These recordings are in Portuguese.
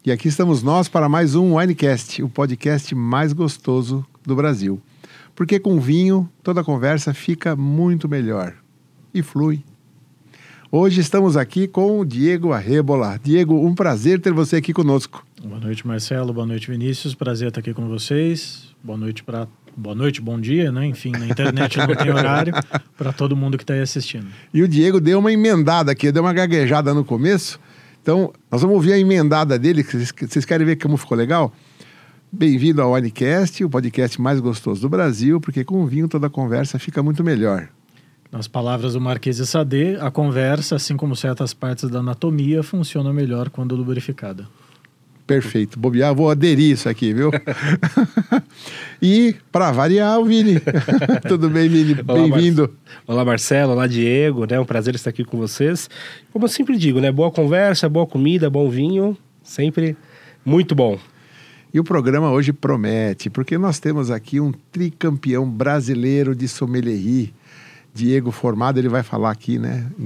E aqui estamos nós para mais um Winecast, o podcast mais gostoso do Brasil. Porque com vinho toda a conversa fica muito melhor e flui. Hoje estamos aqui com o Diego Arrebola. Diego, um prazer ter você aqui conosco. Boa noite, Marcelo. Boa noite, Vinícius. Prazer estar aqui com vocês. Boa noite, bom dia, né? Enfim, na internet não tem horário para todo mundo que está aí assistindo. E o Diego deu uma emendada aqui, deu uma gaguejada no começo. Então, nós vamos ouvir a emendada dele, que vocês querem ver como ficou legal? Bem-vindo ao Winecast, o podcast mais gostoso do Brasil, porque com vinho toda a conversa fica muito melhor. Nas palavras do Marquês de Sade, a conversa, assim como certas partes da anatomia, funciona melhor quando lubrificada. Perfeito. Bobear, vou aderir isso aqui, viu? E, para variar, o Vini. Tudo bem, Vini? Bem-vindo. Olá, Marcelo. Olá, Diego. Um prazer estar aqui com vocês. Como eu sempre digo, boa conversa, boa comida, bom vinho. Sempre muito bom. E o programa hoje promete, porque nós temos aqui um tricampeão brasileiro de sommelier. Diego formado, ele vai falar aqui,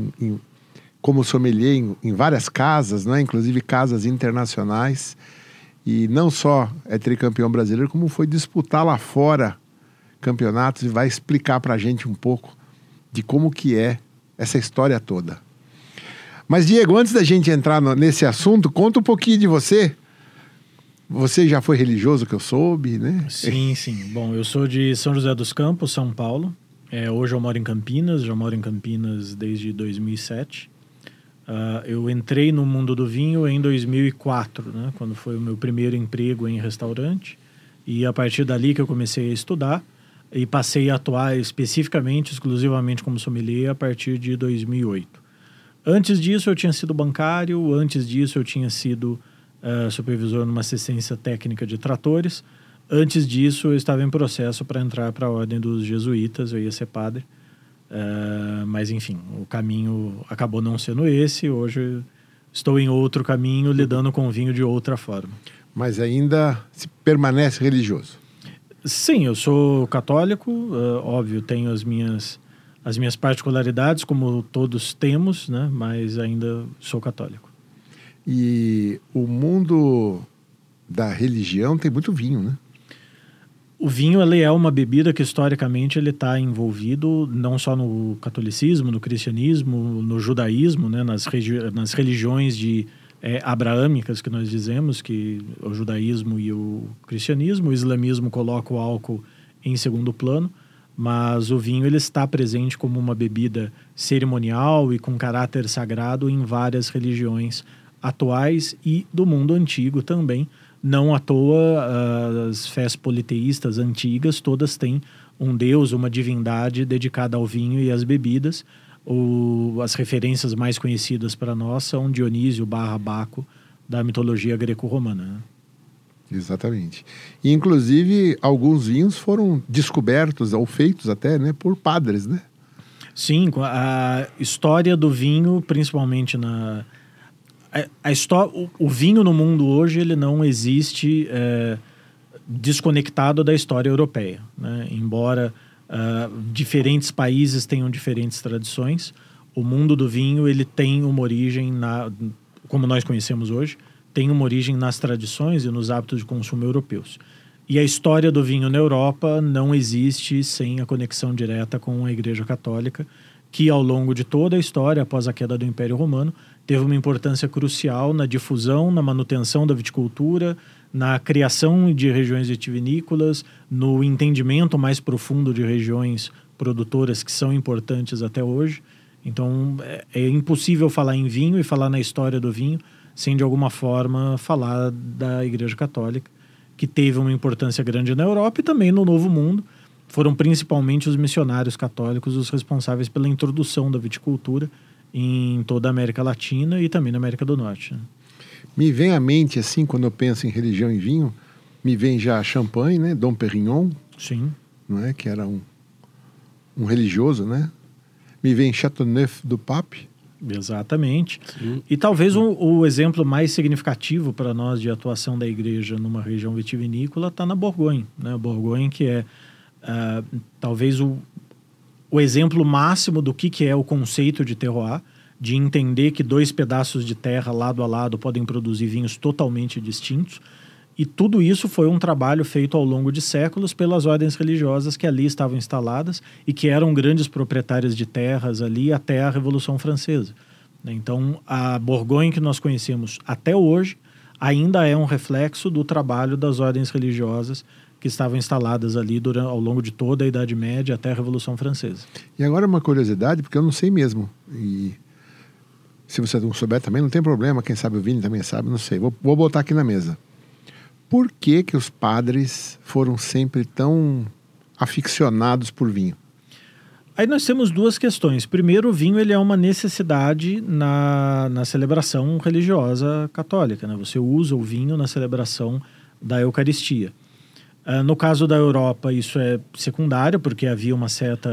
como sommelier em várias casas, inclusive casas internacionais. E não só é tricampeão brasileiro, como foi disputar lá fora campeonatos e vai explicar pra gente um pouco de como que é essa história toda. Mas, Diego, antes da gente entrar nesse assunto, conta um pouquinho de você. Você já foi religioso, que eu soube, né? Sim. Bom, eu sou de São José dos Campos, São Paulo. Hoje eu moro em Campinas, já moro em Campinas desde 2007. Eu entrei no mundo do vinho em 2004, quando foi o meu primeiro emprego em restaurante. E a partir dali que eu comecei a estudar e passei a atuar especificamente, exclusivamente como sommelier a partir de 2008. Antes disso eu tinha sido bancário, antes disso eu tinha sido supervisor numa assistência técnica de tratores. Antes disso, eu estava em processo para entrar para a Ordem dos Jesuítas, eu ia ser padre. Mas, enfim, o caminho acabou não sendo esse. Hoje estou em outro caminho, lidando com o vinho de outra forma. Mas ainda se permanece religioso? Sim, eu sou católico. Óbvio, tenho as minhas particularidades, como todos temos, mas ainda sou católico. E o mundo da religião tem muito vinho, né? O vinho ele é uma bebida que historicamente ele está envolvido não só no catolicismo, no cristianismo, no judaísmo, nas religiões abraâmicas que nós dizemos, que o judaísmo e o cristianismo. O islamismo coloca o álcool em segundo plano, mas o vinho ele está presente como uma bebida cerimonial e com caráter sagrado em várias religiões atuais e do mundo antigo também. Não à toa, as fés politeístas antigas, todas têm um deus, uma divindade dedicada ao vinho e às bebidas. As referências mais conhecidas para nós são Dionísio / Baco, da mitologia greco-romana. Exatamente. E, inclusive, alguns vinhos foram descobertos ou feitos até por padres, né? Sim, a história do vinho, principalmente o vinho no mundo hoje ele não existe desconectado da história europeia, Embora diferentes países tenham diferentes tradições, o mundo do vinho ele tem uma origem como nós conhecemos hoje, tem uma origem nas tradições e nos hábitos de consumo europeus. E a história do vinho na Europa não existe sem a conexão direta com a Igreja Católica, que ao longo de toda a história, após a queda do Império Romano, teve uma importância crucial na difusão, na manutenção da viticultura, na criação de regiões vitivinícolas, no entendimento mais profundo de regiões produtoras que são importantes até hoje. Então, é impossível falar em vinho e falar na história do vinho sem, de alguma forma, falar da Igreja Católica, que teve uma importância grande na Europa e também no Novo Mundo. Foram principalmente os missionários católicos os responsáveis pela introdução da viticultura em toda a América Latina e também na América do Norte. Me vem à mente, assim, quando eu penso em religião e vinho, me vem já Champagne, Dom Pérignon. Sim. Que era um religioso, Me vem Châteauneuf-du-Pape. Exatamente. Sim. E talvez o exemplo mais significativo para nós de atuação da igreja numa região vitivinícola está na Bourgogne. Bourgogne, que é talvez o exemplo máximo do que é o conceito de terroir, de entender que 2 pedaços de terra lado a lado podem produzir vinhos totalmente distintos. E tudo isso foi um trabalho feito ao longo de séculos pelas ordens religiosas que ali estavam instaladas e que eram grandes proprietárias de terras ali até a Revolução Francesa. Então, a Borgonha que nós conhecemos até hoje ainda é um reflexo do trabalho das ordens religiosas que estavam instaladas ali ao longo de toda a Idade Média até a Revolução Francesa. E agora uma curiosidade, porque eu não sei mesmo. E se você não souber também, não tem problema. Quem sabe o Vini também sabe, não sei. Vou botar aqui na mesa. Por que os padres foram sempre tão aficionados por vinho? Aí nós temos 2 questões. Primeiro, o vinho ele é uma necessidade na celebração religiosa católica, né? Você usa o vinho na celebração da Eucaristia. No caso da Europa, isso é secundário, porque havia uma certa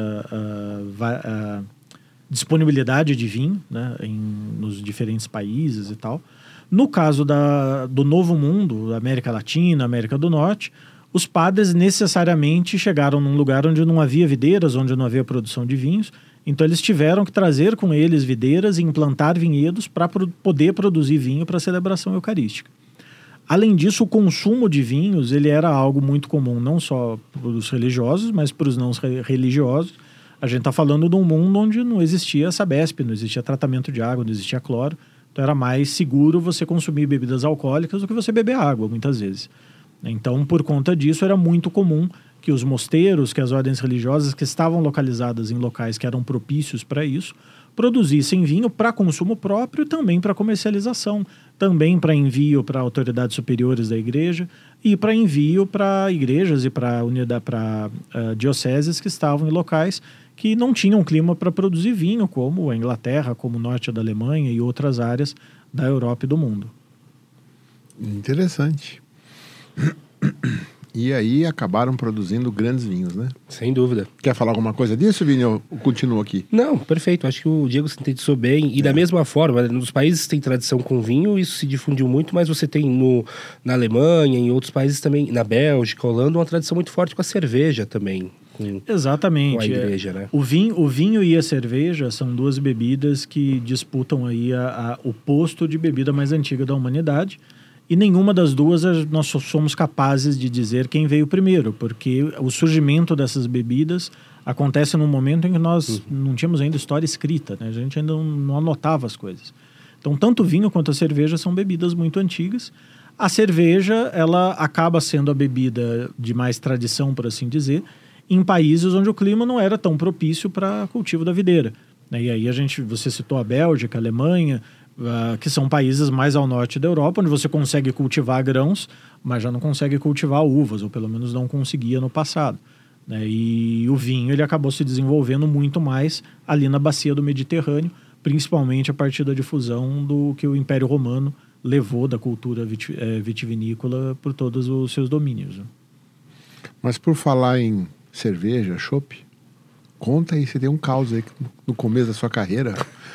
disponibilidade de vinho, né, nos diferentes países e tal. No caso do Novo Mundo, América Latina, América do Norte, os padres necessariamente chegaram num lugar onde não havia videiras, onde não havia produção de vinhos, então eles tiveram que trazer com eles videiras e implantar vinhedos para poder produzir vinho para a celebração eucarística. Além disso, o consumo de vinhos ele era algo muito comum, não só para os religiosos, mas para os não religiosos. A gente está falando de um mundo onde não existia Sabesp, não existia tratamento de água, não existia cloro. Então era mais seguro você consumir bebidas alcoólicas do que você beber água, muitas vezes. Então, por conta disso, era muito comum que os mosteiros, que as ordens religiosas que estavam localizadas em locais que eram propícios para isso, produzissem vinho para consumo próprio e também para comercialização, também para envio para autoridades superiores da igreja e para envio para igrejas e para dioceses que estavam em locais que não tinham clima para produzir vinho, como a Inglaterra, como o norte da Alemanha e outras áreas da Europa e do mundo. Interessante. E aí acabaram produzindo grandes vinhos, né? Sem dúvida. Quer falar alguma coisa disso, Vini? Eu continuo aqui. Não, perfeito. Acho que o Diego sintetizou bem. E da mesma forma, nos países que têm tradição com vinho, isso se difundiu muito, mas você tem na Alemanha, em outros países também, na Bélgica, Holanda, uma tradição muito forte com a cerveja também. Exatamente. Com a igreja, né? O vinho e a cerveja são 2 bebidas que disputam aí o posto de bebida mais antiga da humanidade. E nenhuma das 2 nós somos capazes de dizer quem veio primeiro, porque o surgimento dessas bebidas acontece num momento em que nós não tínhamos ainda história escrita, né? A gente ainda não anotava as coisas. Então, tanto o vinho quanto a cerveja são bebidas muito antigas. A cerveja, ela acaba sendo a bebida de mais tradição, por assim dizer, em países onde o clima não era tão propício para cultivo da videira. E aí você citou a Bélgica, a Alemanha, que são países mais ao norte da Europa, onde você consegue cultivar grãos, mas já não consegue cultivar uvas, ou pelo menos não conseguia no passado. E o vinho ele acabou se desenvolvendo muito mais ali na bacia do Mediterrâneo, principalmente a partir da difusão do que o Império Romano levou da cultura vitivinícola por todos os seus domínios. Mas por falar em cerveja, chopp, conta aí, você tem um caos aí no começo da sua carreira.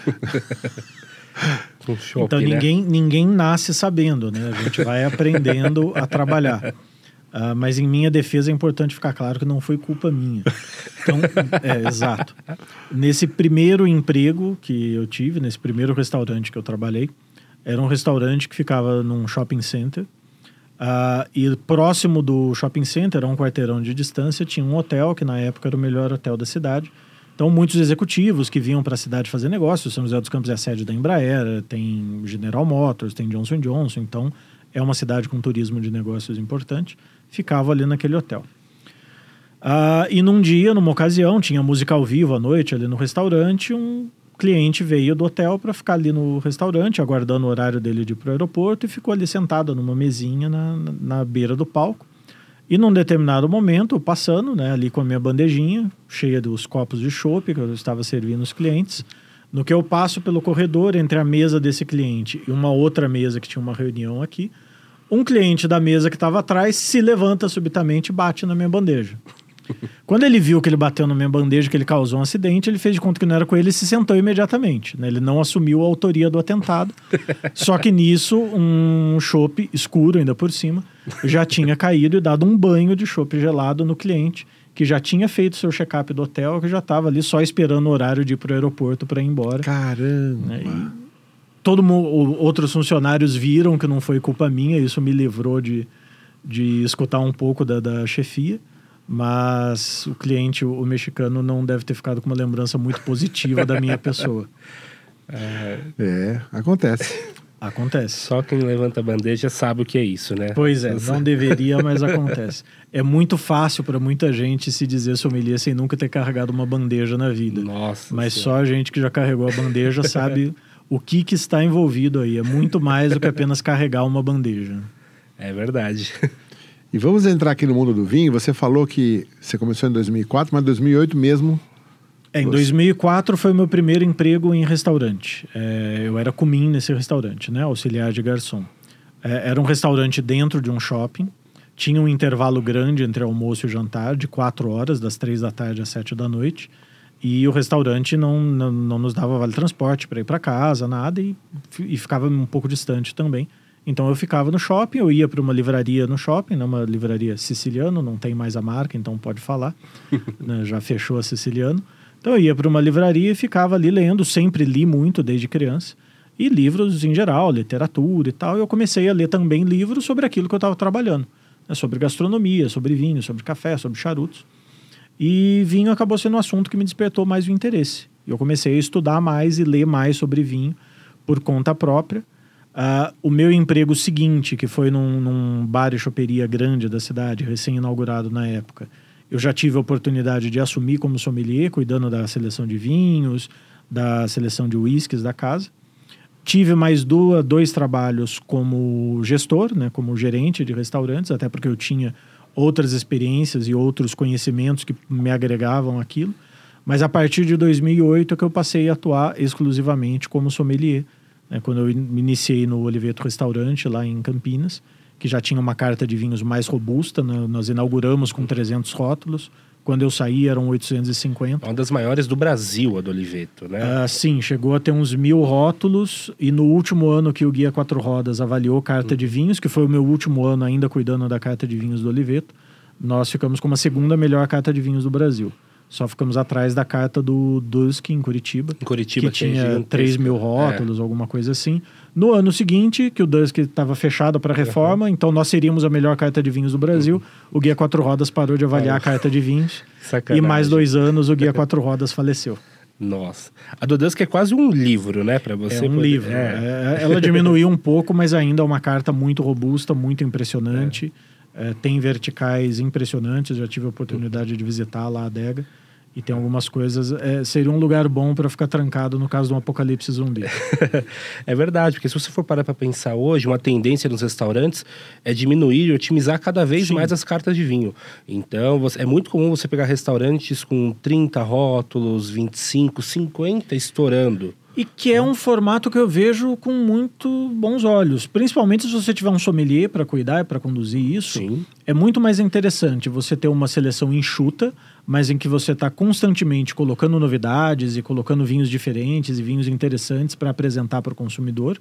Shopping, então ninguém nasce sabendo, né? A gente vai aprendendo a trabalhar. Mas em minha defesa é importante ficar claro que não foi culpa minha. Então, exato. Nesse primeiro emprego que eu tive, nesse primeiro restaurante que eu trabalhei, era um restaurante que ficava num shopping center. E próximo do shopping center, a um quarteirão de distância, tinha um hotel que na época era o melhor hotel da cidade. Então, muitos executivos que vinham para a cidade fazer negócios, São José dos Campos é a sede da Embraer, tem General Motors, tem Johnson & Johnson, então é uma cidade com turismo de negócios importante, ficava ali naquele hotel. E num dia, numa ocasião, tinha música ao vivo à noite ali no restaurante, um cliente veio do hotel para ficar ali no restaurante, aguardando o horário dele de ir para o aeroporto, e ficou ali sentado numa mesinha na beira do palco. E num determinado momento, passando, né, ali com a minha bandejinha, cheia dos copos de chopp que eu estava servindo os clientes, no que eu passo pelo corredor entre a mesa desse cliente e uma outra mesa que tinha uma reunião aqui, um cliente da mesa que estava atrás se levanta subitamente e bate na minha bandeja. Quando ele viu que ele bateu na minha bandeja, que ele causou um acidente, ele fez de conta que não era com ele e se sentou imediatamente, né? Ele não assumiu a autoria do atentado. Só que nisso, um chopp escuro ainda por cima, já tinha caído e dado um banho de chopp gelado no cliente, que já tinha feito seu check-up do hotel, que já estava ali só esperando o horário de ir para o aeroporto para ir embora. Caramba! Outros funcionários viram que não foi culpa minha, isso me livrou de escutar um pouco da chefia, mas o cliente, o mexicano, não deve ter ficado com uma lembrança muito positiva da minha pessoa. Acontece. Acontece. Só quem levanta a bandeja sabe o que é isso, né? Pois é, não deveria, mas acontece. É muito fácil para muita gente se dizer sommelier sem nunca ter carregado uma bandeja na vida. Nossa Mas senhora. só a gente que já carregou a bandeja sabe o que está envolvido aí. É muito mais do que apenas carregar uma bandeja. É verdade. E vamos entrar aqui no mundo do vinho. Você falou que você começou em 2004, mas em 2008 mesmo... Em 2004 foi o meu primeiro emprego em restaurante. Eu era comim nesse restaurante, né? Auxiliar de garçom. Era um restaurante dentro de um shopping. Tinha um intervalo grande entre almoço e jantar, de 4 horas, das 3 da tarde às 7 da noite. E o restaurante não nos dava vale transporte para ir para casa, nada. E ficava um pouco distante também. Então eu ficava no shopping, eu ia para uma livraria no shopping, né? Uma livraria siciliana, não tem mais a marca, então pode falar. Né? Já fechou a Siciliano. Então eu ia para uma livraria e ficava ali lendo, sempre li muito desde criança, e livros em geral, literatura e tal. Eu comecei a ler também livros sobre aquilo que eu estava trabalhando, né? Sobre gastronomia, sobre vinho, sobre café, sobre charutos. E vinho acabou sendo um assunto que me despertou mais o interesse. Eu comecei a estudar mais e ler mais sobre vinho por conta própria. O meu emprego seguinte, que foi num bar e choperia grande da cidade, recém-inaugurado na época, eu já tive a oportunidade de assumir como sommelier, cuidando da seleção de vinhos, da seleção de whiskies da casa. Tive mais 2 trabalhos como gestor, né, como gerente de restaurantes, até porque eu tinha outras experiências e outros conhecimentos que me agregavam aquilo. Mas a partir de 2008 é que eu passei a atuar exclusivamente como sommelier. Né, quando eu me iniciei no Oliveto Restaurante, lá em Campinas, que já tinha uma carta de vinhos mais robusta, né? Nós inauguramos com 300 rótulos. Quando eu saí, eram 850. Uma das maiores do Brasil, a do Oliveto, né? Sim, chegou a ter uns 1000 rótulos. E no último ano que o Guia 4 Rodas avaliou carta de vinhos, que foi o meu último ano ainda cuidando da carta de vinhos do Oliveto, nós ficamos com uma segunda melhor carta de vinhos do Brasil. Só ficamos atrás da carta do Dusk, em Curitiba. Em Curitiba, que tinha 3.000 rótulos, alguma coisa assim. No ano seguinte, que o Dusk estava fechado para reforma, então nós seríamos a melhor carta de vinhos do Brasil. O Guia 4 Rodas parou de avaliar a carta de vinhos. Sacanagem. E mais 2 anos, o Guia 4 Rodas faleceu. Nossa. A do Dusk é quase um livro, né? Para você é um livro. Ela diminuiu um pouco, mas ainda é uma carta muito robusta, muito impressionante. Tem verticais impressionantes. Já tive a oportunidade de visitar lá a adega. E tem algumas coisas... seria um lugar bom para ficar trancado no caso de um apocalipse zumbi. É verdade, porque se você for parar para pensar hoje, uma tendência nos restaurantes é diminuir e otimizar cada vez mais as cartas de vinho. Então, é muito comum você pegar restaurantes com 30 rótulos, 25, 50 estourando. E que é um formato que eu vejo com muito bons olhos. Principalmente se você tiver um sommelier para cuidar e para conduzir isso. Sim. É muito mais interessante você ter uma seleção enxuta, mas em que você está constantemente colocando novidades e colocando vinhos diferentes e vinhos interessantes para apresentar para o consumidor.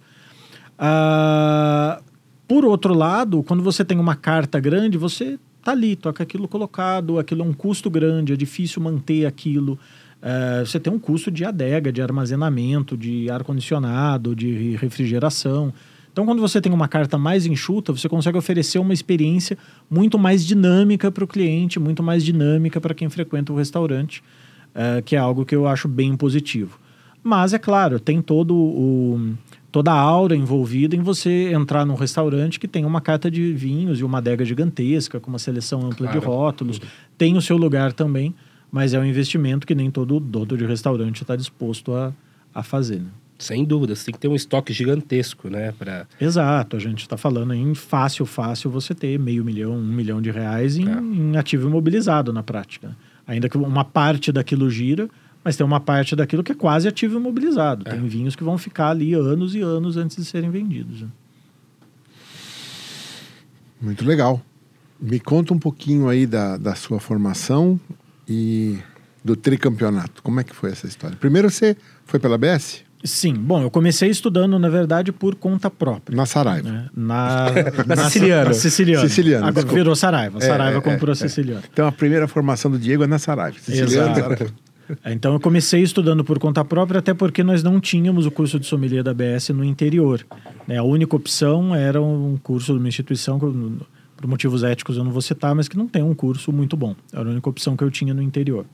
Por outro lado, quando você tem uma carta grande, você está ali, toca aquilo colocado, aquilo é um custo grande, é difícil manter aquilo. Você tem um custo de adega, de armazenamento, de ar-condicionado, de refrigeração. Então, quando você tem uma carta mais enxuta, você consegue oferecer uma experiência muito mais dinâmica para o cliente, muito mais dinâmica para quem frequenta o restaurante, que é algo que eu acho bem positivo. Mas, é claro, tem toda a aura envolvida em você entrar num restaurante que tem uma carta de vinhos e uma adega gigantesca, com uma seleção ampla de rótulos. Tem o seu lugar também, mas é um investimento que nem todo dono de restaurante está disposto a fazer, né? Sem dúvida, você tem que ter um estoque gigantesco, né? Exato, a gente está falando em fácil você ter R$500.000, R$1 milhão em ativo imobilizado na prática. Ainda que uma parte daquilo gira, mas tem uma parte daquilo que é quase ativo imobilizado. Tem vinhos que vão ficar ali anos e anos antes de serem vendidos, né? Muito legal. Me conta um pouquinho aí da sua formação e do tricampeonato. Como é que foi essa história? Primeiro você foi pela ABS? Sim. Bom, eu comecei estudando, na verdade, por conta própria. Na Saraiva. Né? Na Siciliano. Na Siciliano. Siciliano, Agora desculpa. virou Saraiva. Saraiva comprou a Siciliano. Então a primeira formação do Diego é na Saraiva. Siciliano, Saraiva. Então eu comecei estudando por conta própria, até porque nós não tínhamos o curso de sommelier da ABS no interior. Né? A única opção era um curso de uma instituição, que por motivos éticos eu não vou citar, mas que não tem um curso muito bom. Era a única opção que eu tinha no interior.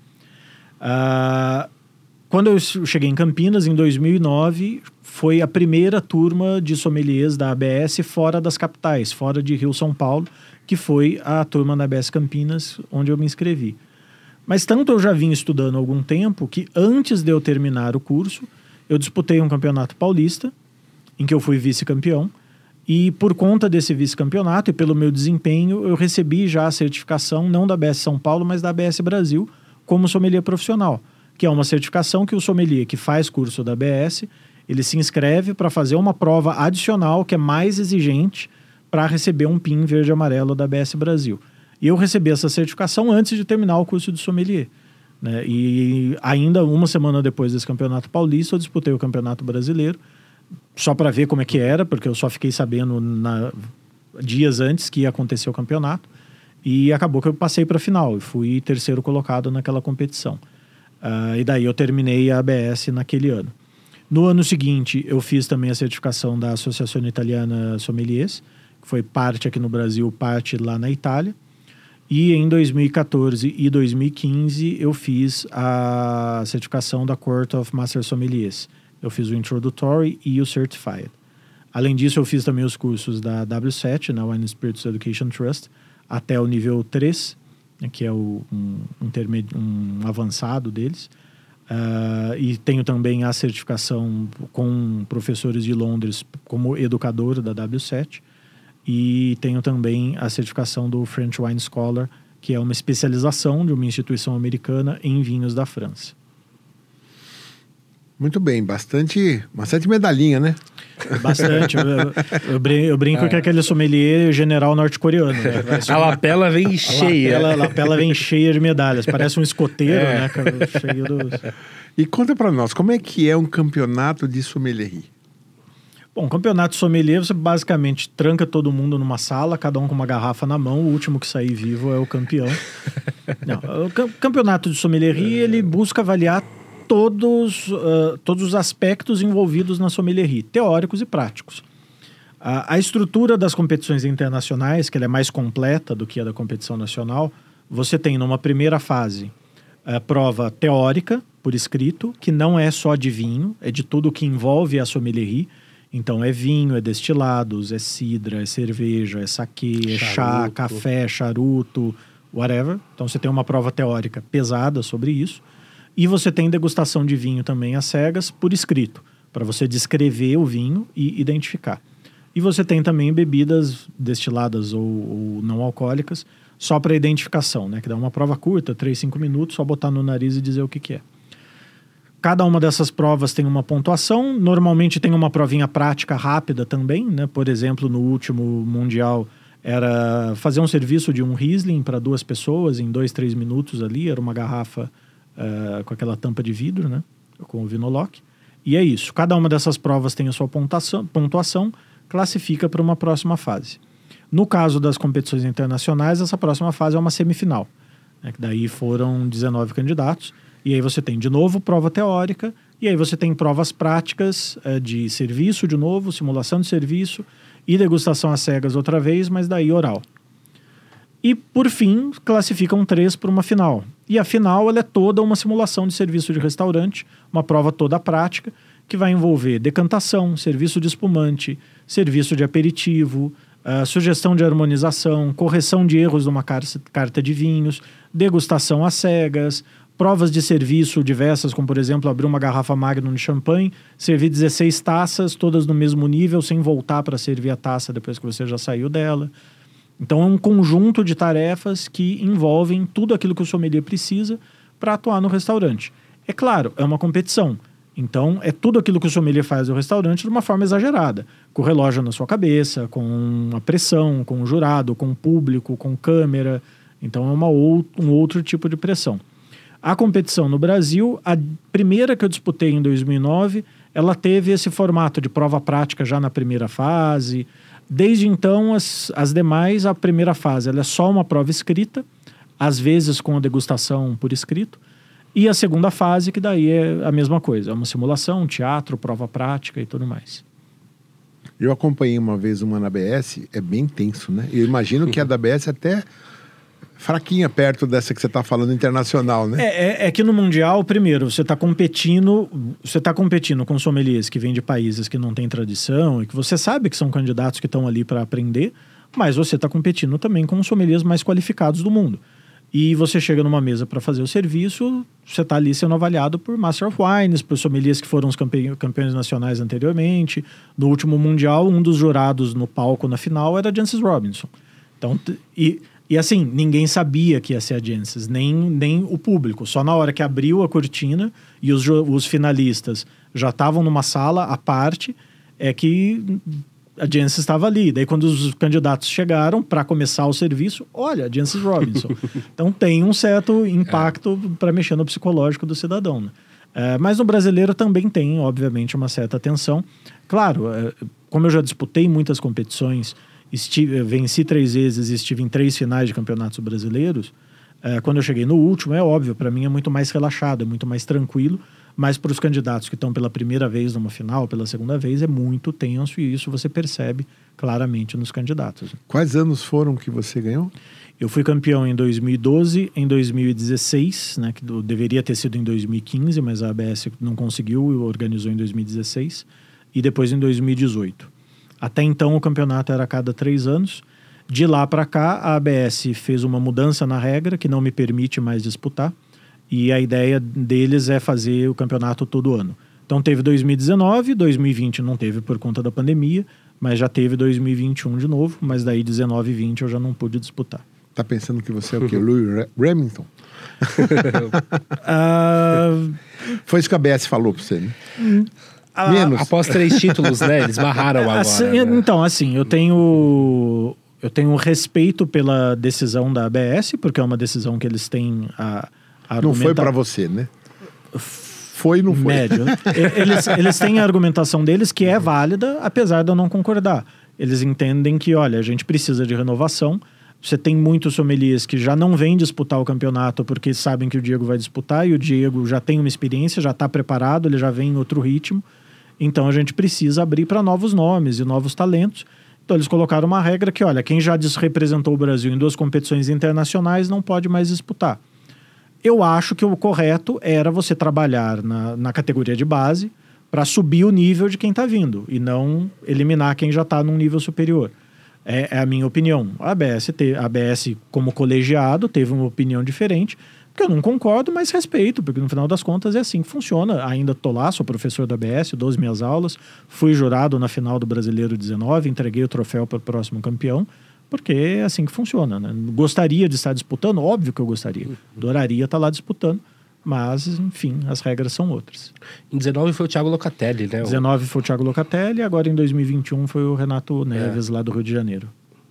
Quando eu cheguei em Campinas, em 2009, foi a primeira turma de sommeliers da ABS fora das capitais, fora de Rio, São Paulo, que foi a turma da ABS Campinas, onde eu me inscrevi. Mas tanto eu já vinha estudando há algum tempo que antes de eu terminar o curso, eu disputei um campeonato paulista, em que eu fui vice-campeão, e por conta desse vice-campeonato e pelo meu desempenho, eu recebi já a certificação, não da ABS São Paulo, mas da ABS Brasil, como sommelier profissional, que é uma certificação que o sommelier que faz curso da ABS, ele se inscreve para fazer uma prova adicional que é mais exigente para receber um PIN verde e amarelo da ABS Brasil. E eu recebi essa certificação antes de terminar o curso de sommelier. Né? E ainda uma semana depois desse campeonato paulista, eu disputei o campeonato brasileiro, só para ver como é que era, porque eu só fiquei sabendo dias antes que ia acontecer o campeonato. E acabou que eu passei para a final e fui terceiro colocado naquela competição. E daí eu terminei a ABS naquele ano. No ano seguinte, eu fiz também a certificação da Associazione Italiana Sommeliers, que foi parte aqui no Brasil, parte lá na Itália. E em 2014 e 2015, eu fiz a certificação da Court of Master Sommeliers. Eu fiz o Introductory e o Certified. Além disso, eu fiz também os cursos da W7, na Wine Spirits Education Trust, até o nível 3, que é um avançado deles. E tenho também a certificação com professores de Londres como educador da W7. E tenho também a certificação do French Wine Scholar, que é uma especialização de uma instituição americana em vinhos da França. Muito bem, bastante medalhinha, né? Bastante. Eu brinco que é aquele sommelier general norte-coreano. Né? A lapela vem cheia. A lapela vem cheia de medalhas. Parece um escoteiro, né? Cheio dos... E conta pra nós, como é que é um campeonato de sommelier? Bom, campeonato sommelier, você basicamente tranca todo mundo numa sala, cada um com uma garrafa na mão, o último que sair vivo é o campeão. Não, o campeonato de sommelier, ele busca avaliar todos os aspectos envolvidos na sommelier, teóricos e práticos. A estrutura das competições internacionais, que ela é mais completa do que a da competição nacional, você tem numa primeira fase a prova teórica, por escrito, que não é só de vinho, é de tudo que envolve a sommelier. Então é vinho, é destilados, é cidra, é cerveja, é saquê, é chá, café, charuto, whatever. Então você tem uma prova teórica pesada sobre isso. E você tem degustação de vinho também às cegas por escrito, para você descrever o vinho e identificar. E você tem também bebidas destiladas ou não alcoólicas, só para identificação, né? Que dá uma prova curta, 3, 5 minutos, só botar no nariz e dizer o que é. Cada uma dessas provas tem uma pontuação, normalmente tem uma provinha prática rápida também, né? Por exemplo, no último Mundial era fazer um serviço de um Riesling para 2 pessoas em 2, 3 minutos ali, era uma garrafa com aquela tampa de vidro, né? Com o Vinoloc. E é isso. Cada uma dessas provas tem a sua pontuação, classifica para uma próxima fase. No caso das competições internacionais, essa próxima fase é uma semifinal. Né? Que daí foram 19 candidatos. E aí você tem, de novo, prova teórica. E aí você tem provas práticas de serviço, de novo, simulação de serviço e degustação às cegas outra vez, mas daí oral. E, por fim, classificam 3 para uma final. E a final ela é toda uma simulação de serviço de restaurante, uma prova toda prática, que vai envolver decantação, serviço de espumante, serviço de aperitivo, sugestão de harmonização, correção de erros de uma carta de vinhos, degustação às cegas, provas de serviço diversas, como, por exemplo, abrir uma garrafa Magnum de champanhe, servir 16 taças, todas no mesmo nível, sem voltar para servir a taça depois que você já saiu dela. Então é um conjunto de tarefas que envolvem tudo aquilo que o sommelier precisa para atuar no restaurante. É claro, é uma competição. Então, é tudo aquilo que o sommelier faz no restaurante de uma forma exagerada. Com o relógio na sua cabeça, com a pressão, com o jurado, com o público, com câmera. Então, é um outro tipo de pressão. A competição no Brasil, a primeira que eu disputei em 2009, ela teve esse formato de prova prática já na primeira fase. Desde então, as demais, a primeira fase ela é só uma prova escrita, às vezes com a degustação por escrito. E a segunda fase, que daí é a mesma coisa. É uma simulação, teatro, prova prática e tudo mais. Eu acompanhei uma vez uma na ABS, é bem tenso, né? Eu imagino que a da ABS é até fraquinha perto dessa que você está falando internacional, né? É que no Mundial, primeiro, você está competindo com sommeliers que vêm de países que não têm tradição e que você sabe que são candidatos que estão ali para aprender, mas você está competindo também com os sommeliers mais qualificados do mundo. E você chega numa mesa para fazer o serviço, você está ali sendo avaliado por Master of Wines, por sommeliers que foram os campeões nacionais anteriormente. No último Mundial, um dos jurados no palco na final era a Jancis Robinson. Então, e assim, ninguém sabia que ia ser a Jancis, nem o público. Só na hora que abriu a cortina e os finalistas já estavam numa sala à parte, é que a Jancis estava ali. Daí, quando os candidatos chegaram para começar o serviço, olha, a Jancis Robinson. Então, tem um certo impacto para mexer no psicológico do cidadão, né? Mas no brasileiro também tem, obviamente, uma certa tensão. Claro, como eu já disputei muitas competições, venci 3 vezes e estive em 3 finais de campeonatos brasileiros, quando eu cheguei no último, é óbvio, para mim é muito mais relaxado, é muito mais tranquilo, mas para os candidatos que estão pela primeira vez numa final, pela segunda vez, é muito tenso e isso você percebe claramente nos candidatos. Quais anos foram que você ganhou? Eu fui campeão em 2012, em 2016, né, que deveria ter sido em 2015, mas a ABS não conseguiu e organizou em 2016, e depois em 2018. Até então o campeonato era a cada 3 anos. De lá para cá, a ABS fez uma mudança na regra que não me permite mais disputar. E a ideia deles é fazer o campeonato todo ano. Então teve 2019, 2020 não teve por conta da pandemia, mas já teve 2021 de novo, mas daí 19 e 20 eu já não pude disputar. Tá pensando que você é o quê? Louis Remington? Foi isso que a ABS falou para você, né? Menos. Após 3 títulos, né? Eles barraram agora. Assim, né? Então, assim, eu tenho respeito pela decisão da ABS, porque é uma decisão que eles têm a argumentar. Não foi para você, né? Foi e não foi. Médio. Eles têm a argumentação deles que é válida, apesar de eu não concordar. Eles entendem que, olha, a gente precisa de renovação. Você tem muitos sommeliers que já não vêm disputar o campeonato porque sabem que o Diego vai disputar e o Diego já tem uma experiência, já está preparado, ele já vem em outro ritmo. Então a gente precisa abrir para novos nomes e novos talentos. Então eles colocaram uma regra que, olha, quem já representou o Brasil em 2 competições internacionais não pode mais disputar. Eu acho que o correto era você trabalhar na categoria de base para subir o nível de quem está vindo e não eliminar quem já está num nível superior. É a minha opinião. A ABS, como colegiado, teve uma opinião diferente, porque eu não concordo, mas respeito, porque no final das contas é assim que funciona. Ainda estou lá, sou professor da ABS, dou as minhas aulas, fui jurado na final do Brasileiro 19, entreguei o troféu para o próximo campeão, porque é assim que funciona, né? Gostaria de estar disputando? Óbvio que eu gostaria. Adoraria estar lá disputando, mas, enfim, as regras são outras. Em 19 foi o Thiago Locatelli, né? 19 foi o Thiago Locatelli, agora em 2021 foi o Renato Neves, lá do Rio de Janeiro.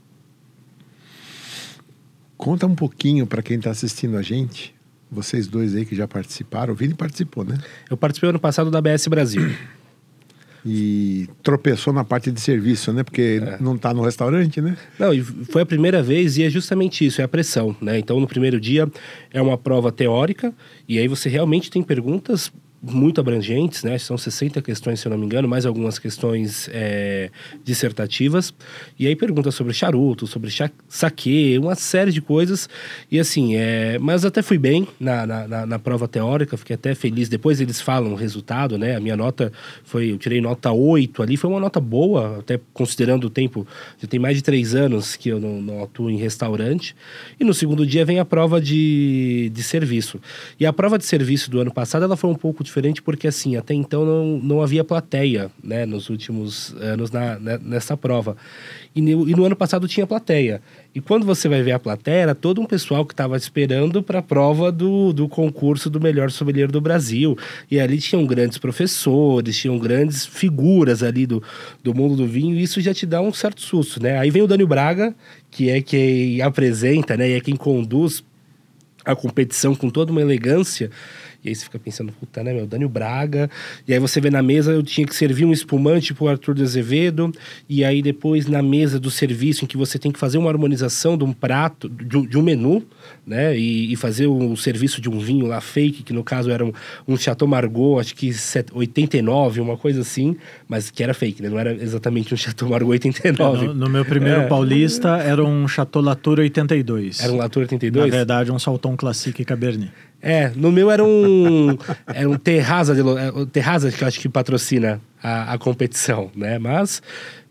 Conta um pouquinho para quem está assistindo a gente, vocês dois aí que já participaram. O Vini participou, né? Eu participei ano passado da ABS Brasil. E tropeçou na parte de serviço, né? Porque não está no restaurante, né? Não, e foi a primeira vez e é justamente isso, é a pressão, né? Então, no primeiro dia é uma prova teórica e aí você realmente tem perguntas muito abrangentes, né? São 60 questões, se eu não me engano, mais algumas questões dissertativas. E aí perguntas sobre charuto, sobre saquê, uma série de coisas. E assim, mas até fui bem na prova teórica, fiquei até feliz. Depois eles falam o resultado, né? A minha nota eu tirei nota 8 ali, foi uma nota boa, até considerando o tempo. Já tem mais de 3 anos que eu não atuo em restaurante. E no segundo dia vem a prova de serviço. E a prova de serviço do ano passado, ela foi um pouco diferente porque, assim, até então não havia plateia, né, nos últimos anos nessa prova. E no ano passado tinha plateia. E quando você vai ver a plateia, era todo um pessoal que estava esperando para a prova do concurso do melhor sommelier do Brasil. E ali tinham grandes professores, tinham grandes figuras ali do mundo do vinho, e isso já te dá um certo susto, né? Aí vem o Dânio Braga, que é quem apresenta, né, e é quem conduz a competição com toda uma elegância. E aí você fica pensando, puta, né, meu, Dânio Braga. E aí você vê na mesa, eu tinha que servir um espumante pro Arthur de Azevedo. E aí depois na mesa do serviço, em que você tem que fazer uma harmonização de um prato, de um menu, né, e fazer o serviço de um vinho lá fake, que no caso era um Chateau Margaux, acho que 89, uma coisa assim, mas que era fake, né, não era exatamente um Chateau Margaux 89. No meu primeiro paulista era um Chateau Latour 82. Era um Latour 82? Na verdade, um Salton Classique Cabernet. No meu era um Terraza, Terraza, que eu acho que patrocina a competição, né? Mas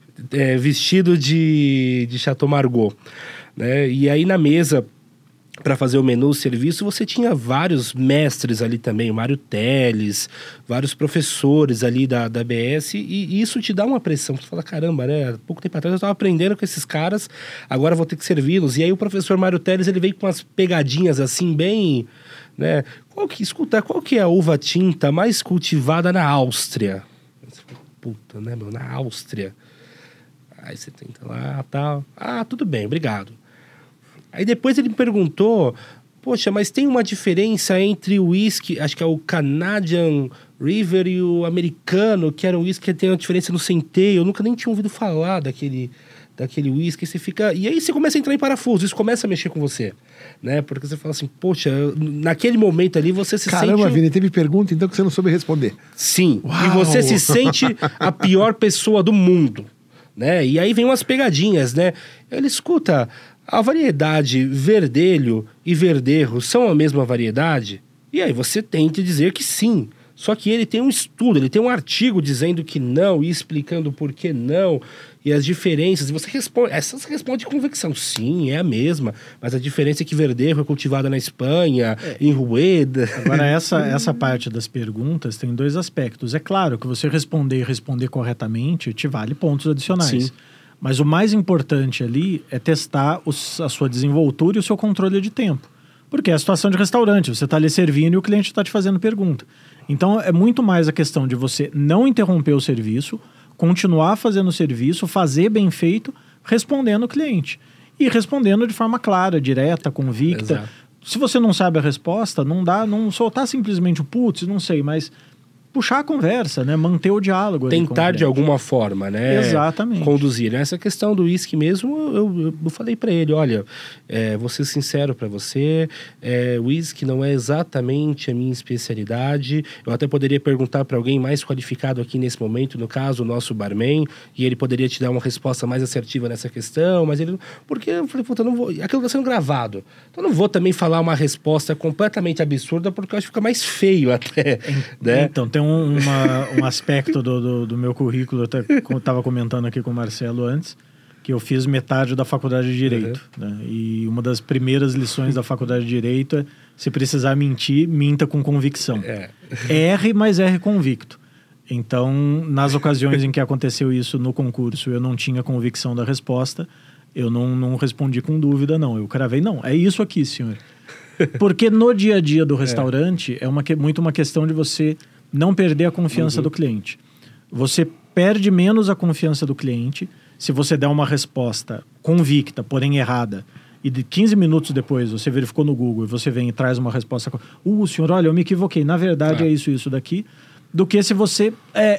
vestido de Chateau Margaux, né? E aí na mesa, para fazer o menu, o serviço, você tinha vários mestres ali também, o Mário Teles, vários professores ali da BS, e isso te dá uma pressão. Você fala, caramba, né? Há pouco tempo atrás eu estava aprendendo com esses caras, agora vou ter que servi-los. E aí o professor Mário Teles, ele veio com umas pegadinhas assim, bem... né? Qual que é a uva tinta mais cultivada na Áustria? Você fala, puta, né, meu? Na Áustria. Aí você tenta lá, tal. Ah, tudo bem, obrigado. Aí depois ele me perguntou, poxa, mas tem uma diferença entre o whisky, acho que é o Canadian River e o americano, que era um whisky que tem uma diferença no centeio. Eu nunca nem tinha ouvido falar daquele whisky, você fica... E aí você começa a entrar em parafuso, isso começa a mexer com você, né? Porque você fala assim, poxa, naquele momento ali você se sente... Caramba, Vini, teve pergunta então que você não soube responder. Sim, Uau! E você se sente a pior pessoa do mundo, né? E aí vem umas pegadinhas, né? Ele escuta, a variedade verdelho e verdejo são a mesma variedade? E aí você tenta dizer que sim. Só que ele tem um estudo, ele tem um artigo dizendo que não e explicando por que não e as diferenças. E você responde com convicção. Sim, é a mesma, mas a diferença é que verdejo é cultivada na Espanha, em Rueda. Agora, essa parte das perguntas tem dois aspectos. É claro que você responder corretamente te vale pontos adicionais. Sim. Mas o mais importante ali é testar a sua desenvoltura e o seu controle de tempo. Porque é a situação de restaurante, você está ali servindo e o cliente está te fazendo pergunta. Então, é muito mais a questão de você não interromper o serviço, continuar fazendo o serviço, fazer bem feito, respondendo o cliente. E respondendo de forma clara, direta, convicta. Exato. Se você não sabe a resposta, não soltar simplesmente o putz, não sei, mas puxar a conversa, né? Manter o diálogo. Tentar de alguma forma, né? Exatamente. Conduzir. Essa questão do uísque mesmo, eu falei para ele, olha, vou ser sincero para você, uísque não é exatamente a minha especialidade. Eu até poderia perguntar para alguém mais qualificado aqui nesse momento, no caso, o nosso barman, e ele poderia te dar uma resposta mais assertiva nessa questão, mas ele... Porque eu falei, puta, não vou... Aquilo está sendo gravado. Então eu não vou também falar uma resposta completamente absurda, porque eu acho que fica mais feio até, né? Então, tem um aspecto do meu currículo, eu estava comentando aqui com o Marcelo antes, que eu fiz metade da faculdade de Direito. Né? E uma das primeiras lições da faculdade de Direito é, se precisar mentir, minta com convicção. Erre, mas erre convicto. Então, nas ocasiões em que aconteceu isso no concurso, eu não tinha convicção da resposta, eu não respondi com dúvida, não. Eu cravei, não, é isso aqui, senhor. Porque no dia a dia do restaurante, é muito uma questão de você não perder a confiança do cliente. Você perde menos a confiança do cliente se você der uma resposta convicta, porém errada, e de 15 minutos depois você verificou no Google e você vem e traz uma resposta... senhor, olha, eu me equivoquei. Na verdade é isso daqui. Do que se você...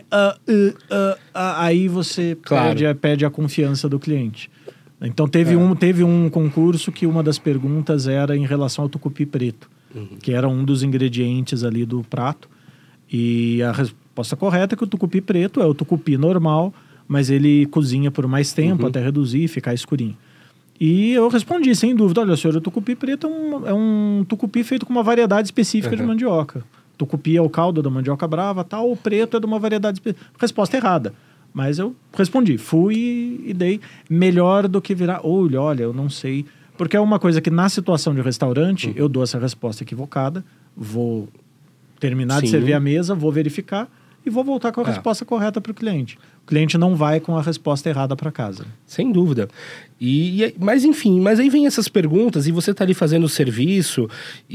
aí você perde a confiança do cliente. Então teve um concurso que uma das perguntas era em relação ao tucupi preto, que era um dos ingredientes ali do prato. E a resposta correta é que o tucupi preto é o tucupi normal, mas ele cozinha por mais tempo até reduzir e ficar escurinho. E eu respondi, sem dúvida, olha, senhor, o tucupi preto é um tucupi feito com uma variedade específica de mandioca. Tucupi é o caldo da mandioca brava, tal, o preto é de uma variedade específica. Resposta errada. Mas eu respondi, fui e dei melhor do que virar, olha, eu não sei. Porque é uma coisa que na situação de restaurante, eu dou essa resposta equivocada, vou terminar de Sim. servir a mesa, vou verificar e vou voltar com a resposta correta para o cliente. O cliente não vai com a resposta errada para casa. Sem dúvida. Mas enfim, mas aí vem essas perguntas e você tá ali fazendo o serviço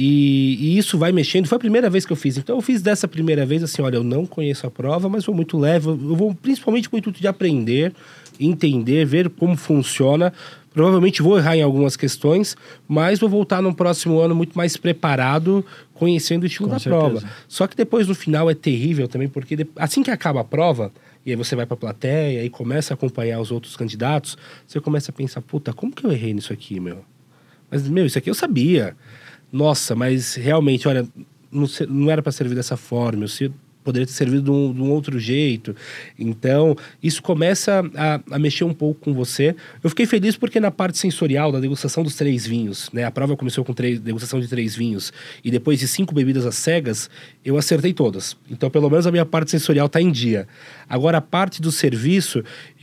e isso vai mexendo. Foi a primeira vez que eu fiz. Então eu fiz dessa primeira vez assim, olha, eu não conheço a prova, mas vou muito leve. Eu vou principalmente com o intuito de aprender, entender, ver como funciona. Provavelmente vou errar em algumas questões, mas vou voltar no próximo ano muito mais preparado, conhecendo o estilo Com da certeza. prova. Só que depois no final é terrível também, porque assim que acaba a prova, e aí você vai pra plateia e começa a acompanhar os outros candidatos, você começa a pensar, puta, como que eu errei nisso aqui, meu? Mas, meu, isso aqui eu sabia. Nossa, mas realmente, olha, não era para servir dessa forma, poderia ter servido de um outro jeito. Então, isso começa a mexer um pouco com você. Eu fiquei feliz porque na parte sensorial da degustação dos 3 vinhos, né? A prova começou com degustação de 3 vinhos e depois de 5 bebidas às cegas, eu acertei todas. Então, pelo menos a minha parte sensorial está em dia. Agora, a parte do serviço,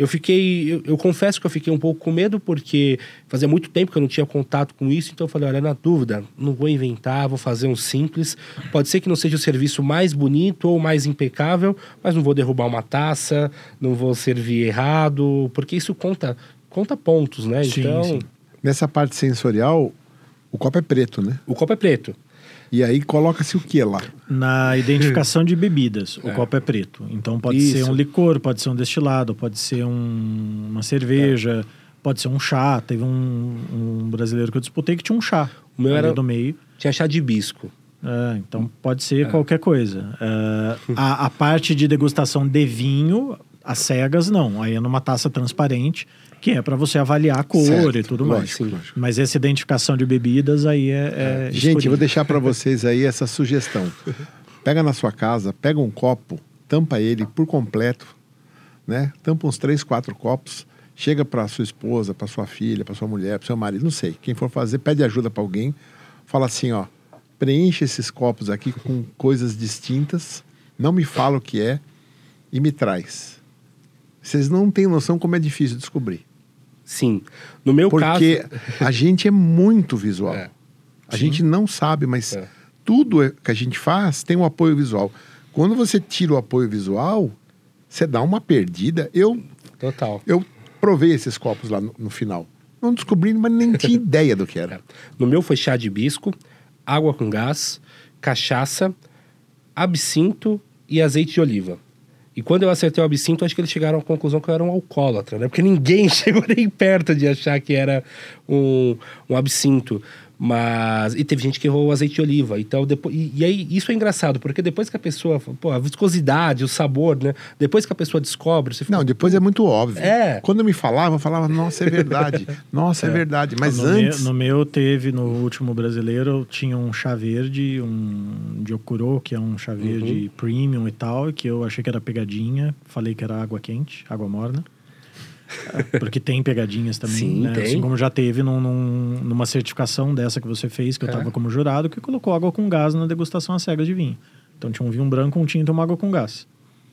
eu confesso que eu fiquei um pouco com medo porque fazia muito tempo que eu não tinha contato com isso, então eu falei, olha, na dúvida, não vou inventar, vou fazer um simples. Pode ser que não seja o serviço mais bonito ou mais impecável, mas não vou derrubar uma taça, não vou servir errado, porque isso conta pontos, né? Sim, Então, sim. Nessa parte sensorial, o copo é preto, né? o copo é preto. E aí coloca-se o que lá? Na identificação de bebidas, o copo é preto. Então pode Isso. ser um licor, pode ser um destilado, pode ser uma cerveja, pode ser um chá. Teve um brasileiro que eu disputei que tinha um chá O meu ali era- do meio. Tinha chá de hibisco. Então pode ser qualquer coisa. A parte de degustação de vinho, às cegas, não. Aí é numa taça transparente, que é para você avaliar a cor Certo, e tudo lógico, mais. lógico. Mas essa identificação de bebidas aí é Gente, eu vou escolhido. deixar para vocês aí essa sugestão. Pega na sua casa, pega um copo, tampa ele por completo, né? Tampa uns 3, 4 copos, chega para sua esposa, para sua filha, para sua mulher, para seu marido, não sei. Quem for fazer, pede ajuda para alguém. Fala assim, ó, preenche esses copos aqui com coisas distintas, não me fala o que é e me traz. Vocês não têm noção como é difícil descobrir. Sim. No meu Porque caso... a gente é muito visual. É. A gente não sabe, mas É. tudo que a gente faz tem um apoio visual. Quando você tira o apoio visual, você dá uma perdida. Eu Total. provei esses copos lá no final. Não descobri, mas nem tinha ideia do que era. No meu foi chá de hibisco, água com gás, cachaça, absinto e azeite de oliva. E quando eu acertei o absinto, acho que eles chegaram à conclusão que eu era um alcoólatra, né? Porque ninguém chegou nem perto de achar que era um absinto. E teve gente que errou o azeite de oliva. Então, depois, e aí, isso é engraçado, porque depois que a pessoa... Pô, a viscosidade, o sabor, né? Depois que a pessoa descobre... Você fica, Não, depois é muito óbvio. É. Quando eu falava, nossa, é verdade. Nossa, é verdade. Mas antes... No meu teve, no último brasileiro, tinha um chá verde, um de Okuro, que é um chá verde premium e tal, que eu achei que era pegadinha. Falei que era água quente, água morna. Porque tem pegadinhas também, Sim, né? tem. Assim como já teve numa certificação dessa que você fez, que eu estava como jurado, que colocou água com gás na degustação às cegas de vinho. Então tinha um vinho branco, um tinto e uma água com gás.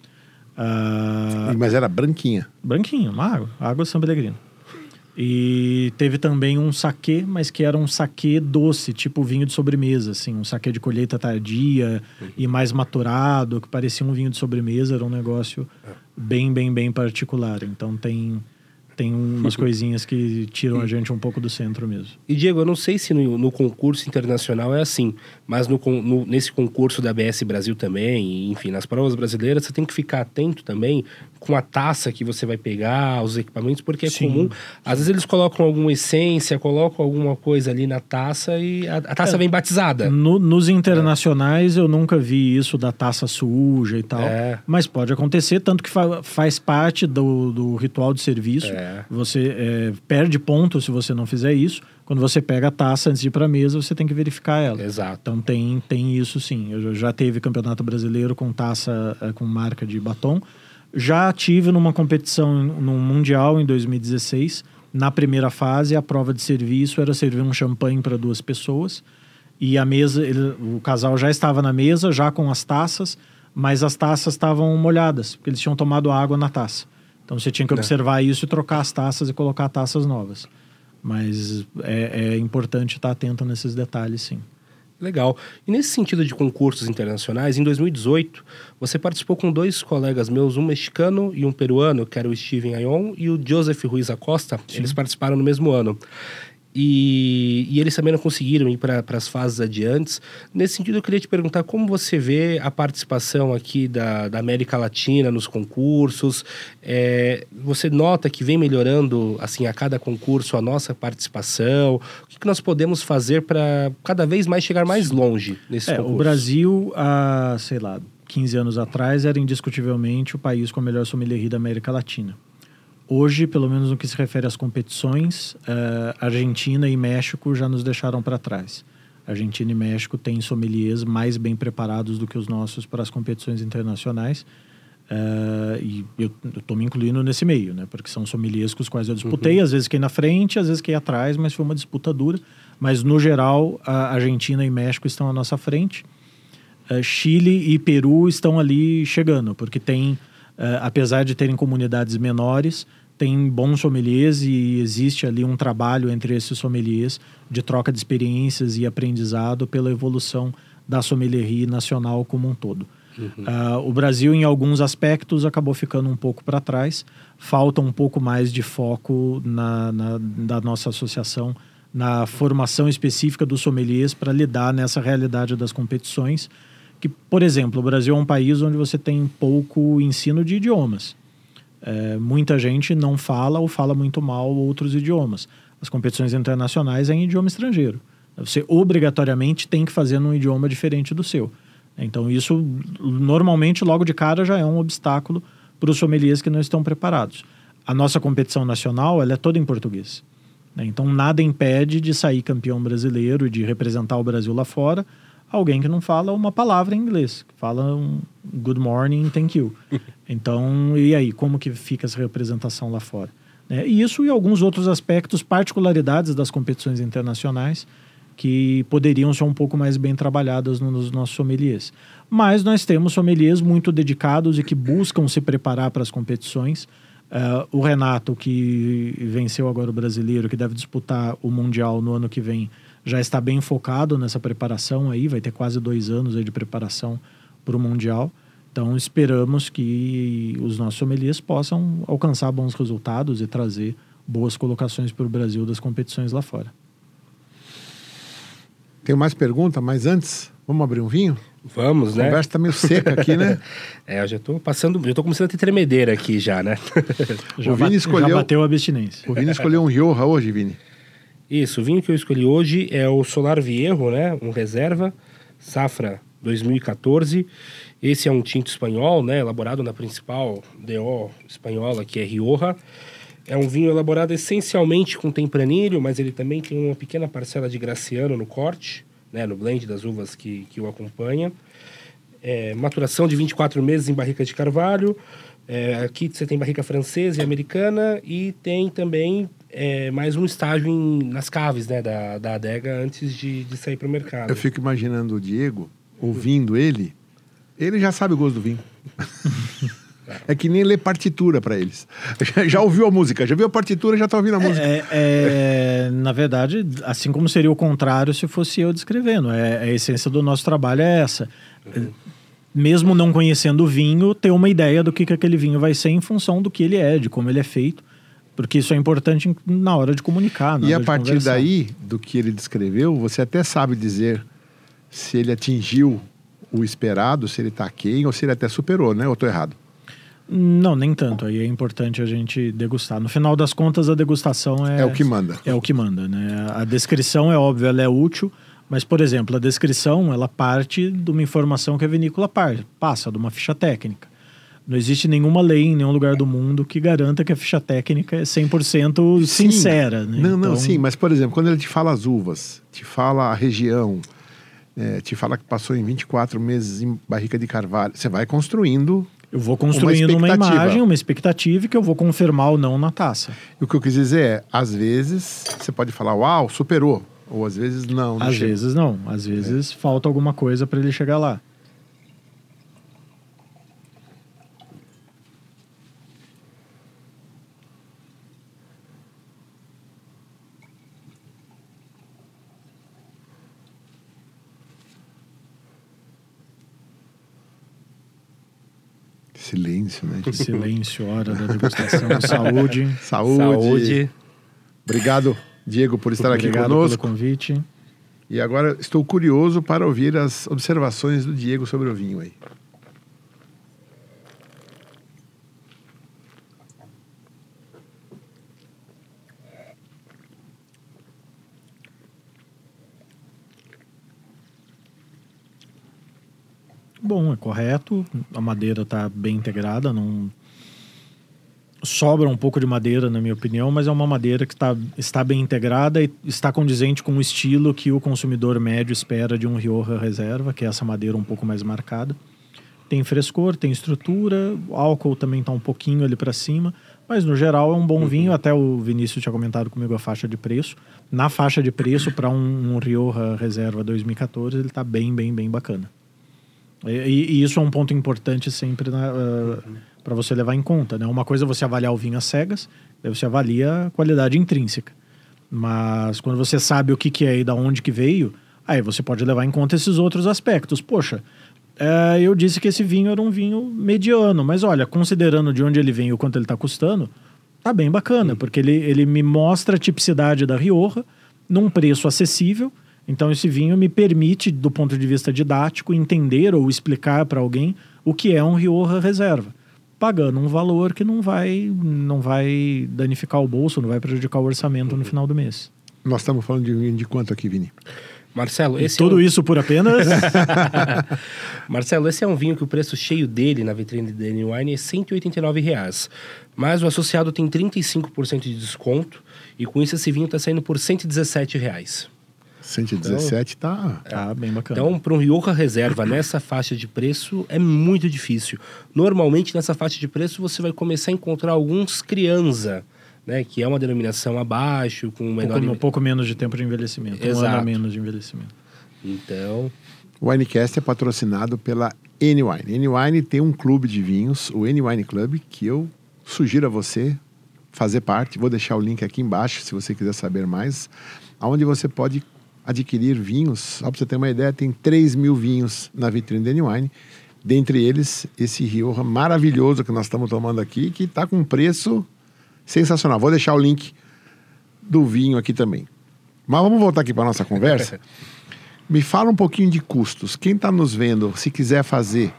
Mas era branquinha. Branquinho, uma água São Pellegrino. E teve também um saquê, mas que era um saquê doce, tipo vinho de sobremesa, assim, um saquê de colheita tardia e mais maturado, que parecia um vinho de sobremesa, era um negócio bem, bem, bem particular. Então tem umas coisinhas que tiram a gente um pouco do centro mesmo. E Diego, eu não sei se no concurso internacional é assim, mas nesse concurso da ABS Brasil também, enfim, nas provas brasileiras, você tem que ficar atento também com a taça que você vai pegar, os equipamentos, porque é Sim. comum. Às vezes eles colocam alguma essência, colocam alguma coisa ali na taça e a taça vem batizada. Nos internacionais eu nunca vi isso da taça suja e tal, mas pode acontecer, tanto que faz parte do ritual de serviço. Você perde ponto se você não fizer isso. Quando você pega a taça antes de ir para a mesa, você tem que verificar ela. Exato. Então tem isso sim. Eu já teve campeonato brasileiro com taça com marca de batom. Já tive numa competição no Mundial em 2016. Na primeira fase, a prova de serviço era servir um champanhe para 2 pessoas. E a mesa, o casal já estava na mesa, já com as taças, mas as taças estavam molhadas, porque eles tinham tomado água na taça. Então você tinha que observar isso e trocar as taças e colocar taças novas. Mas é importante estar atento nesses detalhes, sim. Legal. E nesse sentido de concursos internacionais, em 2018, você participou com 2 colegas meus, um mexicano e um peruano, que era o Steven Ayon e o Joseph Ruiz Acosta. Sim. Eles participaram no mesmo ano. E eles também não conseguiram ir para as fases adiantes. Nesse sentido, eu queria te perguntar como você vê a participação aqui da América Latina nos concursos. Você nota que vem melhorando, assim, a cada concurso a nossa participação? O que nós podemos fazer para cada vez mais chegar mais longe nesse concurso? O Brasil, há, 15 anos atrás, era indiscutivelmente o país com a melhor sommelier da América Latina. Hoje, pelo menos no que se refere às competições, Argentina e México já nos deixaram para trás. Argentina e México têm sommeliers mais bem preparados do que os nossos para as competições internacionais. E eu estou me incluindo nesse meio, né? Porque são sommeliers com os quais eu disputei. Às vezes fiquei na frente, às vezes fiquei atrás, mas foi uma disputa dura. Mas, no geral, a Argentina e México estão à nossa frente. Chile e Peru estão ali chegando, porque tem... apesar de terem comunidades menores, tem bons sommeliers e existe ali um trabalho entre esses sommeliers de troca de experiências e aprendizado pela evolução da sommelierie nacional como um todo. O Brasil, em alguns aspectos, acabou ficando um pouco para trás. Falta um pouco mais de foco da nossa associação na formação específica dos sommeliers para lidar nessa realidade das competições. Que, por exemplo, o Brasil é um país onde você tem pouco ensino de idiomas. Muita gente não fala ou fala muito mal outros idiomas. As competições internacionais é em idioma estrangeiro. Você obrigatoriamente tem que fazer num idioma diferente do seu. Então isso, normalmente, logo de cara, já é um obstáculo para os sommeliers que não estão preparados. A nossa competição nacional, ela é toda em português. Então nada impede de sair campeão brasileiro, de representar o Brasil lá fora, alguém que não fala uma palavra em inglês, que fala um good morning, thank you. Então, e aí, como que fica essa representação lá fora? E isso e alguns outros aspectos, particularidades das competições internacionais, que poderiam ser um pouco mais bem trabalhadas nos nossos sommeliers. Mas nós temos sommeliers muito dedicados e que buscam se preparar para as competições. O Renato, que venceu agora o brasileiro, que deve disputar o Mundial no ano que vem, já está bem focado nessa preparação aí, vai ter quase 2 anos aí de preparação para o Mundial. Então esperamos que os nossos sommeliers possam alcançar bons resultados e trazer boas colocações para o Brasil das competições lá fora. Tem mais pergunta, mas antes, vamos abrir um vinho? Vamos, né? A conversa tá meio seca aqui, né? Eu já tô passando, já tô começando a ter tremedeira aqui já, né? Já bateu a abstinência. O Vini escolheu um Rioja hoje, Vini. Isso, o vinho que eu escolhi hoje é o Solar Viejo, né? Um reserva, safra 2014. Esse é um tinto espanhol, né? Elaborado na principal DO espanhola, que é Rioja. É um vinho elaborado essencialmente com tempranilho, mas ele também tem uma pequena parcela de graciano no corte, né? No blend das uvas que o acompanha. Maturação de 24 meses em barrica de carvalho. Aqui você tem barrica francesa e americana e tem também mais um estágio nas caves, né, da adega antes de sair para o mercado. Eu fico imaginando o Diego, ouvindo ele já sabe o gosto do vinho. É que nem ler partitura para eles. Já ouviu a música, já viu a partitura, já está ouvindo a música. Na verdade, assim como seria o contrário se fosse eu descrevendo. A essência do nosso trabalho é essa. Mesmo não conhecendo o vinho, ter uma ideia do que aquele vinho vai ser em função do que ele é, de como ele é feito. Porque isso é importante na hora de comunicar. E a partir daí, do que ele descreveu, você até sabe dizer se ele atingiu o esperado, se ele está aquém ou se ele até superou, né? Ou estou errado? Não, nem tanto. Aí é importante a gente degustar. No final das contas, a degustação é o que manda. É o que manda, né? A descrição é óbvio, ela é útil, mas, por exemplo, a descrição, ela parte de uma informação que a vinícola passa, de uma ficha técnica. Não existe nenhuma lei em nenhum lugar do mundo que garanta que a ficha técnica é 100% sincera. Né? Não, sim, mas, por exemplo, quando ele te fala as uvas, te fala a região, te fala que passou em 24 meses em barrica de carvalho, você vai construindo. Eu vou construindo uma imagem, uma expectativa que eu vou confirmar ou não na taça. E o que eu quis dizer é, às vezes, você pode falar, uau, superou. Ou às vezes não. Às vezes não. Às vezes falta alguma coisa para ele chegar lá. Silêncio, né? Silêncio, hora da degustação. Saúde. Saúde. Obrigado, Diego, por estar aqui Obrigado conosco. pelo convite. E agora estou curioso para ouvir as observações do Diego sobre o vinho aí. Bom, é correto. A madeira está bem integrada. Não sobra um pouco de madeira, na minha opinião, mas é uma madeira que está bem integrada e está condizente com o estilo que o consumidor médio espera de um Rioja Reserva, que é essa madeira um pouco mais marcada. Tem frescor, tem estrutura, o álcool também está um pouquinho ali para cima, mas no geral é um bom vinho. Até o Vinícius tinha comentado comigo a faixa de preço. Na faixa de preço, para um Rioja Reserva 2014, ele está bem bacana. E isso é um ponto importante sempre para você levar em conta, né? Uma coisa é você avaliar o vinho às cegas, daí você avalia a qualidade intrínseca. Mas quando você sabe o que é e da onde que veio, aí você pode levar em conta esses outros aspectos. Poxa, eu disse que esse vinho era um vinho mediano, mas olha, considerando de onde ele vem e o quanto ele está custando, tá bem bacana, porque ele me mostra a tipicidade da Rioja num preço acessível. Então esse vinho me permite, do ponto de vista didático, entender ou explicar para alguém o que é um Rioja Reserva, pagando um valor que não vai danificar o bolso, não vai prejudicar o orçamento no final do mês. Nós estamos falando de vinho de quanto aqui, Vini? Marcelo, tudo isso por apenas... Marcelo, esse é um vinho que o preço cheio dele na vitrine da N-Wine é R$ 189 reais. Mas o associado tem 35% de desconto e com isso esse vinho está saindo por R$ 117 reais. 117 tá bem bacana. Então, para um Rioja Reserva nessa faixa de preço é muito difícil. Normalmente, nessa faixa de preço, você vai começar a encontrar alguns criança, né? Que é uma denominação abaixo, com menor... Um pouco menos de tempo de envelhecimento. Exato. Um ano a menos de envelhecimento. Então... O Winecast é patrocinado pela N-Wine. N-Wine tem um clube de vinhos, o N-Wine Club, que eu sugiro a você fazer parte. Vou deixar o link aqui embaixo, se você quiser saber mais. Onde você pode adquirir vinhos. Só para você ter uma ideia, tem 3.000 vinhos na vitrine da N-Wine. Dentre eles, esse Rioja maravilhoso que nós estamos tomando aqui, que está com um preço sensacional. Vou deixar o link do vinho aqui também. Mas vamos voltar aqui para a nossa conversa. Me fala um pouquinho de custos. Quem está nos vendo, se quiser fazer,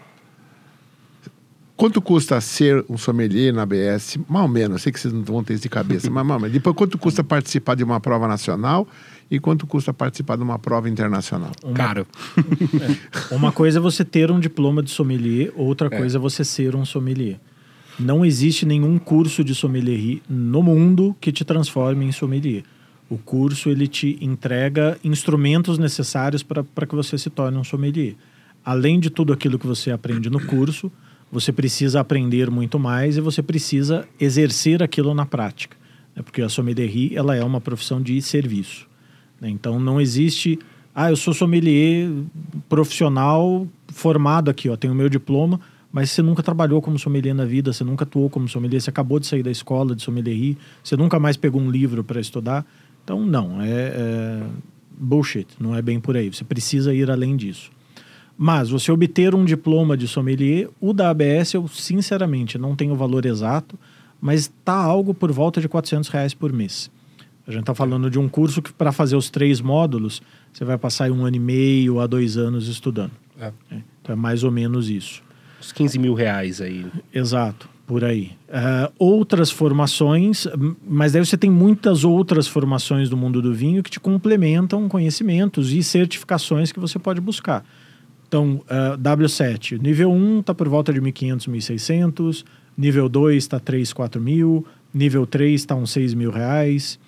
quanto custa ser um sommelier na ABS? Mais ou menos, eu sei que vocês não vão ter isso de cabeça, mas depois quanto custa participar de uma prova nacional e quanto custa participar de uma prova internacional? Caro. Uma coisa é você ter um diploma de sommelier, outra coisa é você ser um sommelier. Não existe nenhum curso de sommelier no mundo que te transforme em sommelier. O curso, ele te entrega instrumentos necessários para que você se torne um sommelier. Além de tudo aquilo que você aprende no curso, você precisa aprender muito mais e você precisa exercer aquilo na prática. Porque a sommelier, ela é uma profissão de serviço. Então, não existe... eu sou sommelier profissional formado aqui, tenho o meu diploma, mas você nunca trabalhou como sommelier na vida, você nunca atuou como sommelier, você acabou de sair da escola de sommelier, você nunca mais pegou um livro para estudar. Então, não, é bullshit, não é bem por aí. Você precisa ir além disso. Mas você obter um diploma de sommelier, o da ABS, eu sinceramente não tenho o valor exato, mas está algo por volta de R$400 por mês. A gente está falando de um curso que, para fazer os 3 módulos, você vai passar 1 ano e meio a 2 anos estudando. Então é mais ou menos isso. Uns 15 mil reais aí. Exato, por aí. Outras formações, mas daí você tem muitas outras formações do mundo do vinho que te complementam conhecimentos e certificações que você pode buscar. Então, W7, nível 1 está por volta de 1.500, 1.600, nível 2 está 3, 4 mil, nível 3 está uns 6 mil reais.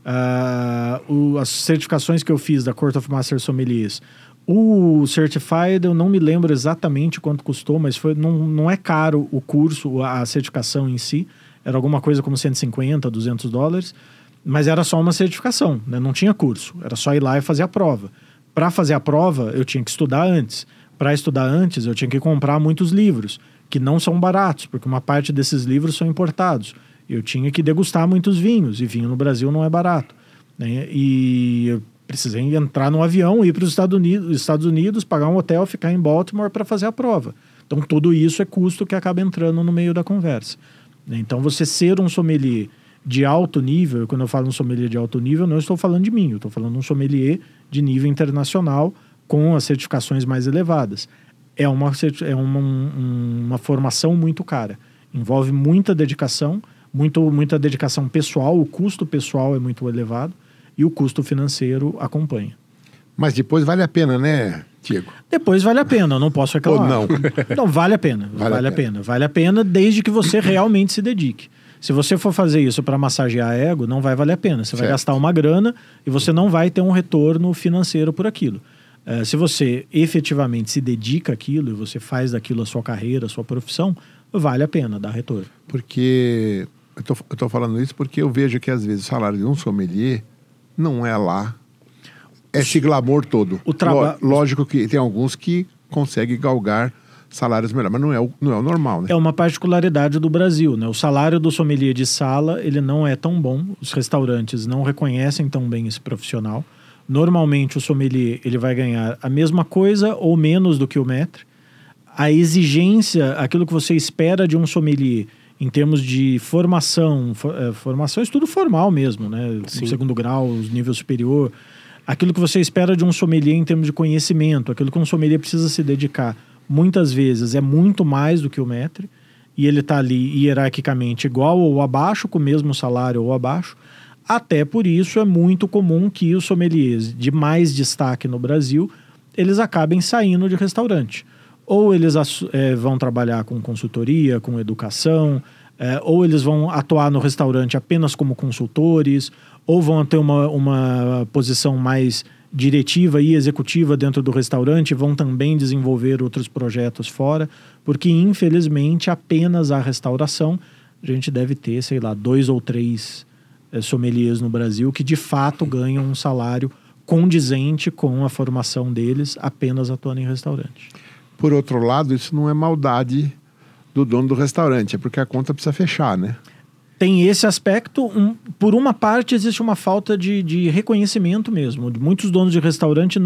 As certificações que eu fiz da Court of Master Sommeliers, o Certified eu não me lembro exatamente quanto custou, mas não é caro o curso, a certificação em si, era alguma coisa como 150, 200 dólares, mas era só uma certificação, né? Não tinha curso, era só ir lá e fazer a prova. Para fazer a prova, eu tinha que estudar antes. Para estudar antes, eu tinha que comprar muitos livros, que não são baratos, porque uma parte desses livros são importados. Eu tinha que degustar muitos vinhos, e vinho no Brasil não é barato, né? E eu precisei entrar no avião, ir para os Estados Unidos, pagar um hotel, ficar em Baltimore para fazer a prova. Então, tudo isso é custo que acaba entrando no meio da conversa. Então, você ser um sommelier de alto nível, quando eu falo um sommelier de alto nível, não estou falando de mim, eu estou falando de um sommelier de nível internacional com as certificações mais elevadas. É uma formação muito cara. Envolve muita dedicação, muita dedicação pessoal, o custo pessoal é muito elevado e o custo financeiro acompanha. Mas depois vale a pena, né, Diego? Depois vale a pena, eu não posso reclamar. Ou não? Não, vale a pena. Vale a pena. Vale a pena desde que você realmente se dedique. Se você for fazer isso para massagear ego, não vai valer a pena. Você vai gastar uma grana e você não vai ter um retorno financeiro por aquilo. Se você efetivamente se dedica àquilo e você faz daquilo a sua carreira, a sua profissão, vale a pena dar retorno. Porque eu tô falando isso porque eu vejo que às vezes o salário de um sommelier não é lá esse glamour todo. Lógico que tem alguns que conseguem galgar salários melhores, mas não é o normal, né? É uma particularidade do Brasil, né? O salário do sommelier de sala, ele não é tão bom. Os restaurantes não reconhecem tão bem esse profissional. Normalmente o sommelier, ele vai ganhar a mesma coisa ou menos do que o maître. A exigência, aquilo que você espera de um sommelier em termos de formação, estudo formal mesmo, né? Segundo grau, nível superior. Aquilo que você espera de um sommelier em termos de conhecimento, aquilo que um sommelier precisa se dedicar, muitas vezes é muito mais do que o maître, e ele está ali hierarquicamente igual ou abaixo, com o mesmo salário ou abaixo. Até por isso é muito comum que os sommeliers de mais destaque no Brasil, eles acabem saindo de restaurante. Ou eles vão trabalhar com consultoria, com educação, ou eles vão atuar no restaurante apenas como consultores, ou vão ter uma posição mais diretiva e executiva dentro do restaurante, vão também desenvolver outros projetos fora, porque infelizmente apenas a restauração, a gente deve ter, 2 ou 3 sommeliers no Brasil que de fato ganham um salário condizente com a formação deles apenas atuando em restaurante. Por outro lado, isso não é maldade do dono do restaurante, é porque a conta precisa fechar, né? Tem esse aspecto. Por uma parte, existe uma falta de reconhecimento mesmo. Muitos donos de restaurante,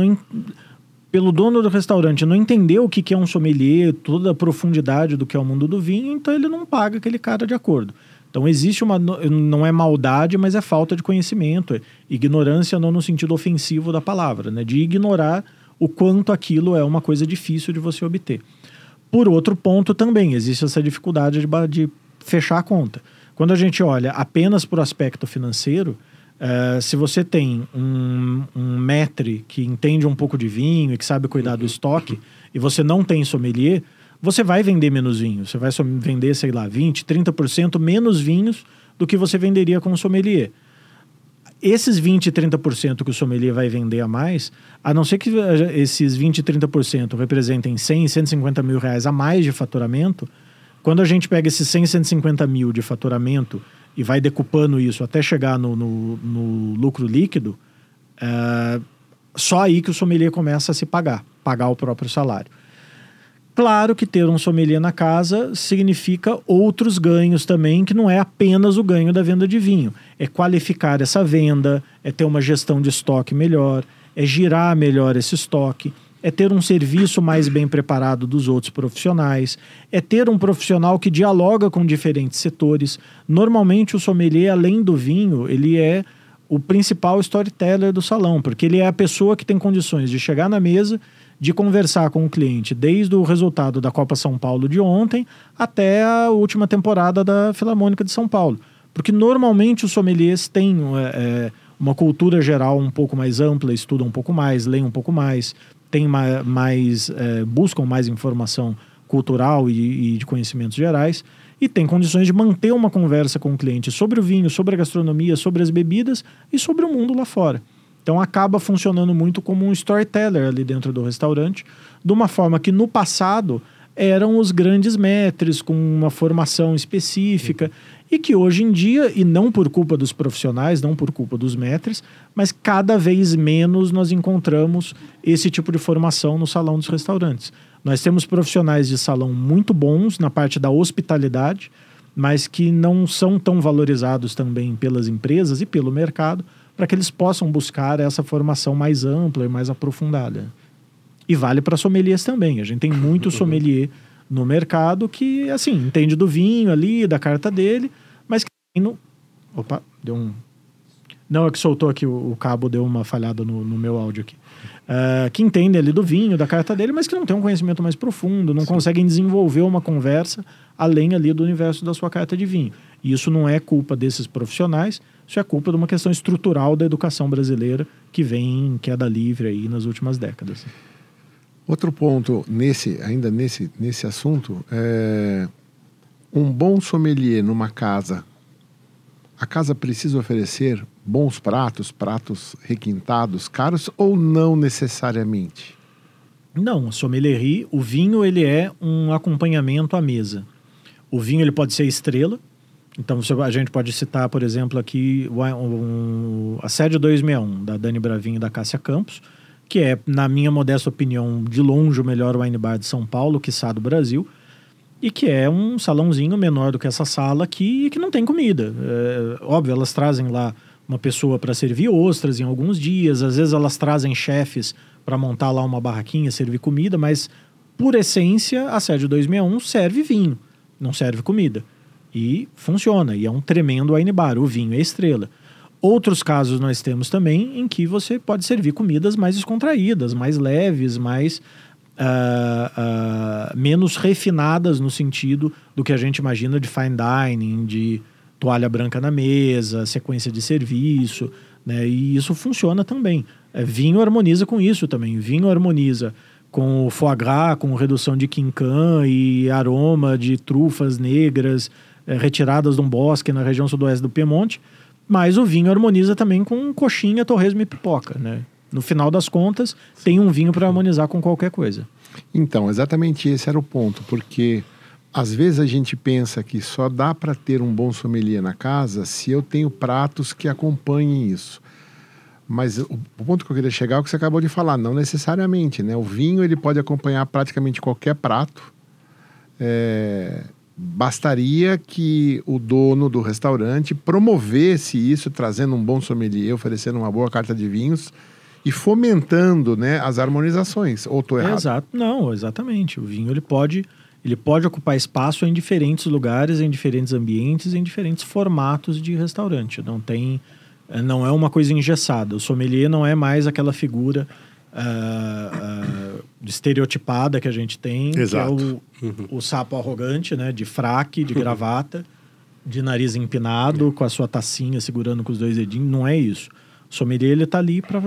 pelo dono do restaurante não entender o que é um sommelier, toda a profundidade do que é o mundo do vinho, então ele não paga aquele cara de acordo. Então existe não é maldade, mas é falta de conhecimento. Ignorância não no sentido ofensivo da palavra, né? De ignorar o quanto aquilo é uma coisa difícil de você obter. Por outro ponto também, existe essa dificuldade de fechar a conta. Quando a gente olha apenas por aspecto financeiro, se você tem um maître que entende um pouco de vinho e que sabe cuidar do estoque, e você não tem sommelier, você vai vender menos vinho. Você vai vender, 20%, 30% menos vinhos do que você venderia com o sommelier. Esses 20%, 30% que o sommelier vai vender a mais, a não ser que esses 20%, 30% representem 100, 150 mil reais a mais de faturamento, quando a gente pega esses 100, 150 mil de faturamento e vai decupando isso até chegar no lucro líquido, só aí que o sommelier começa a se pagar o próprio salário. Claro que ter um sommelier na casa significa outros ganhos também, que não é apenas o ganho da venda de vinho. É qualificar essa venda, é ter uma gestão de estoque melhor, é girar melhor esse estoque, é ter um serviço mais bem preparado dos outros profissionais, é ter um profissional que dialoga com diferentes setores. Normalmente o sommelier, além do vinho, ele é o principal storyteller do salão, porque ele é a pessoa que tem condições de chegar na mesa, de conversar com o cliente desde o resultado da Copa São Paulo de ontem até a última temporada da Filarmônica de São Paulo. Porque normalmente os sommeliers têm uma cultura geral um pouco mais ampla, estudam um pouco mais, leem um pouco mais, buscam mais informação cultural e de conhecimentos gerais, e têm condições de manter uma conversa com o cliente sobre o vinho, sobre a gastronomia, sobre as bebidas e sobre o mundo lá fora. Então acaba funcionando muito como um storyteller ali dentro do restaurante, de uma forma que no passado eram os grandes maîtres com uma formação específica e que hoje em dia, e não por culpa dos profissionais, não por culpa dos maîtres, mas cada vez menos nós encontramos esse tipo de formação no salão dos restaurantes. Nós temos profissionais de salão muito bons na parte da hospitalidade, mas que não são tão valorizados também pelas empresas e pelo mercado, para que eles possam buscar essa formação mais ampla e mais aprofundada. E vale para sommeliers também. A gente tem muito sommelier no mercado que, assim, entende do vinho ali, da carta dele, mas que não... Opa, deu um... Não, é que soltou aqui, o cabo deu uma falhada no meu áudio aqui. Que entende ali do vinho, da carta dele, mas que não tem um conhecimento mais profundo, não conseguem desenvolver uma conversa além ali do universo da sua carta de vinho. E isso não é culpa desses profissionais, isso é culpa de uma questão estrutural da educação brasileira que vem em queda livre aí nas últimas décadas. Outro ponto ainda nesse assunto é um bom sommelier numa casa. A casa precisa oferecer bons pratos requintados, caros ou não necessariamente? Não, sommelierie, o vinho ele é um acompanhamento à mesa. O vinho ele pode ser estrela, então a gente pode citar, por exemplo, aqui a Sede 261, da Dani Bravin e da Cássia Campos, que é, na minha modesta opinião, de longe o melhor wine bar de São Paulo, quiçá do Brasil, e que é um salãozinho menor do que essa sala aqui e que não tem comida. Óbvio, elas trazem lá uma pessoa para servir ostras em alguns dias, às vezes elas trazem chefes para montar lá uma barraquinha, servir comida, mas por essência a Sede 261 serve vinho, não serve comida. E funciona, e é um tremendo wine bar, o vinho é estrela. Outros casos nós temos também em que você pode servir comidas mais descontraídas, mais leves, mais menos refinadas no sentido do que a gente imagina de fine dining, de toalha branca na mesa, sequência de serviço, né? E isso funciona também. Vinho harmoniza com isso também. Vinho harmoniza com o foie gras, com redução de quincan e aroma de trufas negras retiradas de um bosque na região sudoeste do Piemonte, mas o vinho harmoniza também com coxinha, torresmo e pipoca, né? No final das contas, tem um vinho para harmonizar com qualquer coisa. Então, exatamente esse era o ponto, porque às vezes a gente pensa que só dá para ter um bom sommelier na casa se eu tenho pratos que acompanhem isso. Mas o ponto que eu queria chegar é o que você acabou de falar, não necessariamente, né? O vinho ele pode acompanhar praticamente qualquer prato. Bastaria que o dono do restaurante promovesse isso, trazendo um bom sommelier, oferecendo uma boa carta de vinhos e fomentando, né, as harmonizações. Ou estou errado? Exato. Não, exatamente. O vinho ele pode ocupar espaço em diferentes lugares, em diferentes ambientes, em diferentes formatos de restaurante. Não é uma coisa engessada. O sommelier não é mais aquela figura estereotipada que a gente tem, exato, que é o sapo arrogante, né, de fraque, de gravata, de nariz empinado, com a sua tacinha segurando com os dois dedinhos. Não é isso. O sommelier ele está ali para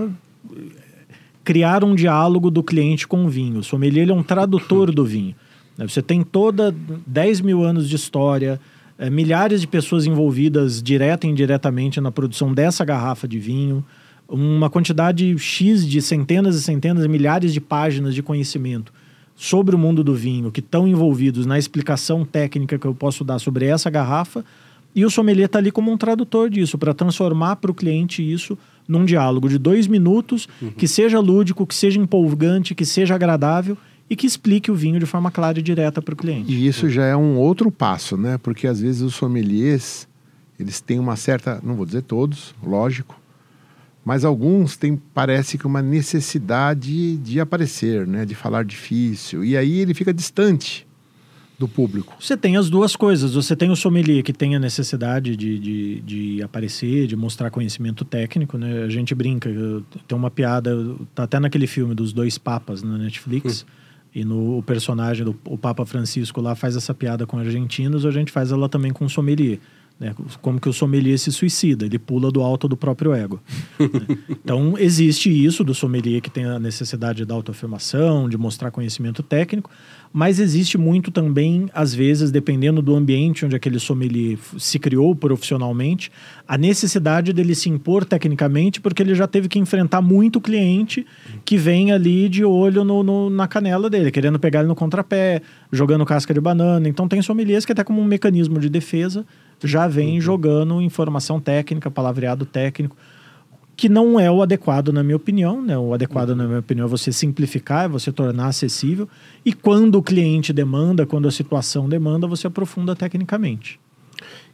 criar um diálogo do cliente com o vinho. O sommelier ele é um tradutor do vinho. Você tem 10 mil anos de história, milhares de pessoas envolvidas direta e indiretamente na produção dessa garrafa de vinho, uma quantidade X de centenas e centenas, milhares de páginas de conhecimento sobre o mundo do vinho que estão envolvidos na explicação técnica que eu posso dar sobre essa garrafa, e o sommelier está ali como um tradutor disso, para transformar para o cliente isso num diálogo de 2 minutos, que seja lúdico, que seja empolgante, que seja agradável e que explique o vinho de forma clara e direta para o cliente. E isso já é um outro passo, né? Porque às vezes os sommeliers, eles têm uma certa, não vou dizer todos, lógico, mas alguns têm, parece que uma necessidade de aparecer, né? De falar difícil. E aí ele fica distante do público. Você tem as duas coisas. Você tem o sommelier que tem a necessidade de aparecer, de mostrar conhecimento técnico, né? A gente brinca, tem uma piada, tá até naquele filme dos 2 papas na Netflix, e o personagem o Papa Francisco lá faz essa piada com argentinos, a gente faz ela também com o sommelier. Né? Como que o sommelier se suicida, ele pula do alto do próprio ego. Né? Então existe isso do sommelier que tem a necessidade da autoafirmação, de mostrar conhecimento técnico, mas existe muito também, às vezes, dependendo do ambiente onde aquele sommelier se criou profissionalmente, a necessidade dele se impor tecnicamente, porque ele já teve que enfrentar muito cliente que vem ali de olho na canela dele, querendo pegar ele no contrapé, jogando casca de banana. Então tem sommeliers que até como um mecanismo de defesa já vem jogando informação técnica, palavreado técnico, que não é o adequado na minha opinião, né? O adequado na minha opinião é você simplificar, é você tornar acessível, e quando o cliente demanda, quando a situação demanda, você aprofunda tecnicamente.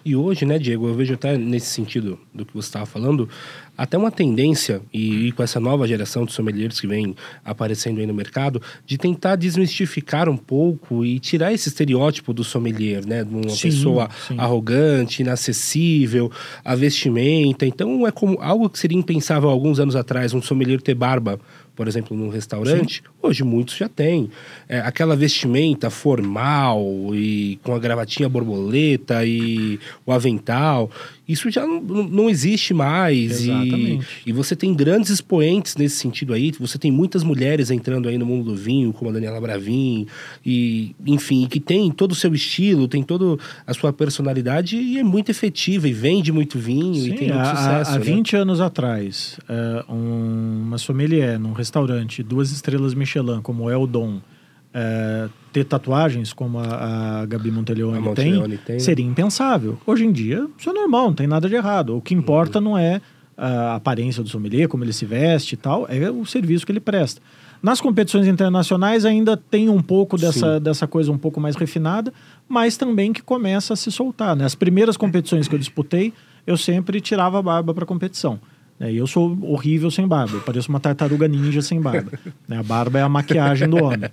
E hoje, né, Diego, eu vejo até nesse sentido do que você estava falando, até uma tendência, e com essa nova geração de sommeliers que vem aparecendo aí no mercado, de tentar desmistificar um pouco e tirar esse estereótipo do sommelier, né? De uma pessoa arrogante, inacessível, a vestimenta. Então, é como algo que seria impensável há alguns anos atrás, um sommelier ter barba, por exemplo, num restaurante. Hoje muitos já têm. Aquela vestimenta formal e com a gravatinha borboleta e o avental, isso já não existe mais. Exatamente. E você tem grandes expoentes nesse sentido aí. Você tem muitas mulheres entrando aí no mundo do vinho, como a Daniela Bravin, e enfim, que tem todo o seu estilo, tem toda a sua personalidade e é muito efetiva e vende muito vinho. Sim, e tem muito sucesso. Há 20 anos atrás, uma sommelier num restaurante 2 estrelas Michelin, como é o Dom, ter tatuagens como a Gabi Monteleone tem, seria impensável. Hoje em dia, isso é normal, não tem nada de errado. O que importa não é a aparência do sommelier, como ele se veste e tal, é o serviço que ele presta. Nas competições internacionais ainda tem um pouco dessa coisa um pouco mais refinada, mas também que começa a se soltar, né? As primeiras competições que eu disputei, eu sempre tirava a barba para competição. E eu sou horrível sem barba, eu pareço uma tartaruga ninja sem barba. A barba é a maquiagem do homem.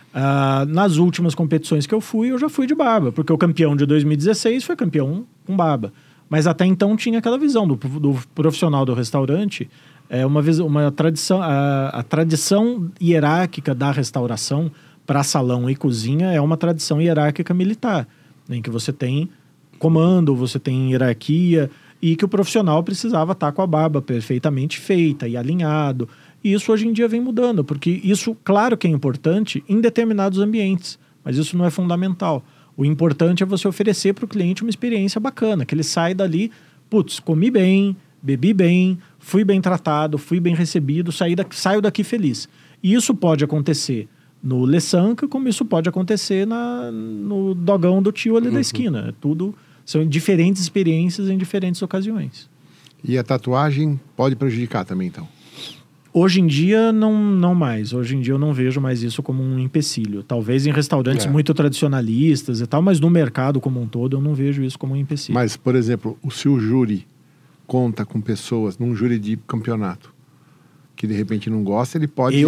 Nas últimas competições que eu já fui de barba, porque o campeão de 2016 foi campeão com barba. Mas até então tinha aquela visão do profissional do restaurante, uma tradição, a tradição hierárquica da restauração para salão e cozinha é uma tradição hierárquica militar, em que você tem comando, você tem hierarquia, e que o profissional precisava estar com a barba perfeitamente feita e alinhado. E isso hoje em dia vem mudando, porque isso, claro que é importante em determinados ambientes, mas isso não é fundamental. O importante é você oferecer para o cliente uma experiência bacana, que ele sai dali, putz, comi bem, bebi bem, fui bem tratado, fui bem recebido, saio daqui feliz. E isso pode acontecer no Le Sanca, como isso pode acontecer no dogão do tio ali da esquina. São diferentes experiências em diferentes ocasiões. E a tatuagem pode prejudicar também, então? Hoje em dia, não mais. Hoje em dia eu não vejo mais isso como um empecilho. Talvez em restaurantes muito tradicionalistas e tal, mas no mercado como um todo eu não vejo isso como um empecilho. Mas, por exemplo, se o júri conta com pessoas num júri de campeonato que de repente não gosta, ele pode...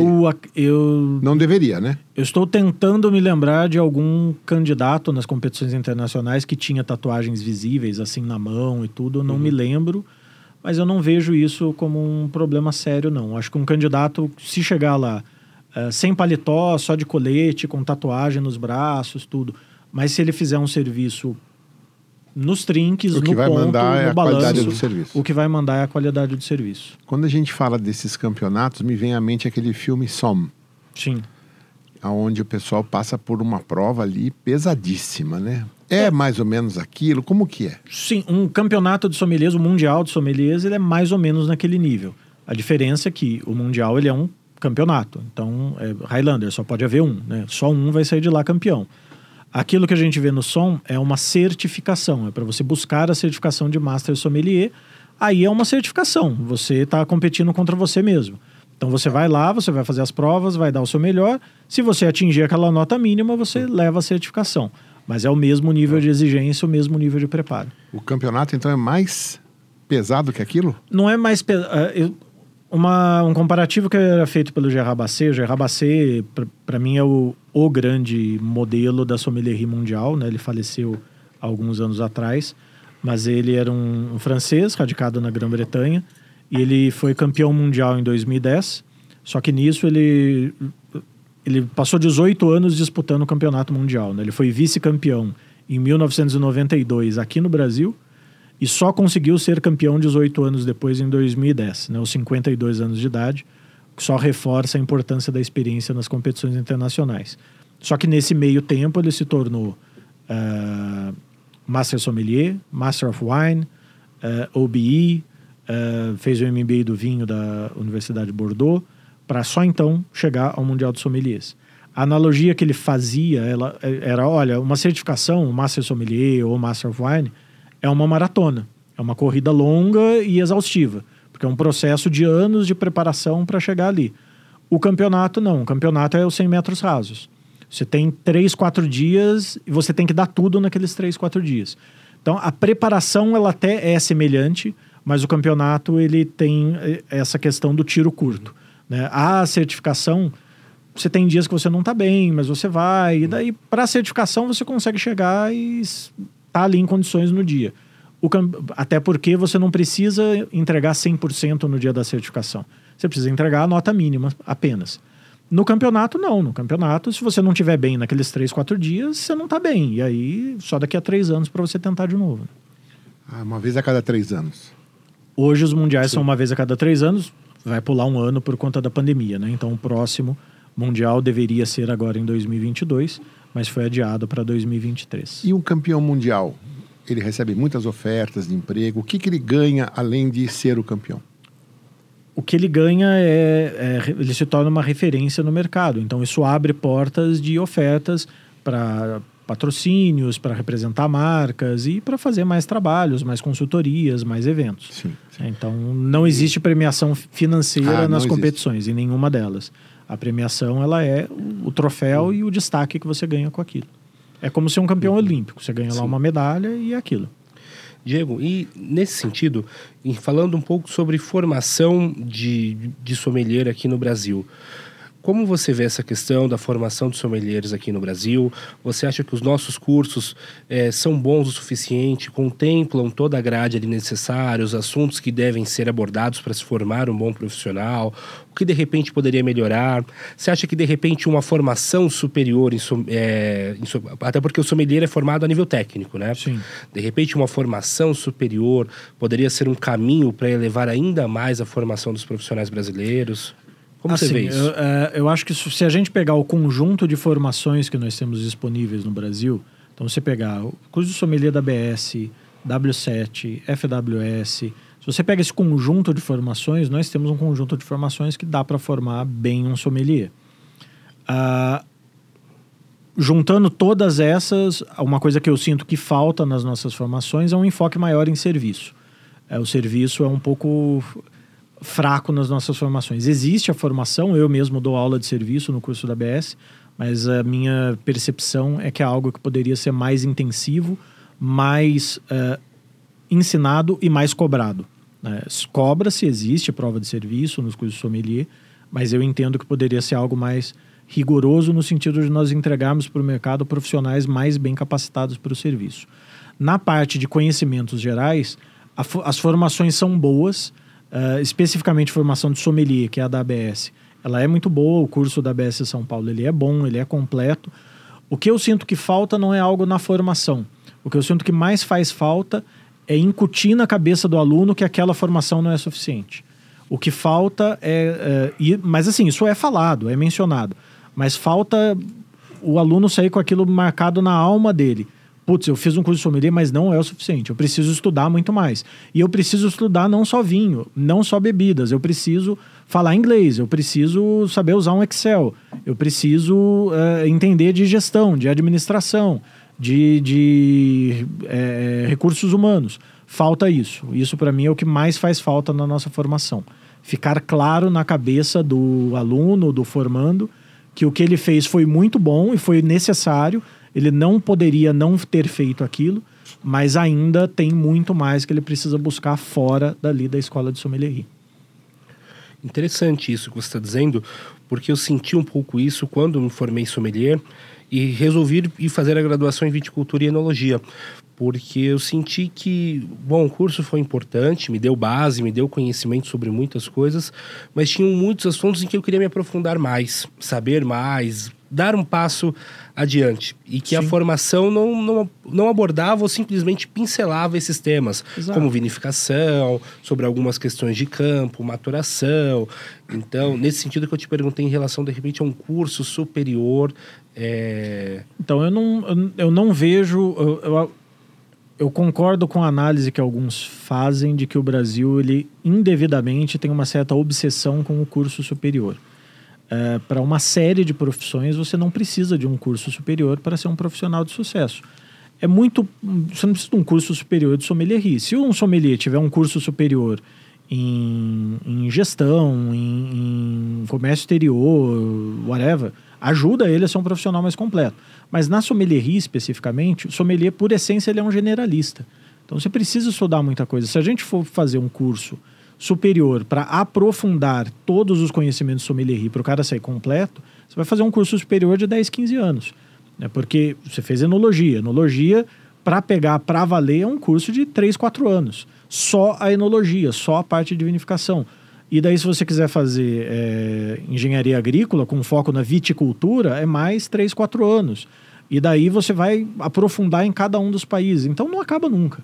Não deveria, né? Eu estou tentando me lembrar de algum candidato nas competições internacionais que tinha tatuagens visíveis, assim, na mão e tudo. Eu não me lembro, mas eu não vejo isso como um problema sério, não. Acho que um candidato, se chegar lá sem paletó, só de colete, com tatuagem nos braços, tudo, mas se ele fizer um serviço nos trinques, no ponto, no balanço, o que vai mandar é a qualidade do serviço. O que vai mandar é a qualidade do serviço. Quando a gente fala desses campeonatos, me vem à mente aquele filme Somme. Sim. Onde o pessoal passa por uma prova ali pesadíssima, né? É mais ou menos aquilo? Como que é? Sim, um campeonato de sommeliers, o Mundial de Sommeliers, ele é mais ou menos naquele nível. A diferença é que o Mundial ele é um campeonato. Então, Highlander, só pode haver um, né? Só um vai sair de lá campeão. Aquilo que a gente vê no Somme é uma certificação, é para você buscar a certificação de Master Sommelier. Aí é uma certificação, você está competindo contra você mesmo. Então você vai lá, você vai fazer as provas, vai dar o seu melhor. Se você atingir aquela nota mínima, você leva a certificação. Mas é o mesmo nível de exigência, o mesmo nível de preparo. O campeonato, então, é mais pesado que aquilo? Não é mais pesado. Um comparativo que era feito pelo Gerard Basset. O Gerard Basset, para mim, é o grande modelo da sommelierie mundial, né? Ele faleceu há alguns anos atrás, mas ele era um francês radicado na Grã-Bretanha e ele foi campeão mundial em 2010, só que nisso ele passou 18 anos disputando o campeonato mundial, né? Ele foi vice-campeão em 1992 aqui no Brasil e só conseguiu ser campeão 18 anos depois, em 2010, né, aos 52 anos de idade, que só reforça a importância da experiência nas competições internacionais. Só que nesse meio tempo ele se tornou Master Sommelier, Master of Wine, OBE, fez o MBA do vinho da Universidade de Bordeaux, para só então chegar ao Mundial de Sommeliers. A analogia que ele fazia era, olha, uma certificação, Master Sommelier ou Master of Wine, é uma maratona, é uma corrida longa e exaustiva, porque é um processo de anos de preparação para chegar ali. O campeonato não, o campeonato é os 100 metros rasos. Você tem 3, 4 dias e você tem que dar tudo naqueles 3, 4 dias. Então, a preparação, ela até é semelhante, mas o campeonato, ele tem essa questão do tiro curto, né? A certificação, você tem dias que você não está bem, mas você vai, e daí, para a certificação, você consegue chegar e tá ali em condições no dia. Até porque você não precisa entregar 100% no dia da certificação. Você precisa entregar a nota mínima apenas. No campeonato, não. No campeonato, se você não estiver bem naqueles 3, 4 dias, você não está bem. E aí, só daqui a 3 anos para você tentar de novo. Uma vez a cada 3 anos. Hoje os mundiais são uma vez a cada 3 anos. Vai pular um ano por conta da pandemia, né? Então o próximo mundial deveria ser agora em 2022, mas foi adiado para 2023. E um campeão mundial? Ele recebe muitas ofertas de emprego. O que ele ganha além de ser o campeão? O que ele ganha ele se torna uma referência no mercado. Então isso abre portas de ofertas para patrocínios, para representar marcas e para fazer mais trabalhos, mais consultorias, mais eventos. Sim. Então não existe premiação financeira nas existe. Competições, em nenhuma delas. A premiação, ela é o troféu e o destaque que você ganha com aquilo. É como ser um campeão olímpico. Você ganha lá uma medalha e é aquilo. Diego, e nesse sentido, falando um pouco sobre formação de sommelier aqui no Brasil, como você vê essa questão da formação de sommeliers aqui no Brasil? Você acha que os nossos cursos são bons o suficiente, contemplam toda a grade ali necessária, os assuntos que devem ser abordados para se formar um bom profissional? O que de repente poderia melhorar? Você acha que de repente uma formação superior, até porque o sommelier é formado a nível técnico, né? Sim. De repente uma formação superior poderia ser um caminho para elevar ainda mais a formação dos profissionais brasileiros? Como você vê isso? Eu acho que se a gente pegar o conjunto de formações que nós temos disponíveis no Brasil, então você pegar o curso de sommelier da ABS, W7, FWS, se você pega esse conjunto de formações, nós temos um conjunto de formações que dá para formar bem um sommelier. Juntando todas essas, uma coisa que eu sinto que falta nas nossas formações é um enfoque maior em serviço. O serviço é um pouco fraco nas nossas formações. Existe a formação, eu mesmo dou aula de serviço no curso da ABS, mas a minha percepção é que é algo que poderia ser mais intensivo, mais ensinado e mais cobrado. Cobra-se, existe prova de serviço nos cursos de sommelier, mas eu entendo que poderia ser algo mais rigoroso no sentido de nós entregarmos para o mercado profissionais mais bem capacitados para o serviço. Na parte de conhecimentos gerais, as formações são boas, especificamente formação de sommelier, que é a da ABS. Ela é muito boa, o curso da ABS São Paulo ele é bom, ele é completo. O que eu sinto que falta não é algo na formação. O que eu sinto que mais faz falta é incutir na cabeça do aluno que aquela formação não é suficiente. O que falta mas assim, isso é falado, é mencionado. Mas falta o aluno sair com aquilo marcado na alma dele. Putz, eu fiz um curso de sommelier, mas não é o suficiente. Eu preciso estudar muito mais. E eu preciso estudar não só vinho, não só bebidas. Eu preciso falar inglês, eu preciso saber usar um Excel. Eu preciso entender de gestão, de administração, de recursos humanos. Falta isso. Isso, para mim, é o que mais faz falta na nossa formação. Ficar claro na cabeça do aluno, do formando, que o que ele fez foi muito bom e foi necessário. Ele não poderia não ter feito aquilo, mas ainda tem muito mais que ele precisa buscar fora dali da escola de sommelier. Interessante isso que você está dizendo, porque eu senti um pouco isso quando me formei sommelier e resolvi ir fazer a graduação em viticultura e enologia, porque eu senti que, bom, o curso foi importante, me deu base, me deu conhecimento sobre muitas coisas, mas tinham muitos assuntos em que eu queria me aprofundar mais, saber mais, dar um passo adiante. E que a formação não abordava ou simplesmente pincelava esses temas, como vinificação, sobre algumas questões de campo, maturação. Então, nesse sentido que eu te perguntei em relação, de repente, a um curso superior. Então, eu não vejo... Eu concordo com a análise que alguns fazem de que o Brasil, ele indevidamente tem uma certa obsessão com o curso superior. Para uma série de profissões, você não precisa de um curso superior para ser um profissional de sucesso. Você não precisa de um curso superior de sommelier. Se um sommelier tiver um curso superior em gestão, em comércio exterior, whatever, ajuda ele a ser um profissional mais completo. Mas na sommelierie, especificamente, o sommelier, por essência, ele é um generalista. Então, você precisa estudar muita coisa. Se a gente for fazer um curso superior para aprofundar todos os conhecimentos de sommelierie para o cara sair completo, você vai fazer um curso superior de 10, 15 anos. Né? Porque você fez enologia. Enologia, para pegar para valer, é um curso de 3, 4 anos. Só a enologia, só a parte de vinificação. E daí, se você quiser fazer engenharia agrícola com foco na viticultura, é mais 3, 4 anos. E daí você vai aprofundar em cada um dos países. Então, não acaba nunca.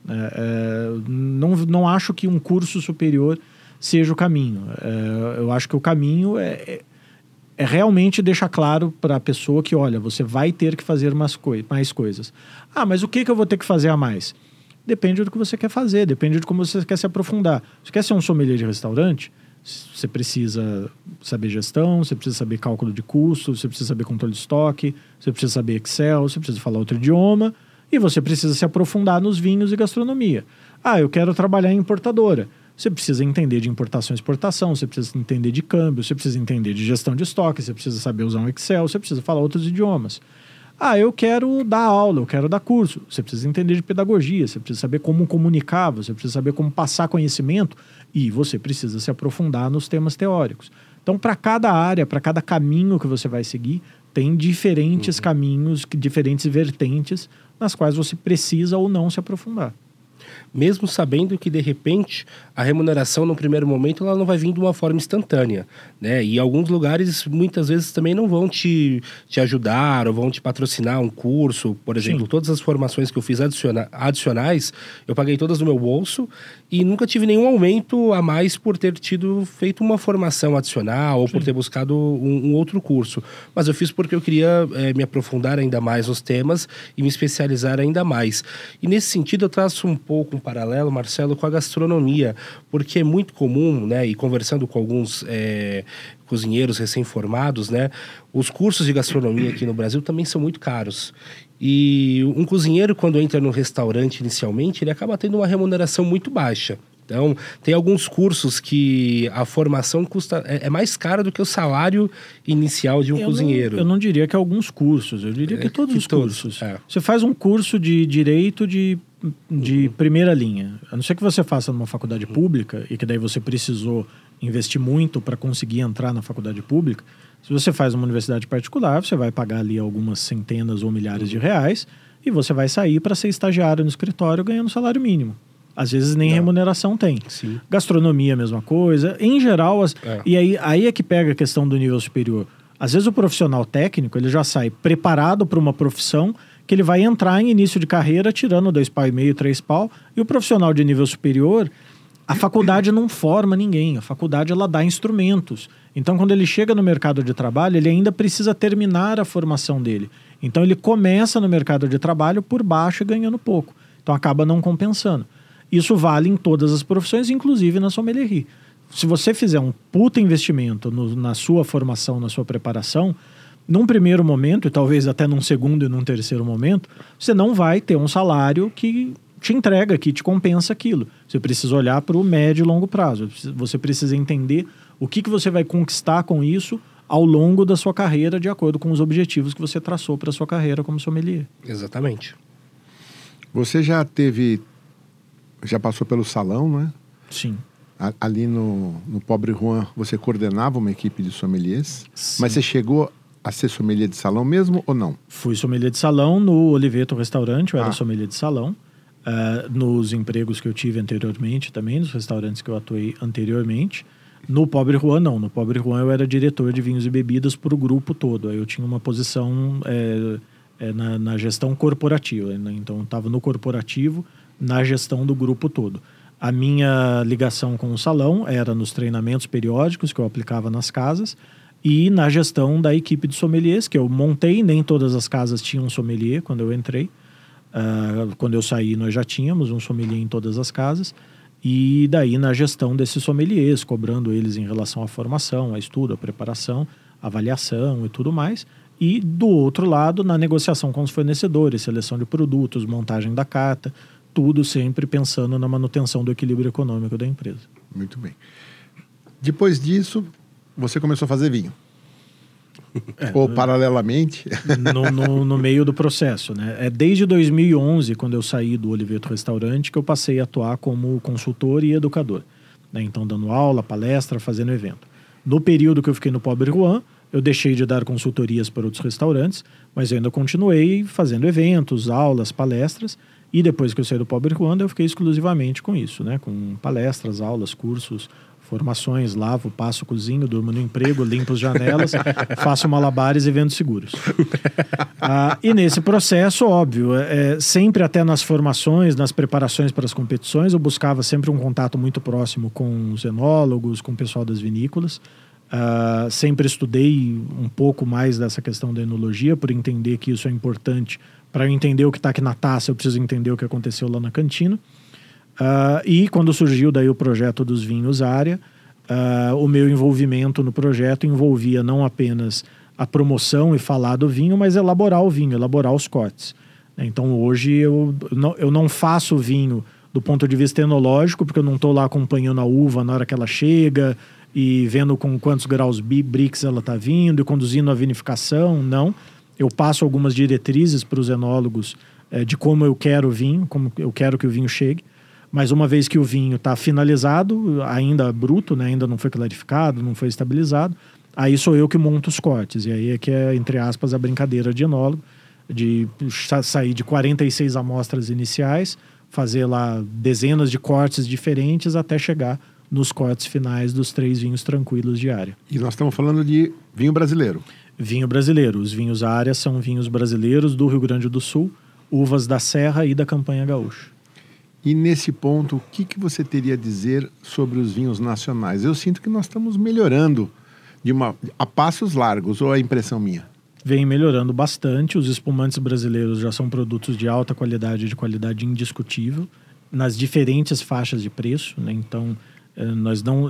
Não acho que um curso superior seja o caminho. Eu acho que o caminho é realmente deixar claro para a pessoa que, olha, você vai ter que fazer mais coisas. Ah, mas o que eu vou ter que fazer a mais? Depende do que você quer fazer, depende de como você quer se aprofundar. Você quer ser um sommelier de restaurante? Você precisa saber gestão, você precisa saber cálculo de custo, você precisa saber controle de estoque, você precisa saber Excel, você precisa falar outro idioma e você precisa se aprofundar nos vinhos e gastronomia. Ah, eu quero trabalhar em importadora. Você precisa entender de importação e exportação, você precisa entender de câmbio, você precisa entender de gestão de estoque, você precisa saber usar um Excel, você precisa falar outros idiomas. Ah, eu quero dar aula, eu quero dar curso. Você precisa entender de pedagogia, você precisa saber como comunicar, você precisa saber como passar conhecimento e você precisa se aprofundar nos temas teóricos. Então, para cada área, para cada caminho que você vai seguir, tem diferentes caminhos, diferentes vertentes nas quais você precisa ou não se aprofundar. Mesmo sabendo que, de repente, a remuneração, no primeiro momento, ela não vai vir de uma forma instantânea, né? E alguns lugares, muitas vezes, também não vão te ajudar ou vão te patrocinar um curso. Por exemplo, Sim. Todas as formações que eu fiz adicionais, eu paguei todas do meu bolso e nunca tive nenhum aumento a mais por ter feito uma formação adicional ou por ter buscado um outro curso. Mas eu fiz porque eu queria me aprofundar ainda mais nos temas e me especializar ainda mais. E, nesse sentido, eu traço um pouco um paralelo, Marcelo, com a gastronomia, porque é muito comum, né, e conversando com alguns cozinheiros recém-formados, né, os cursos de gastronomia aqui no Brasil também são muito caros. E um cozinheiro, quando entra no restaurante inicialmente, ele acaba tendo uma remuneração muito baixa. Então, tem alguns cursos que a formação é mais cara do que o salário inicial de um cozinheiro. Eu não diria que alguns cursos, eu diria que todos os cursos. Você faz um curso de direito de primeira linha. A não ser que você faça numa faculdade pública e que daí você precisou investir muito para conseguir entrar na faculdade pública. Se você faz uma universidade particular, você vai pagar ali algumas centenas ou milhares de reais e você vai sair para ser estagiário no escritório ganhando salário mínimo. Às vezes nem remuneração tem. Sim. Gastronomia, a mesma coisa. Em geral, e aí é que pega a questão do nível superior. Às vezes o profissional técnico, ele já sai preparado para uma profissão que ele vai entrar em início de carreira tirando 2,5 pau, 3 pau. E o profissional de nível superior, a faculdade não forma ninguém. A faculdade, ela dá instrumentos. Então, quando ele chega no mercado de trabalho, ele ainda precisa terminar a formação dele. Então, ele começa no mercado de trabalho por baixo e ganhando pouco. Então, acaba não compensando. Isso vale em todas as profissões, inclusive na sommelierie. Se você fizer um puta investimento na sua formação, na sua preparação, num primeiro momento, e talvez até num segundo e num terceiro momento, você não vai ter um salário que te entrega, que te compensa aquilo. Você precisa olhar para o médio e longo prazo. Você precisa entender o que você vai conquistar com isso ao longo da sua carreira, de acordo com os objetivos que você traçou para a sua carreira como sommelier. Exatamente. Você já passou pelo salão, né? Sim. Ali no Pobre Juan, você coordenava uma equipe de sommeliers. Sim. Mas você chegou a ser sommelier de salão mesmo ou não? Fui sommelier de salão no Oliveto Restaurante, eu era sommelier de salão. Nos empregos que eu tive anteriormente também, nos restaurantes que eu atuei anteriormente. No Pobre Juan, não. No Pobre Juan eu era diretor de vinhos e bebidas para o grupo todo. Aí eu tinha uma posição na gestão corporativa. Então eu estava no corporativo, na gestão do grupo todo. A minha ligação com o salão era nos treinamentos periódicos que eu aplicava nas casas e na gestão da equipe de sommeliers, que eu montei. Nem todas as casas tinham um sommelier quando eu entrei. Quando eu saí, nós já tínhamos um sommelier em todas as casas. E daí na gestão desses sommeliers, cobrando eles em relação à formação, a estudo, a preparação, avaliação e tudo mais. E do outro lado, na negociação com os fornecedores, seleção de produtos, montagem da carta, tudo sempre pensando na manutenção do equilíbrio econômico da empresa. Muito bem. Depois disso, você começou a fazer vinho. Ou paralelamente? No meio do processo, né? É desde 2011, quando eu saí do Oliveto Restaurante, que eu passei a atuar como consultor e educador, né? Então, dando aula, palestra, fazendo evento. No período que eu fiquei no Pobre Juan, eu deixei de dar consultorias para outros restaurantes, mas eu ainda continuei fazendo eventos, aulas, palestras, e depois que eu saí do Pobre Juan, eu fiquei exclusivamente com isso, né? Com palestras, aulas, cursos, formações, lavo, passo, cozinho, durmo no emprego, limpo as janelas, faço malabares e vendo seguros. E nesse processo, óbvio, sempre até nas formações, nas preparações para as competições, eu buscava sempre um contato muito próximo com os enólogos, com o pessoal das vinícolas. Sempre estudei um pouco mais dessa questão da enologia, por entender que isso é importante. Para eu entender o que está aqui na taça, eu preciso entender o que aconteceu lá na cantina. E quando surgiu daí o projeto dos vinhos Área, o meu envolvimento no projeto envolvia não apenas a promoção e falar do vinho, mas elaborar o vinho, elaborar os cortes. Então hoje eu não faço vinho do ponto de vista enológico, porque eu não estou lá acompanhando a uva na hora que ela chega e vendo com quantos graus Brix ela está vindo e conduzindo a vinificação, não. Eu passo algumas diretrizes para os enólogos de como eu quero o vinho, como eu quero que o vinho chegue. Mas uma vez que o vinho está finalizado, ainda bruto, né, ainda não foi clarificado, não foi estabilizado, aí sou eu que monto os cortes. E aí é que é, entre aspas, a brincadeira de enólogo, de sair de 46 amostras iniciais, fazer lá dezenas de cortes diferentes até chegar nos cortes finais dos 3 vinhos tranquilos de Área. E nós estamos falando de vinho brasileiro. Vinho brasileiro. Os vinhos Área são vinhos brasileiros do Rio Grande do Sul, uvas da Serra e da Campanha Gaúcha. E nesse ponto, o que você teria a dizer sobre os vinhos nacionais? Eu sinto que nós estamos melhorando a passos largos, ou é impressão minha? Vem melhorando bastante. Os espumantes brasileiros já são produtos de alta qualidade, de qualidade indiscutível, nas diferentes faixas de preço, né? Então, nós não...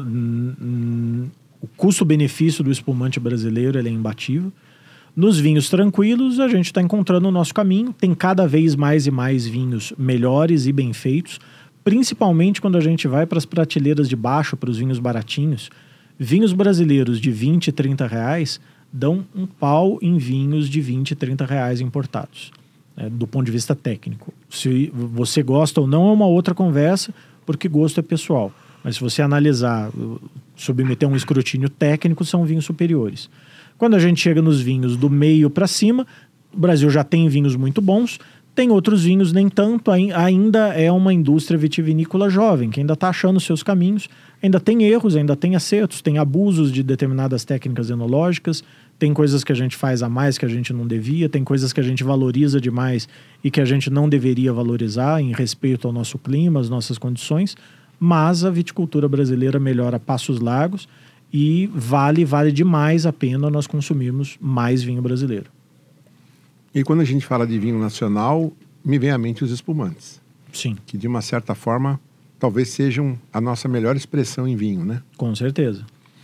O custo-benefício do espumante brasileiro ele é imbatível. Nos vinhos tranquilos, a gente está encontrando o nosso caminho. Tem cada vez mais e mais vinhos melhores e bem feitos, principalmente quando a gente vai para as prateleiras de baixo, para os vinhos baratinhos. Vinhos brasileiros de 20, 30 reais dão um pau em vinhos de 20, 30 reais importados, né, do ponto de vista técnico. Se você gosta ou não é uma outra conversa, porque gosto é pessoal. Mas se você analisar, submeter um escrutínio técnico, são vinhos superiores. Quando a gente chega nos vinhos do meio para cima, o Brasil já tem vinhos muito bons, tem outros vinhos nem tanto, ainda é uma indústria vitivinícola jovem, que ainda está achando seus caminhos, ainda tem erros, ainda tem acertos, tem abusos de determinadas técnicas enológicas, tem coisas que a gente faz a mais que a gente não devia, tem coisas que a gente valoriza demais e que a gente não deveria valorizar em respeito ao nosso clima, às nossas condições, mas a viticultura brasileira melhora a passos largos e vale demais a pena nós consumirmos mais vinho brasileiro. E quando a gente fala de vinho nacional, me vem à mente os espumantes. Sim. Que de uma certa forma, talvez sejam a nossa melhor expressão em vinho, né? Com certeza.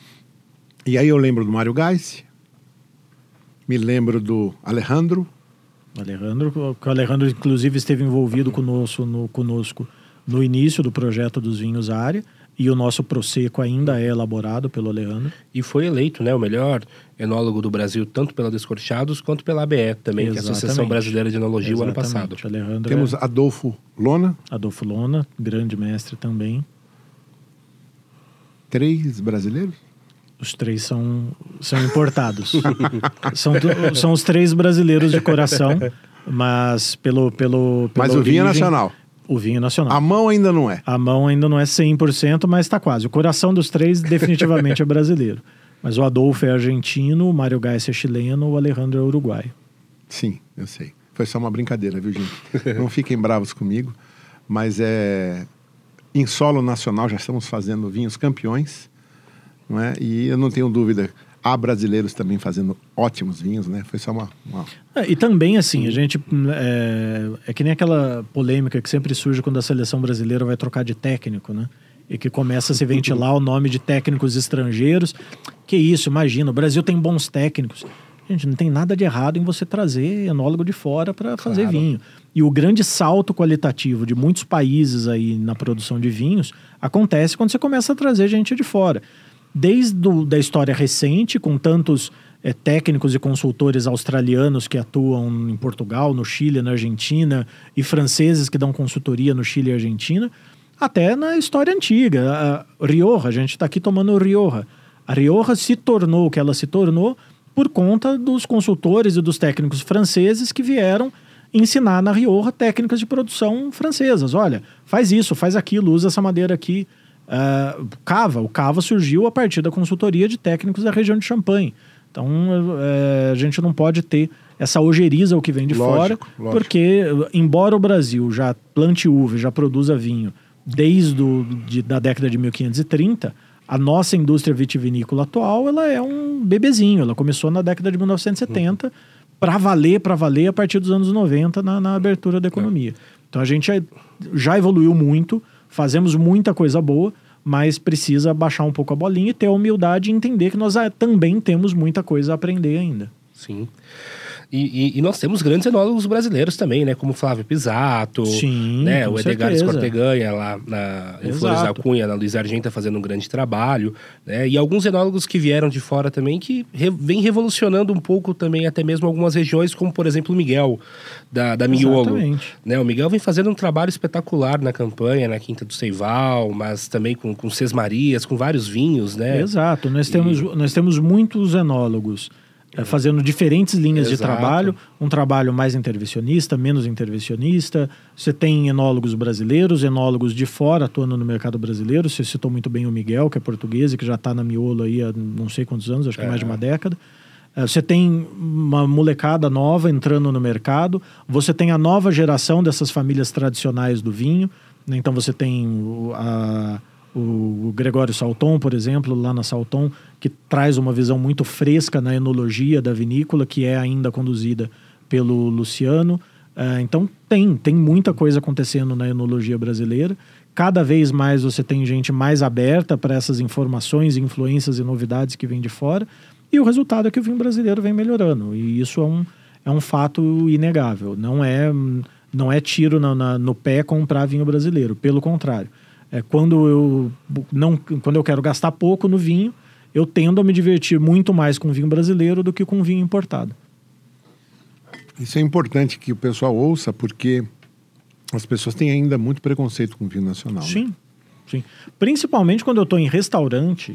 E aí eu lembro do Mário Gais, me lembro do Alejandro. O Alejandro inclusive esteve envolvido conosco no início do projeto dos vinhos Área. E o nosso Prosecco ainda é elaborado pelo Alejandro. E foi eleito, né, o melhor enólogo do Brasil, tanto pela Descorteados quanto pela ABE também, que é a Associação Brasileira de Enologia, o ano passado. Alejandro Temos Adolfo Lona. Adolfo Lona, grande mestre também. 3 brasileiros? Os 3 são importados. são os 3 brasileiros de coração, mas Mas o vinho é nacional. O vinho nacional. A mão ainda não é. A mão ainda não é 100%, mas está quase. O coração dos 3 definitivamente é brasileiro. Mas o Adolfo é argentino, o Mário Gais é chileno, o Alejandro é uruguaio. Sim, eu sei. Foi só uma brincadeira, viu, gente? Não fiquem bravos comigo, mas em solo nacional já estamos fazendo vinhos campeões, não é? E eu não tenho dúvida, há brasileiros também fazendo ótimos vinhos, né? Foi só uma... E também, assim, a gente... É que nem aquela polêmica que sempre surge quando a seleção brasileira vai trocar de técnico, né? E que começa a se ventilar o nome de técnicos estrangeiros. Que isso, imagina, o Brasil tem bons técnicos. Gente, não tem nada de errado em você trazer enólogo de fora para fazer vinho. E o grande salto qualitativo de muitos países aí na produção de vinhos acontece quando você começa a trazer gente de fora. Desde da história recente, com tantos técnicos e consultores australianos que atuam em Portugal, no Chile, na Argentina, e franceses que dão consultoria no Chile e Argentina, até na história antiga. A Rioja, a gente está aqui tomando Rioja. A Rioja se tornou o que ela se tornou por conta dos consultores e dos técnicos franceses que vieram ensinar na Rioja técnicas de produção francesas. Olha, faz isso, faz aquilo, usa essa madeira aqui. O cava surgiu a partir da consultoria de técnicos da região de Champagne. Então, a gente não pode ter essa ojeriza o que vem de fora, porque, embora o Brasil já plante uva e já produza vinho desde da década de 1530, a nossa indústria vitivinícola atual, ela é um bebezinho. Ela começou na década de 1970 para valer a partir dos anos 90 na abertura da economia. Então, a gente já evoluiu muito, fazemos muita coisa boa, mas precisa baixar um pouco a bolinha e ter a humildade e entender que nós também temos muita coisa a aprender ainda. Sim. E nós temos grandes enólogos brasileiros também, né? Como Flávio Pisato, sim, né? O Edgar certeza. Escorteganha lá em Flores da Cunha, na Luiz Argenta, fazendo um grande trabalho, né? E alguns enólogos que vieram de fora também, que vem revolucionando um pouco também, até mesmo algumas regiões, como por exemplo o Miguel, da Miolo. Né? O Miguel vem fazendo um trabalho espetacular na campanha, na Quinta do Seival, mas também com Sesmarias, com vários vinhos, né? Exato, nós temos muitos enólogos fazendo diferentes linhas de trabalho, um trabalho mais intervencionista, menos intervencionista. Você tem enólogos brasileiros, enólogos de fora atuando no mercado brasileiro. Você citou muito bem o Miguel, que é português e que já está na Miolo aí há não sei quantos anos, acho que mais de uma década. Você tem uma molecada nova entrando no mercado. Você tem a nova geração dessas famílias tradicionais do vinho. Então você tem o Gregório Salton, por exemplo, lá na Salton, que traz uma visão muito fresca na enologia da vinícola, que é ainda conduzida pelo Luciano. Então tem muita coisa acontecendo na enologia brasileira. Cada vez mais você tem gente mais aberta para essas informações, influências e novidades que vêm de fora. E o resultado é que o vinho brasileiro vem melhorando. E isso é um fato inegável. Não é tiro no pé comprar vinho brasileiro. Pelo contrário. Quando eu quero gastar pouco no vinho, eu tendo a me divertir muito mais com vinho brasileiro do que com vinho importado. Isso é importante que o pessoal ouça, porque as pessoas têm ainda muito preconceito com vinho nacional. Sim, né? Sim. Principalmente quando eu estou em restaurante,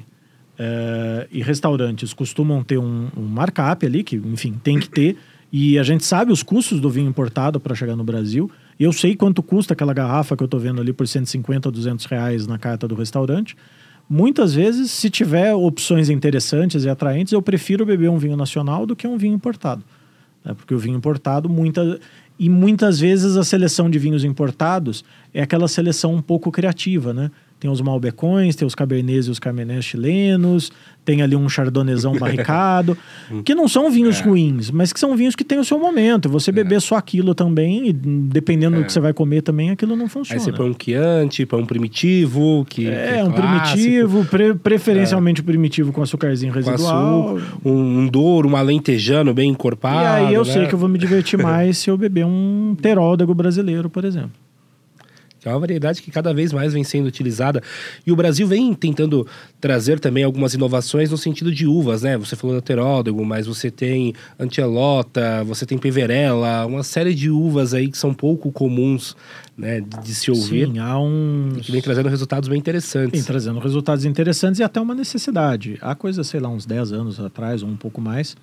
e restaurantes costumam ter um markup ali, que, enfim, tem que ter, e a gente sabe os custos do vinho importado para chegar no Brasil. E eu sei quanto custa aquela garrafa que eu estou vendo ali por 150 a 200 reais na carta do restaurante. Muitas vezes, se tiver opções interessantes e atraentes, eu prefiro beber um vinho nacional do que um vinho importado. Porque o vinho importado, muitas vezes a seleção de vinhos importados é aquela seleção um pouco criativa, né? Tem os malbecões, tem os cabernets e os carmenets chilenos, tem ali um chardonnayzão barricado, que não são vinhos ruins, mas que são vinhos que têm o seu momento. Você beber só aquilo também, e dependendo do que você vai comer também, aquilo não funciona. Aí você põe um Chianti, põe um primitivo, que é um primitivo, preferencialmente primitivo com açucarzinho residual. Um Douro, um alentejano bem encorpado. E aí eu sei que eu vou me divertir mais se eu beber um teróldego brasileiro, por exemplo. É uma variedade que cada vez mais vem sendo utilizada. E o Brasil vem tentando trazer também algumas inovações no sentido de uvas, né? Você falou da Teróldego, mas você tem Antielota, você tem Peverella, uma série de uvas aí que são pouco comuns, né, de se ouvir. Sim, que vem trazendo resultados bem interessantes. Vem trazendo resultados interessantes e até uma necessidade. Há coisa, sei lá, uns 10 anos atrás, ou um pouco mais,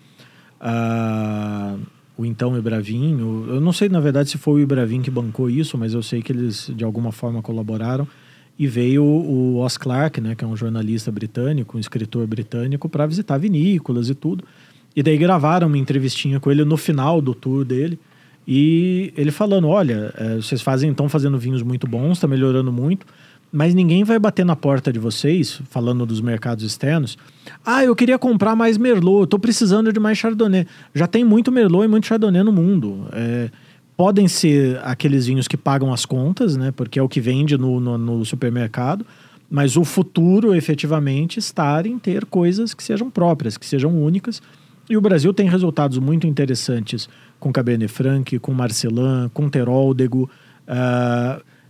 o então Ibravinho, eu não sei na verdade se foi o Ibravinho que bancou isso, mas eu sei que eles de alguma forma colaboraram, e veio o Oz Clarke, né, que é um jornalista britânico, um escritor britânico, para visitar vinícolas e tudo, e daí gravaram uma entrevistinha com ele no final do tour dele, e ele falando, olha, vocês estão fazendo vinhos muito bons, está melhorando muito, mas ninguém vai bater na porta de vocês, falando dos mercados externos. Eu queria comprar mais Merlot, eu tô precisando de mais Chardonnay. Já tem muito Merlot e muito Chardonnay no mundo. Podem ser aqueles vinhos que pagam as contas, né? Porque é o que vende no supermercado. Mas o futuro, efetivamente, está em ter coisas que sejam próprias, que sejam únicas. E o Brasil tem resultados muito interessantes com Cabernet Franc, com Marcelin, com Teróldego,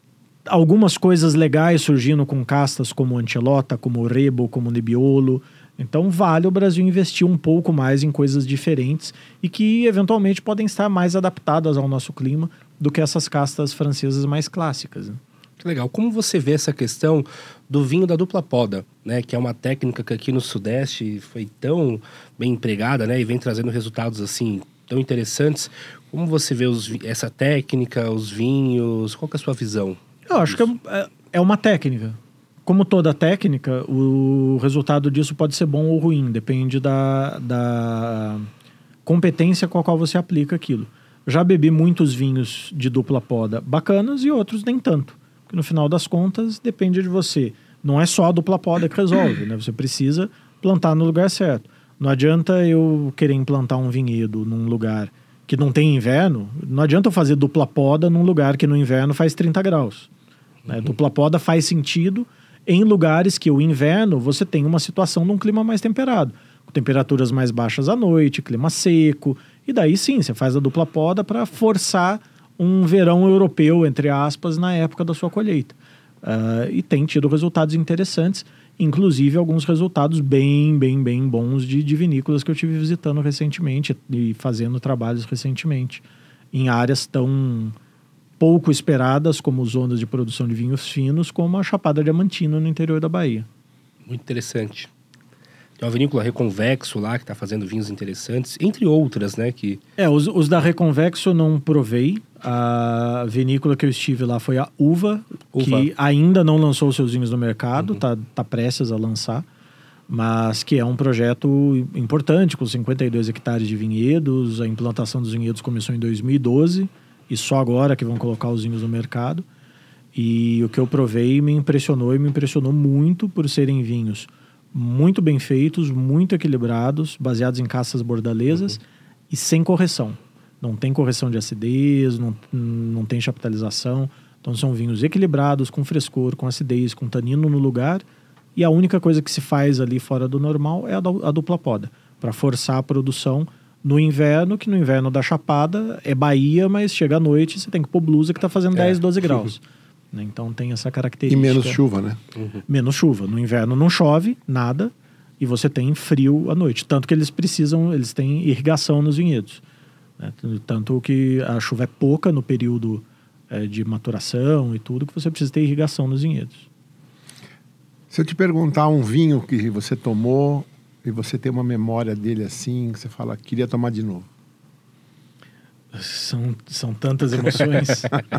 algumas coisas legais surgindo com castas como Antielota, como Rebo, como Nebbiolo. Então vale o Brasil investir um pouco mais em coisas diferentes e que eventualmente podem estar mais adaptadas ao nosso clima do que essas castas francesas mais clássicas, né? Que legal. Como você vê essa questão do vinho da dupla poda, né? Que é uma técnica que aqui no Sudeste foi tão bem empregada, né? E vem trazendo resultados assim tão interessantes. Como você vê essa técnica, os vinhos? Qual que é a sua visão? Eu acho que é uma técnica. Como toda técnica, o resultado disso pode ser bom ou ruim. Depende da competência com a qual você aplica aquilo. Já bebi muitos vinhos de dupla poda bacanas e outros nem tanto. Porque no final das contas, depende de você. Não é só a dupla poda que resolve, né? Você precisa plantar no lugar certo. Não adianta eu querer implantar um vinhedo num lugar que não tem inverno. Não adianta eu fazer dupla poda num lugar que no inverno faz 30 graus. Né? Dupla poda faz sentido em lugares que o inverno você tem uma situação de um clima mais temperado. Com temperaturas mais baixas à noite, clima seco. E daí sim, você faz a dupla poda para forçar um verão europeu, entre aspas, na época da sua colheita. E tem tido resultados interessantes, inclusive alguns resultados bem bons de vinícolas que eu tive visitando recentemente e fazendo trabalhos recentemente em áreas tão pouco esperadas como zonas de produção de vinhos finos, como a Chapada Diamantina no interior da Bahia. Muito interessante. Tem uma vinícola Reconvexo lá, que está fazendo vinhos interessantes, entre outras, né? Os da Reconvexo eu não provei. A vinícola que eu estive lá foi a Uva, que ainda não lançou seus vinhos no mercado, tá prestes a lançar, mas que é um projeto importante, com 52 hectares de vinhedos. A implantação dos vinhedos começou em 2012, e só agora que vão colocar os vinhos no mercado. E o que eu provei me impressionou, e me impressionou muito por serem vinhos muito bem feitos, muito equilibrados, baseados em castas bordalesas e sem correção. Não tem correção de acidez, não tem chaptalização. Então são vinhos equilibrados, com frescor, com acidez, com tanino no lugar. E a única coisa que se faz ali fora do normal é a dupla poda, para forçar a produção no inverno, que no inverno da Chapada é Bahia, mas chega à noite e você tem que pôr blusa que está fazendo 10, 12 graus. Então tem essa característica. E menos chuva, né? Menos chuva. No inverno não chove nada e você tem frio à noite. Tanto que eles têm irrigação nos vinhedos. Né? Tanto que a chuva é pouca no período de maturação e tudo, que você precisa ter irrigação nos vinhedos. Se eu te perguntar um vinho que você tomou e você tem uma memória dele assim, que você fala, queria tomar de novo. São tantas emoções.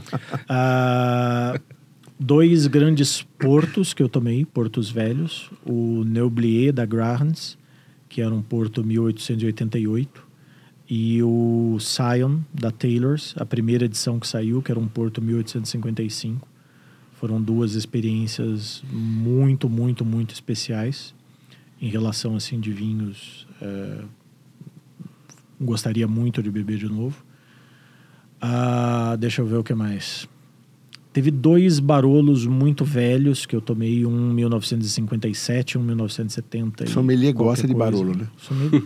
2 grandes portos que eu tomei, portos velhos. O Neublier da Grahams, que era um porto 1888. E o Scion da Taylors, a primeira edição que saiu, que era um porto 1855. Foram 2 experiências muito especiais em relação assim, de vinhos. Gostaria muito de beber de novo. Deixa eu ver o que mais. Teve 2 Barolos muito velhos que eu tomei, um em 1957 e um em 1970. Sommelier gosta de Barolo, né?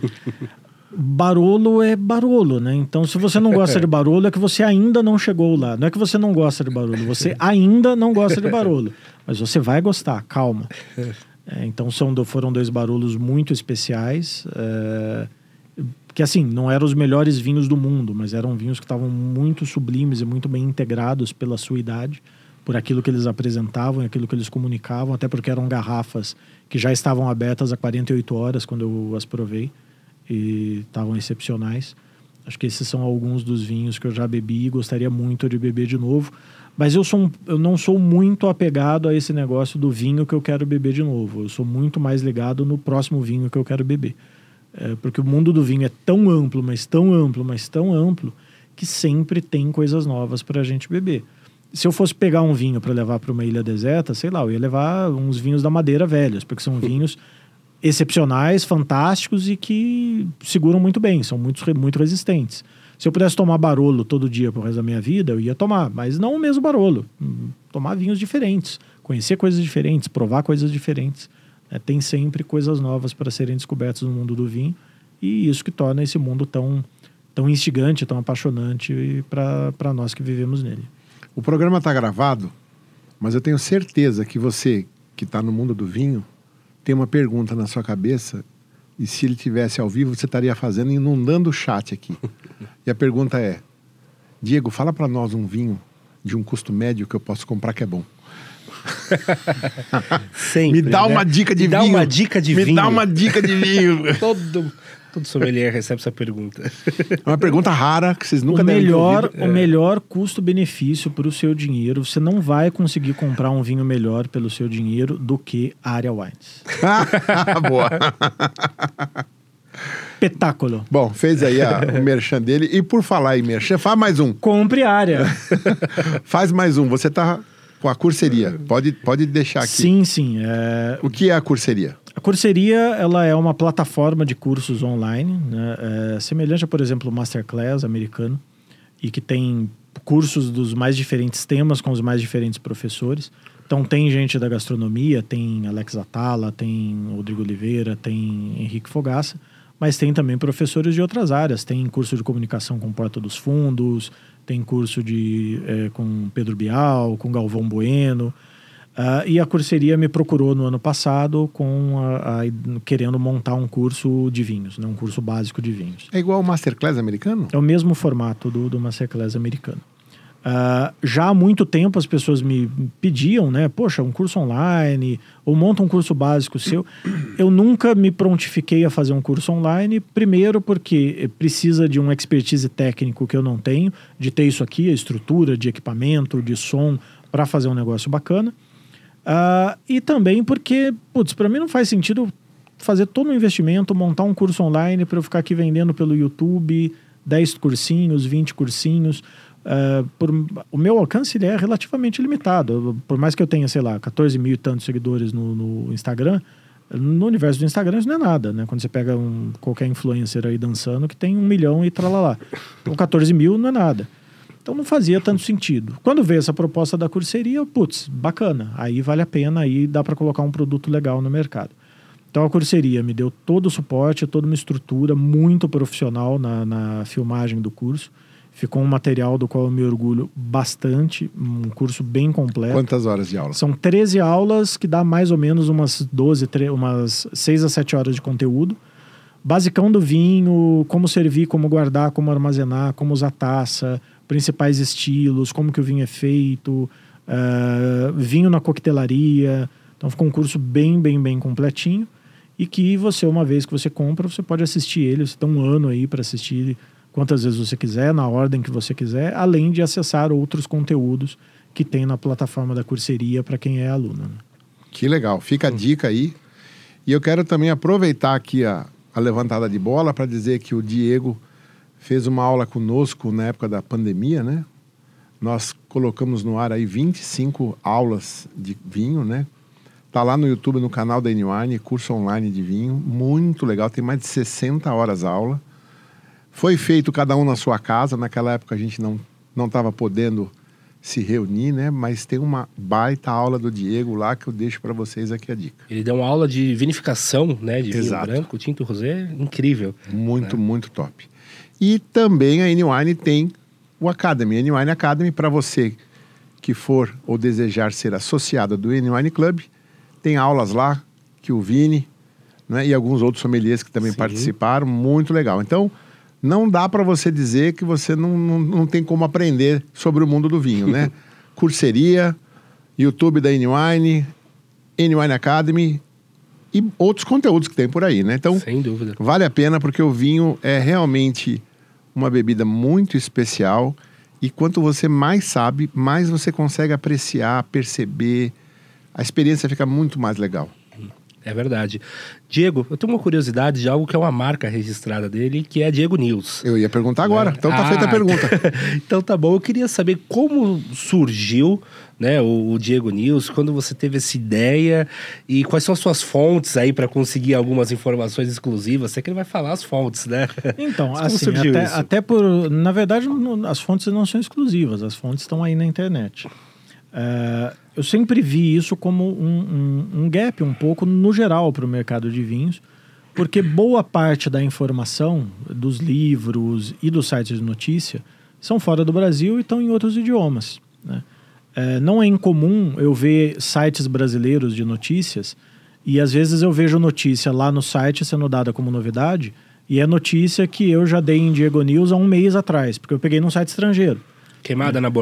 Barolo é Barolo, né? Então, se você não gosta de Barolo, é que você ainda não chegou lá. Não é que você não gosta de Barolo, você ainda não gosta de Barolo. Mas você vai gostar, calma. Então, foram 2 Barolos muito especiais. Que assim, não eram os melhores vinhos do mundo, mas eram vinhos que estavam muito sublimes e muito bem integrados pela sua idade, por aquilo que eles apresentavam e aquilo que eles comunicavam, até porque eram garrafas que já estavam abertas há 48 horas quando eu as provei e estavam excepcionais. Acho que esses são alguns dos vinhos que eu já bebi e gostaria muito de beber de novo, mas eu não sou muito apegado a esse negócio do vinho que eu quero beber de novo. Eu sou muito mais ligado no próximo vinho que eu quero beber. Porque o mundo do vinho é tão amplo, mas tão amplo, que sempre tem coisas novas para a gente beber. Se eu fosse pegar um vinho para levar para uma ilha deserta, sei lá, eu ia levar uns vinhos da Madeira velhos, porque são vinhos excepcionais, fantásticos e que seguram muito bem, são muito resistentes. Se eu pudesse tomar Barolo todo dia pro resto da minha vida, eu ia tomar, mas não o mesmo Barolo. Tomar vinhos diferentes, conhecer coisas diferentes, provar coisas diferentes. Tem sempre coisas novas para serem descobertas no mundo do vinho, e isso que torna esse mundo tão instigante, tão apaixonante para nós que vivemos nele. O programa está gravado, mas eu tenho certeza que você, que está no mundo do vinho, tem uma pergunta na sua cabeça e se ele tivesse ao vivo, você estaria fazendo, inundando o chat aqui. E a pergunta é, Diego, fala para nós um vinho de um custo médio que eu posso comprar que é bom. Sempre, Me dá uma dica de vinho. Me dá uma dica de vinho. Me dá uma dica de vinho. Todo sommelier recebe essa pergunta. É uma pergunta rara que vocês nunca devem ter ouvido. O melhor custo-benefício para o seu dinheiro, você não vai conseguir comprar um vinho melhor pelo seu dinheiro do que a Aria Wines. Boa. Espetáculo. Bom, fez aí o merchan dele. E por falar em merchan, faz mais um. Compre a Aria. Faz mais um. Você tá com a curseria. Pode deixar aqui. Sim. O que é a curseria? A Curseria, ela é uma plataforma de cursos online, né? Semelhante a, por exemplo, o Masterclass americano, e que tem cursos dos mais diferentes temas com os mais diferentes professores. Então tem gente da gastronomia, tem Alex Atala, tem Rodrigo Oliveira, tem Henrique Fogaça, mas tem também professores de outras áreas. Tem curso de comunicação com Porta dos Fundos, tem curso com Pedro Bial, com Galvão Bueno. E a Curseria me procurou no ano passado querendo montar um curso de vinhos, né? Um curso básico de vinhos. É igual o Masterclass americano? É o mesmo formato do Masterclass americano. Já há muito tempo as pessoas me pediam, né? Poxa, um curso online, ou monta um curso básico seu. Eu nunca me prontifiquei a fazer um curso online, primeiro porque precisa de um expertise técnico que eu não tenho, de ter isso aqui, a estrutura de equipamento, de som, para fazer um negócio bacana. E também porque, para mim não faz sentido fazer todo um investimento, montar um curso online para eu ficar aqui vendendo pelo YouTube 10 cursinhos, 20 cursinhos. O meu alcance ele é relativamente limitado. Por mais que eu tenha, 14 mil e tantos seguidores no Instagram, no universo do Instagram isso não é nada, né? Quando você pega qualquer influencer aí dançando que tem 1 milhão e tralalá. Então 14 mil não é nada. Então não fazia tanto sentido. Quando veio essa proposta da curseria, bacana. Aí vale a pena, aí dá para colocar um produto legal no mercado. Então a curseria me deu todo o suporte, toda uma estrutura muito profissional na filmagem do curso. Ficou um material do qual eu me orgulho bastante, um curso bem completo. Quantas horas de aula? São 13 aulas, que dá mais ou menos umas 6 a 7 horas de conteúdo. Basicão do vinho, como servir, como guardar, como armazenar, como usar taça, principais estilos, como que o vinho é feito, vinho na coquetelaria. Então ficou um curso bem completinho e que você, uma vez que você compra, você pode assistir ele. Você tem um ano aí para assistir quantas vezes você quiser, na ordem que você quiser, além de acessar outros conteúdos que tem na plataforma da Curseria para quem é aluno. Né? Que legal. Fica a dica aí. E eu quero também aproveitar aqui a levantada de bola para dizer que o Diego fez uma aula conosco na época da pandemia, né? Nós colocamos no ar aí 25 aulas de vinho, né? Tá lá no YouTube, no canal da N-Wine, curso online de vinho, muito legal, tem mais de 60 horas aula. Foi feito cada um na sua casa, naquela época a gente não estava podendo se reunir, né? Mas tem uma baita aula do Diego lá que eu deixo para vocês aqui a dica. Ele deu uma aula de vinificação, né? De Exato. vinho branco, tinto rosé, incrível. Muito top. E também a N-Wine tem o Academy, a N-Wine Academy, para você que for ou desejar ser associado do N-Wine Club, tem aulas lá que o Vini, né, e alguns outros sommeliers que também participaram, muito legal. Então, não dá para você dizer que você não tem como aprender sobre o mundo do vinho, né? Curseria, YouTube da N-Wine, N-Wine Academy e outros conteúdos que tem por aí, né? Então, sem dúvida. Vale a pena porque o vinho é realmente uma bebida muito especial e quanto você mais sabe, mais você consegue apreciar, perceber, a experiência fica muito mais legal. É verdade. Diego, eu tenho uma curiosidade de algo que é uma marca registrada dele, que é Diego News. Eu ia perguntar agora, então tá feita a pergunta. Então tá bom, eu queria saber como surgiu, né, o Diego News, quando você teve essa ideia e quais são as suas fontes aí para conseguir algumas informações exclusivas. Sei que ele vai falar as fontes, né? Então, assim, até por... Na verdade, as fontes não são exclusivas, as fontes estão aí na internet. Eu sempre vi isso como um gap um pouco no geral para o mercado de vinhos, porque boa parte da informação dos livros e dos sites de notícia são fora do Brasil e estão em outros idiomas, né? Não é incomum eu ver sites brasileiros de notícias E às vezes eu vejo notícia lá no site sendo dada como novidade, e é notícia que eu já dei em Diego News há um mês atrás, porque eu peguei num site estrangeiro. Queimada na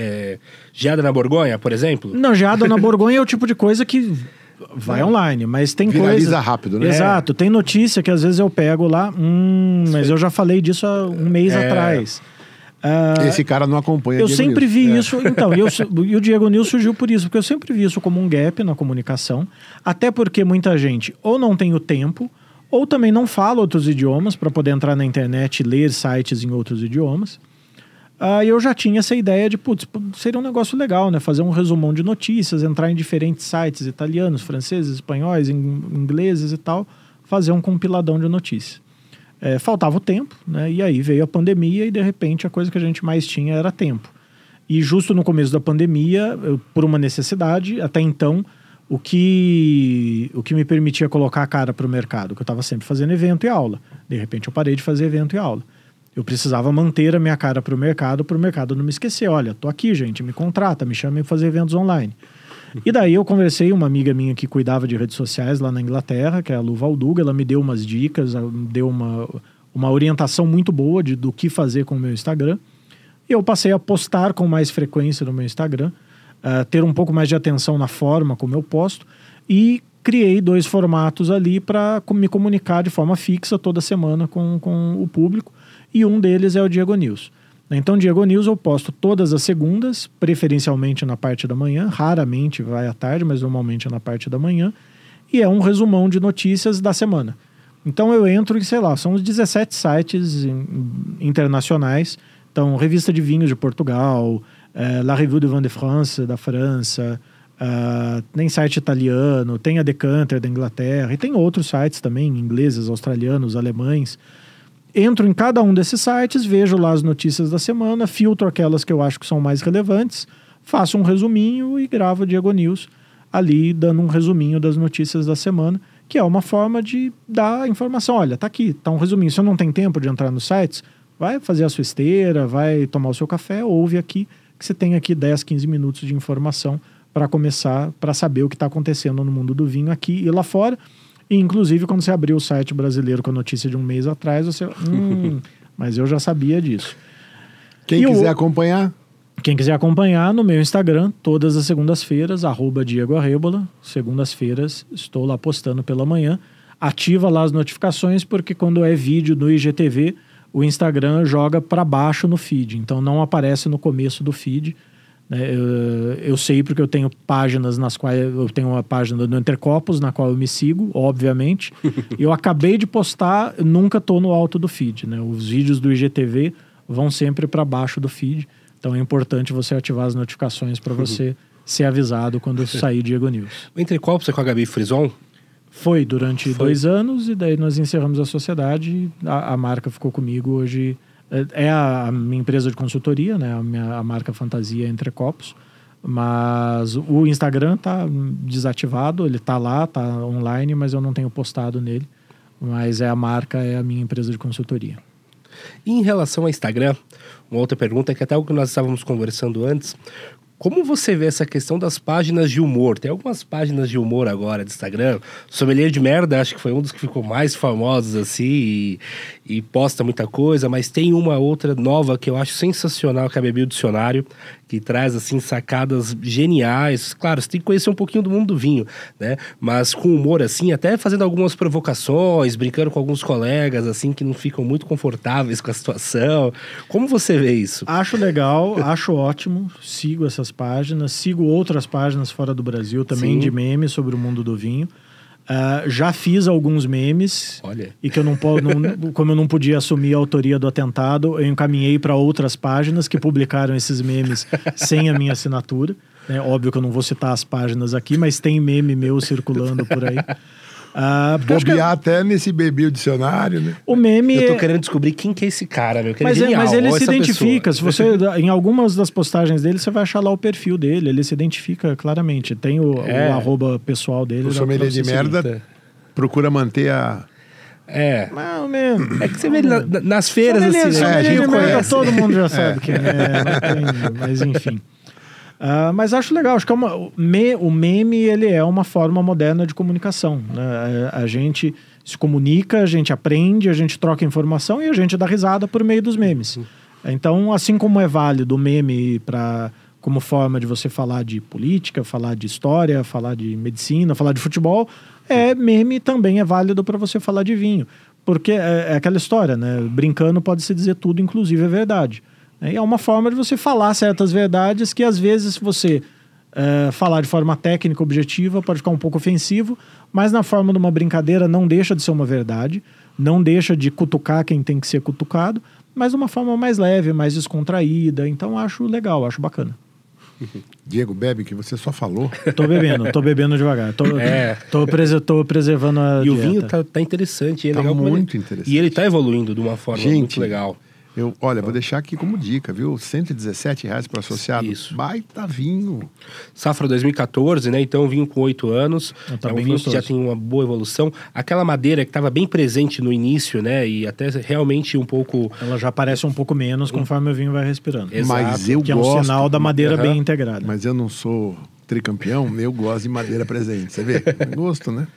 geada na Borgonha, por exemplo? Não, geada na Borgonha é o tipo de coisa que vai online, mas tem Viraliza coisa... rápido, né? Exato, tem notícia que às vezes eu pego lá, mas eu já falei disso há um mês atrás. Esse cara não acompanha Eu Diego sempre News. vi isso, então, e o Diego News surgiu por isso, porque eu sempre vi isso como um gap na comunicação, até porque muita gente ou não tem o tempo, ou também não fala outros idiomas para poder entrar na internet e ler sites em outros idiomas. E eu já tinha essa ideia de, seria um negócio legal, né? Fazer um resumão de notícias, entrar em diferentes sites italianos, franceses, espanhóis, ingleses e tal, fazer um compiladão de notícias. Faltava o tempo, né? E aí veio a pandemia e, de repente, a coisa que a gente mais tinha era tempo. E justo no começo da pandemia, por uma necessidade, até então, o que me permitia colocar a cara para o mercado, que eu estava sempre fazendo evento e aula. De repente, eu parei de fazer evento e aula. Eu precisava manter a minha cara para o mercado não me esquecer. Olha, tô aqui, gente, me contrata, me chamem para fazer eventos online. E daí eu conversei, uma amiga minha que cuidava de redes sociais lá na Inglaterra, que é a Lu Valduga, ela me deu umas dicas, deu uma orientação muito boa do que fazer com o meu Instagram. E eu passei a postar com mais frequência no meu Instagram, ter um pouco mais de atenção na forma como eu posto, e criei 2 formatos ali para me comunicar de forma fixa toda semana com o público. E um deles é o Diego News. Então, Diego News eu posto todas as segundas, preferencialmente na parte da manhã, raramente vai à tarde, mas normalmente é na parte da manhã, e é um resumão de notícias da semana. Então eu entro em, sei lá, são uns 17 sites internacionais, então Revista de Vinhos de Portugal, La Revue de Vin de France, da França, tem site italiano, tem a Decanter da Inglaterra, e tem outros sites também, ingleses, australianos, alemães. Entro em cada um desses sites, vejo lá as notícias da semana, filtro aquelas que eu acho que são mais relevantes, faço um resuminho e gravo o Diego News ali, dando um resuminho das notícias da semana, que é uma forma de dar informação. Olha, tá aqui, tá um resuminho. Se eu não tem tempo de entrar nos sites, vai fazer a sua esteira, vai tomar o seu café, ouve aqui, que você tem aqui 10, 15 minutos de informação para começar, para saber o que está acontecendo no mundo do vinho aqui e lá fora. E, inclusive, quando você abriu o site brasileiro com a notícia de um mês atrás, você... mas eu já sabia disso. Quem quiser acompanhar? Quem quiser acompanhar, no meu Instagram, todas as segundas-feiras, @Diego Arrebola. Segundas-feiras, estou lá postando pela manhã. Ativa lá as notificações, porque quando é vídeo no IGTV, o Instagram joga para baixo no feed. Então, não aparece no começo do feed. Eu sei porque eu tenho páginas nas quais... Eu tenho uma página do Entre Copos, na qual eu me sigo, obviamente. Eu acabei de postar, nunca estou no alto do feed, né? Os vídeos do IGTV vão sempre para baixo do feed. Então é importante você ativar as notificações para você ser avisado quando sair Diego News. O Entre Copos é com a Gabi Frison? Foi durante 2 anos e daí nós encerramos a sociedade. A marca ficou comigo hoje... É a minha empresa de consultoria, né? A marca Fantasia Entre Copos. Mas o Instagram tá desativado, ele tá lá, tá online, mas eu não tenho postado nele. Mas a marca é a minha empresa de consultoria. E em relação ao Instagram, uma outra pergunta, que até o que nós estávamos conversando antes, como você vê essa questão das páginas de humor? Tem algumas páginas de humor agora do Instagram. Sommelier de Merda, acho que foi um dos que ficou mais famosos, assim, e posta muita coisa, mas tem uma outra nova que eu acho sensacional, que é a Bebi o Dicionário, que traz, assim, sacadas geniais. Claro, você tem que conhecer um pouquinho do mundo do vinho, né? Mas com humor, assim, até fazendo algumas provocações, brincando com alguns colegas, assim, que não ficam muito confortáveis com a situação. Como você vê isso? Acho legal, acho ótimo. Sigo essas páginas, sigo outras páginas fora do Brasil também. Sim. De memes sobre o mundo do vinho. Já fiz alguns memes. Olha. E que eu como eu não podia assumir a autoria do atentado, eu encaminhei para outras páginas que publicaram esses memes sem a minha assinatura. Óbvio que eu não vou citar as páginas aqui, mas tem meme meu circulando por aí. Bobear até nesse Bebi o Dicionário, né? O meme... Eu tô querendo descobrir quem que é esse cara, meu. Que ele é genial. Mas ele se identifica. Pessoa. Se você, em algumas das postagens dele, você vai achar lá o perfil dele. Ele se identifica claramente. Tem o arroba pessoal dele. O Sommelier de Merda procura manter a... Não, mesmo. É que você vê nas feiras, assim, né? a gente conhece. Todo mundo já sabe quem é. Não tem, mas enfim. Mas acho legal, acho que o meme ele é uma forma moderna de comunicação, né? A gente se comunica, a gente aprende, a gente troca informação e a gente dá risada por meio dos memes. Então, assim como é válido o meme como forma de você falar de política, falar de história, falar de medicina, falar de futebol, meme também é válido para você falar de vinho. Porque é aquela história, né? Brincando pode-se dizer tudo, inclusive é verdade. E é uma forma de você falar certas verdades que, às vezes, se você falar de forma técnica, objetiva, pode ficar um pouco ofensivo, mas na forma de uma brincadeira não deixa de ser uma verdade, não deixa de cutucar quem tem que ser cutucado, mas de uma forma mais leve, mais descontraída. Então, acho legal, acho bacana. Diego, bebe, que você só falou. Tô bebendo devagar. Tô preservando a E dieta. o vinho tá interessante. É Tá legal muito interessante. E ele tá evoluindo de uma forma muito legal. Olha, vou deixar aqui como dica, viu? R$117 para associado. Isso. Baita vinho. Safra 2014, né? Então, vinho com 8 anos. Tá é um bem vinho gostoso. que já tem uma boa evolução. Aquela madeira que estava bem presente no início, né? E até realmente um pouco... Ela já aparece um pouco menos conforme o vinho vai respirando. Exato. Mas eu Que é gosto. um sinal da madeira bem integrada. Mas eu não sou tricampeão, eu gosto de madeira presente. Você vê? Gosto, né?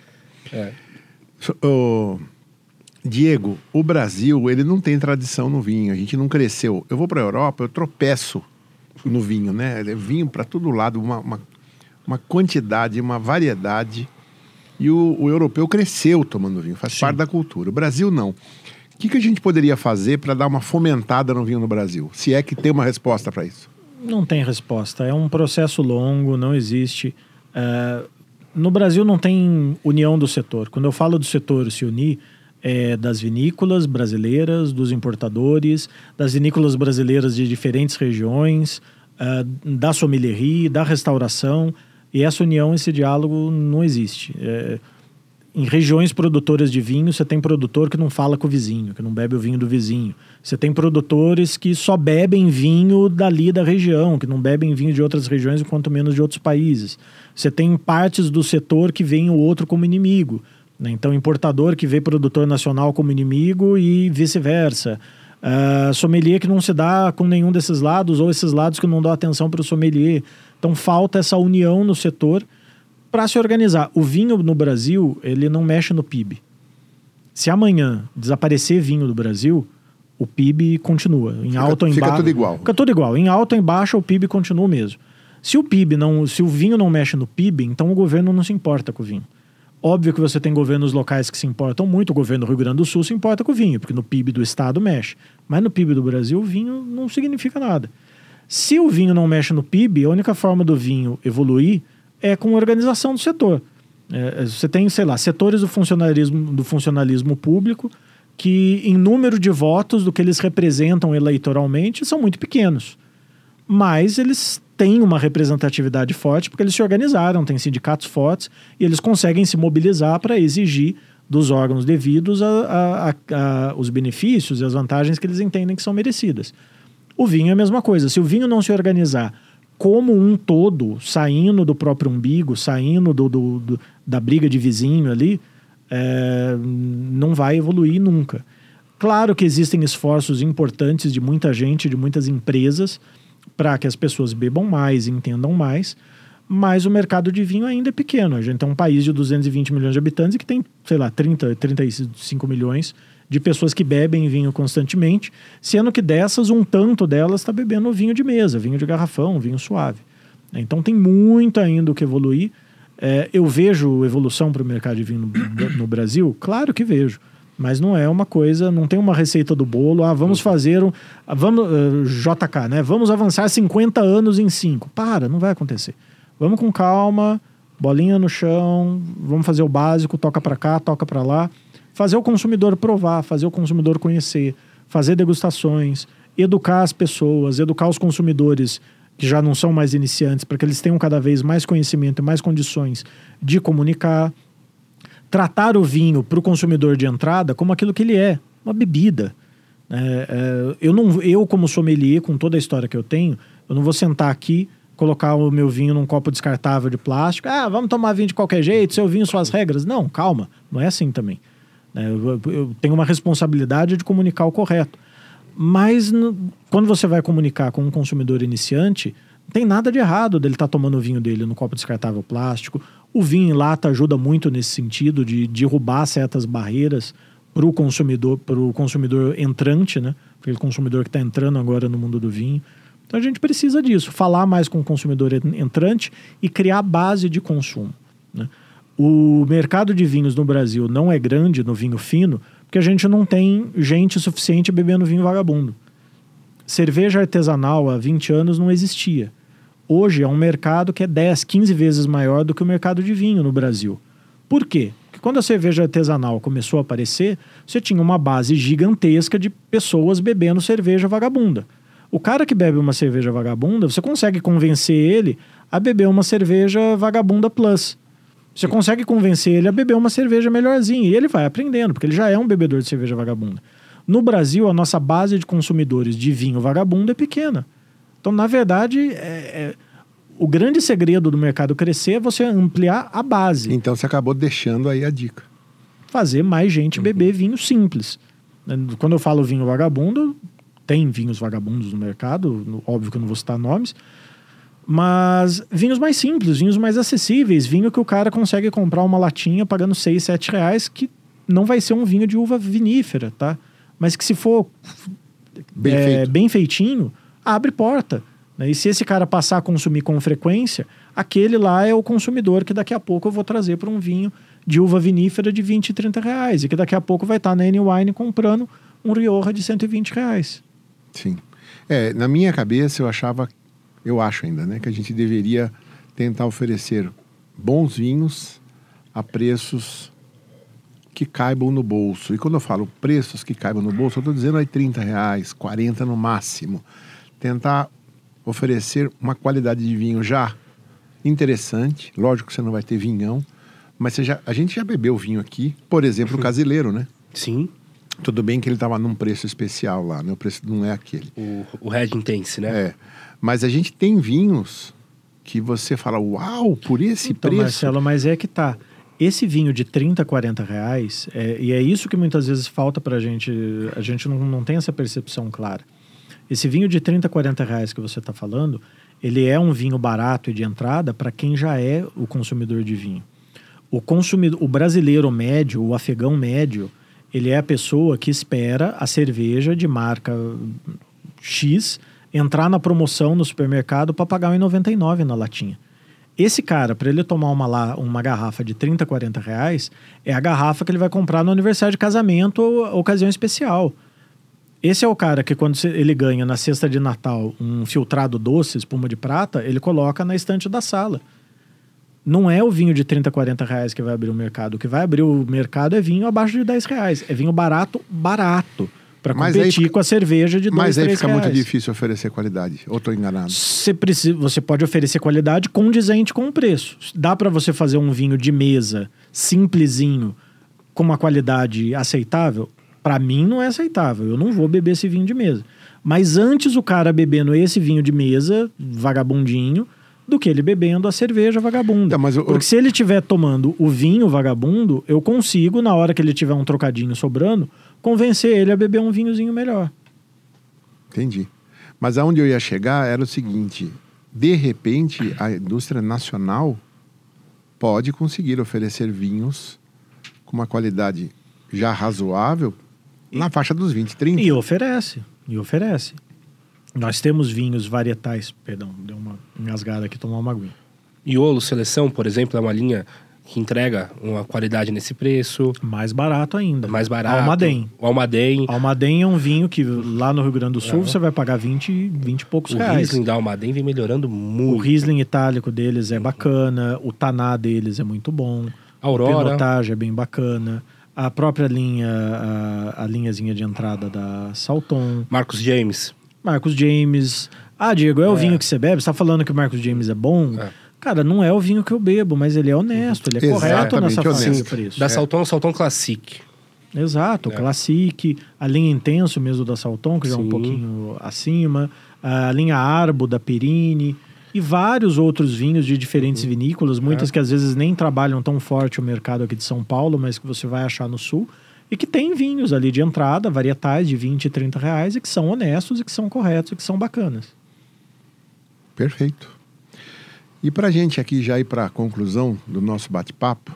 Diego, o Brasil, ele não tem tradição no vinho. A gente não cresceu. Eu vou para a Europa, eu tropeço no vinho, né? É vinho para todo lado, uma quantidade, uma variedade. E o europeu cresceu tomando vinho, faz parte da cultura. O Brasil, não. O que a gente poderia fazer para dar uma fomentada no vinho no Brasil? Se é que tem uma resposta para isso. Não tem resposta. É um processo longo, não existe. No Brasil não tem união do setor. Quando eu falo do setor se unir, das vinícolas brasileiras, dos importadores, das vinícolas brasileiras de diferentes regiões, da sommelierie, da restauração. E essa união, esse diálogo não existe. Em regiões produtoras de vinho, você tem produtor que não fala com o vizinho, que não bebe o vinho do vizinho. Você tem produtores que só bebem vinho dali da região, que não bebem vinho de outras regiões, quanto menos de outros países. Você tem partes do setor que veem o outro como inimigo. Então, importador que vê produtor nacional como inimigo e vice-versa. Sommelier que não se dá com nenhum desses lados, ou esses lados que não dão atenção para o sommelier. Então, falta essa união no setor para se organizar. O vinho no Brasil, ele não mexe no PIB. Se amanhã desaparecer vinho do Brasil, o PIB continua. Em alta ou em baixa. Fica tudo igual. Fica tudo igual. Em alta ou em baixa, o PIB continua o mesmo. Se o vinho não mexe no PIB, então o governo não se importa com o vinho. Óbvio que você tem governos locais que se importam muito, o governo do Rio Grande do Sul se importa com o vinho, porque no PIB do estado mexe. Mas no PIB do Brasil, o vinho não significa nada. Se o vinho não mexe no PIB, a única forma do vinho evoluir é com a organização do setor. Você tem, sei lá, setores do funcionalismo público que, em número de votos do que eles representam eleitoralmente, são muito pequenos. Mas eles têm uma representatividade forte porque eles se organizaram, têm sindicatos fortes e eles conseguem se mobilizar para exigir dos órgãos devidos os benefícios e as vantagens que eles entendem que são merecidas. O vinho é a mesma coisa. Se o vinho não se organizar como um todo, saindo do próprio umbigo, saindo da briga de vizinho ali, não vai evoluir nunca. Claro que existem esforços importantes de muita gente, de muitas empresas, para que as pessoas bebam mais, entendam mais, mas o mercado de vinho ainda é pequeno. A gente tem um país de 220 milhões de habitantes e que tem, sei lá, 35 milhões de pessoas que bebem vinho constantemente, sendo que dessas, um tanto delas está bebendo vinho de mesa, vinho de garrafão, vinho suave. Então tem muito ainda o que evoluir. Eu vejo evolução para o mercado de vinho no Brasil? Claro que vejo. Mas não é uma coisa, não tem uma receita do bolo. Vamos fazer JK, né? Vamos avançar 50 anos em 5. Não vai acontecer. Vamos com calma, bolinha no chão, vamos fazer o básico, toca para cá, toca para lá. Fazer o consumidor provar, fazer o consumidor conhecer, fazer degustações, educar as pessoas, educar os consumidores que já não são mais iniciantes, para que eles tenham cada vez mais conhecimento e mais condições de comunicar. Tratar o vinho para o consumidor de entrada como aquilo que ele é, uma bebida. Eu, como sommelier, com toda a história que eu tenho, eu não vou sentar aqui, colocar o meu vinho num copo descartável de plástico. Vamos tomar vinho de qualquer jeito, seu vinho, suas regras. Não, calma, não é assim também. Eu tenho uma responsabilidade de comunicar o correto. Mas quando você vai comunicar com um consumidor iniciante, tem nada de errado dele estar tomando o vinho dele no copo descartável plástico. O vinho em lata ajuda muito nesse sentido de derrubar certas barreiras para o consumidor entrante, né? Aquele consumidor que está entrando agora no mundo do vinho. Então a gente precisa disso, falar mais com o consumidor entrante e criar base de consumo, né? O mercado de vinhos no Brasil não é grande no vinho fino, porque a gente não tem gente suficiente bebendo vinho vagabundo. Cerveja artesanal há 20 anos não existia. Hoje é um mercado que é 10, 15 vezes maior do que o mercado de vinho no Brasil. Por quê? Porque quando a cerveja artesanal começou a aparecer, você tinha uma base gigantesca de pessoas bebendo cerveja vagabunda. O cara que bebe uma cerveja vagabunda, você consegue convencer ele a beber uma cerveja vagabunda plus. Você consegue convencer ele a beber uma cerveja melhorzinha. E ele vai aprendendo, porque ele já é um bebedor de cerveja vagabunda. No Brasil, a nossa base de consumidores de vinho vagabundo é pequena. Então, na verdade, o grande segredo do mercado crescer é você ampliar a base. Então, você acabou deixando aí a dica. Fazer mais gente beber vinho simples. Quando eu falo vinho vagabundo, tem vinhos vagabundos no mercado, óbvio que eu não vou citar nomes, mas vinhos mais simples, vinhos mais acessíveis, vinho que o cara consegue comprar uma latinha pagando 6, 7 reais, que não vai ser um vinho de uva vinífera, tá? Mas que se for bem feitinho, abre porta, né? E se esse cara passar a consumir com frequência, aquele lá é o consumidor que daqui a pouco eu vou trazer para um vinho de uva vinífera de 20, 30 reais, e que daqui a pouco vai estar na N-Wine comprando um Rioja de 120 reais. Sim. Na minha cabeça eu acho ainda, né, que a gente deveria tentar oferecer bons vinhos a preços que caibam no bolso. E quando eu falo preços que caibam no bolso, eu estou dizendo aí 30 reais, 40 no máximo. Tentar oferecer uma qualidade de vinho já interessante. Lógico que você não vai ter vinhão, mas a gente já bebeu vinho aqui, por exemplo, o Casileiro, né? Sim. Tudo bem que ele estava num preço especial lá, né? O preço não é aquele. O Red Intense, né? Mas a gente tem vinhos que você fala, uau, por esse preço. Marcelo, mas é que tá. Esse vinho de 30, 40 reais, e é isso que muitas vezes falta pra gente, a gente não tem essa percepção clara. Esse vinho de 30, 40 reais que você está falando, ele é um vinho barato e de entrada para quem já é o consumidor de vinho. O brasileiro médio, o afegão médio, ele é a pessoa que espera a cerveja de marca X entrar na promoção no supermercado para pagar R$1,99 na latinha. Esse cara, para ele tomar uma garrafa de 30, 40 reais, é a garrafa que ele vai comprar no aniversário de casamento ou ocasião especial. Esse é o cara que quando ele ganha na cesta de Natal um filtrado doce, espuma de prata, ele coloca na estante da sala. Não é o vinho de 30, 40 reais que vai abrir o mercado. O que vai abrir o mercado é vinho abaixo de 10 reais. É vinho barato, para competir com a cerveja de 2, 3 reais. Mas aí fica muito difícil oferecer qualidade. Ou estou enganado? Você pode oferecer qualidade condizente com o preço. Dá para você fazer um vinho de mesa, simplesinho, com uma qualidade aceitável? Para mim não é aceitável. Eu não vou beber esse vinho de mesa. Mas antes o cara bebendo esse vinho de mesa, vagabundinho, do que ele bebendo a cerveja vagabunda. Porque se ele estiver tomando o vinho vagabundo, eu consigo, na hora que ele tiver um trocadinho sobrando, convencer ele a beber um vinhozinho melhor. Entendi. Mas aonde eu ia chegar era o seguinte: de repente, a indústria nacional pode conseguir oferecer vinhos com uma qualidade já razoável na faixa dos 20, 30. E oferece. Nós temos vinhos varietais. Perdão, deu uma engasgada aqui, tomar uma aguinha. Iolo Seleção, por exemplo, é uma linha que entrega uma qualidade nesse preço. Mais barato ainda. Mais barato. Almaden. Almaden é um vinho que lá no Rio Grande do Sul você vai pagar 20 e poucos reais. O Riesling da Almaden vem melhorando muito. O Riesling itálico deles é bacana. O Taná deles é muito bom. Aurora. O Pinotage é bem bacana. A própria linha, a linhazinha de entrada da Salton. Marcos James. Diego, é o vinho que você bebe? Você tá falando que o Marcos James é bom? Cara, não é o vinho que eu bebo, mas ele é honesto, ele é correto nessa faixa de preço. Da Salton, Salton Classic. Exato, o Classic, a linha Intenso mesmo da Salton, que já é um pouquinho acima, a linha Arbo da Perini e vários outros vinhos de diferentes vinícolas, muitas que às vezes nem trabalham tão forte o mercado aqui de São Paulo, mas que você vai achar no Sul, e que tem vinhos ali de entrada, varietais de 20 e 30 reais, e que são honestos, e que são corretos, e que são bacanas. Perfeito. E para a gente aqui já ir para a conclusão do nosso bate-papo,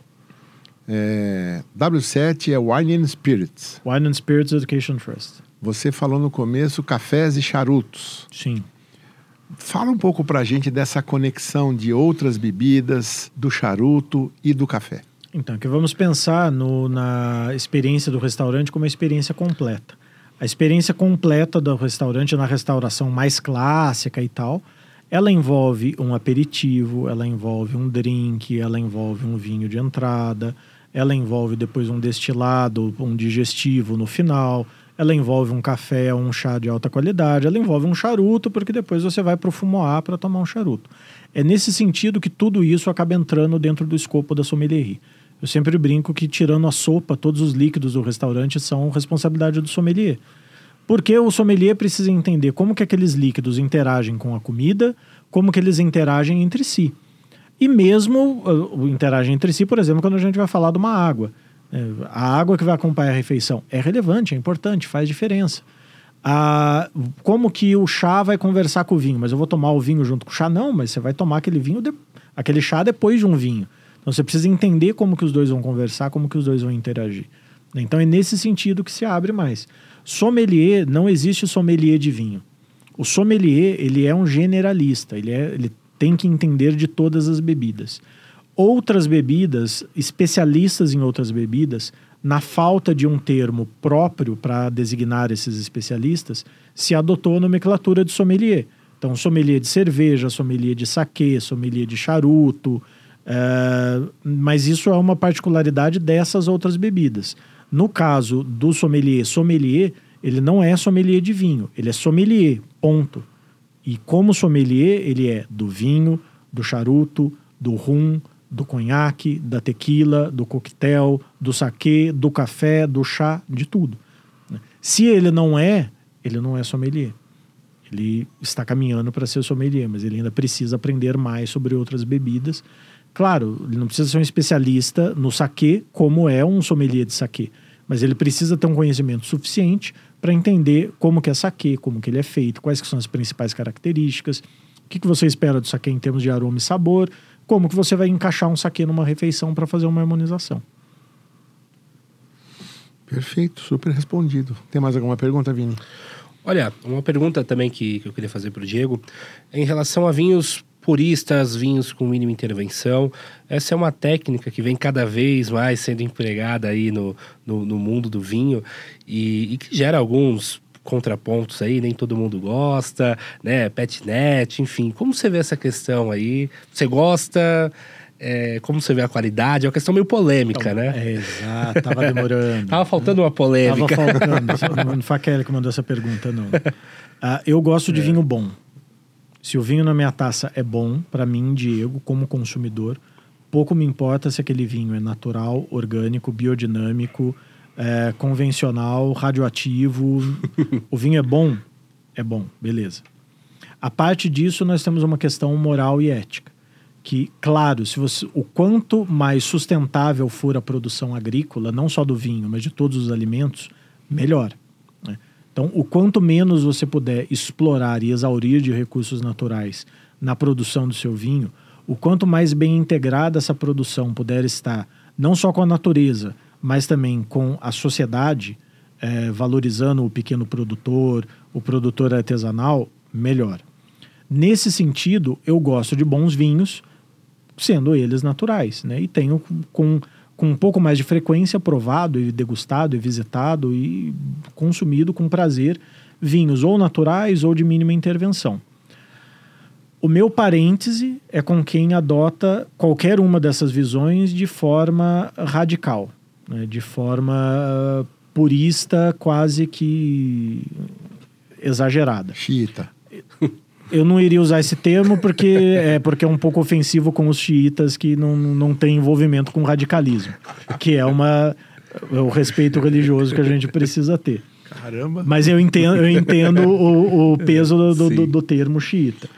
W7 é Wine and Spirits. Wine and Spirits Education Trust. Você falou no começo cafés e charutos. Sim. Fala um pouco para a gente dessa conexão de outras bebidas, do charuto e do café. Então, aqui vamos pensar na experiência do restaurante como uma experiência completa. A experiência completa do restaurante, na restauração mais clássica e tal, ela envolve um aperitivo, ela envolve um drink, ela envolve um vinho de entrada, ela envolve depois um destilado, um digestivo no final, ela envolve um café ou um chá de alta qualidade, ela envolve um charuto, porque depois você vai para o fumoir para tomar um charuto. É nesse sentido que tudo isso acaba entrando dentro do escopo da sommelierie. Eu sempre brinco que, tirando a sopa, todos os líquidos do restaurante são responsabilidade do sommelier. Porque o sommelier precisa entender como que aqueles líquidos interagem com a comida, como que eles interagem entre si. E mesmo interagem entre si, por exemplo, quando a gente vai falar de uma água. A água que vai acompanhar a refeição é relevante, é importante, faz diferença. Como que o chá vai conversar com o vinho? Mas eu vou tomar o vinho junto com o chá? Não, mas você vai tomar aquele chá depois de um vinho. Então você precisa entender como que os dois vão conversar, como que os dois vão interagir. Então é nesse sentido que se abre mais. Sommelier, não existe sommelier de vinho. O sommelier, ele é um generalista, ele tem que entender de todas as bebidas. Outras bebidas, especialistas em outras bebidas, na falta de um termo próprio para designar esses especialistas, se adotou a nomenclatura de sommelier. Então, sommelier de cerveja, sommelier de saquê, sommelier de charuto, mas isso é uma particularidade dessas outras bebidas. No caso do sommelier, ele não é sommelier de vinho, ele é sommelier, ponto. E como sommelier, ele é do vinho, do charuto, do rum, do conhaque, da tequila, do coquetel, do saquê, do café, do chá, de tudo. Se ele não é sommelier. Ele está caminhando para ser sommelier, mas ele ainda precisa aprender mais sobre outras bebidas. Claro, ele não precisa ser um especialista no saquê, como é um sommelier de saquê, mas ele precisa ter um conhecimento suficiente para entender como que é saquê, como que ele é feito, quais que são as principais características, o que você espera do saquê em termos de aroma e sabor, como que você vai encaixar um saquê numa refeição para fazer uma harmonização. Perfeito, super respondido. Tem mais alguma pergunta, Vini? Olha, uma pergunta também que eu queria fazer para o Diego, em relação a vinhos puristas, vinhos com mínima intervenção. Essa é uma técnica que vem cada vez mais sendo empregada aí no mundo do vinho e que gera alguns contrapontos aí, nem todo mundo gosta, né? Petnet, enfim. Como você vê essa questão aí? Você gosta? Como você vê a qualidade? É uma questão meio polêmica, então, né? Exato, tava demorando. Tava faltando uma polêmica. Tava faltando. Não foi aquele que mandou essa pergunta, não. Eu gosto de vinho bom. Se o vinho na minha taça é bom, para mim, Diego, como consumidor, pouco me importa se aquele vinho é natural, orgânico, biodinâmico, convencional, radioativo. O vinho é bom? É bom, beleza. A parte disso, nós temos uma questão moral e ética. Que, claro, o quanto mais sustentável for a produção agrícola, não só do vinho, mas de todos os alimentos, melhor. Né? Então, o quanto menos você puder explorar e exaurir de recursos naturais na produção do seu vinho, o quanto mais bem integrada essa produção puder estar, não só com a natureza, mas também com a sociedade, valorizando o pequeno produtor, o produtor artesanal, melhor. Nesse sentido, eu gosto de bons vinhos, sendo eles naturais, né? E tenho com um pouco mais de frequência provado e degustado e visitado e consumido com prazer vinhos ou naturais ou de mínima intervenção. O meu parêntese é com quem adota qualquer uma dessas visões de forma radical, né? De forma purista, quase que exagerada. Xiita. Eu não iria usar esse termo porque é um pouco ofensivo com os xiitas que não tem envolvimento com radicalismo, que é o respeito religioso que a gente precisa ter. Caramba! Mas eu entendo o peso do termo xiita.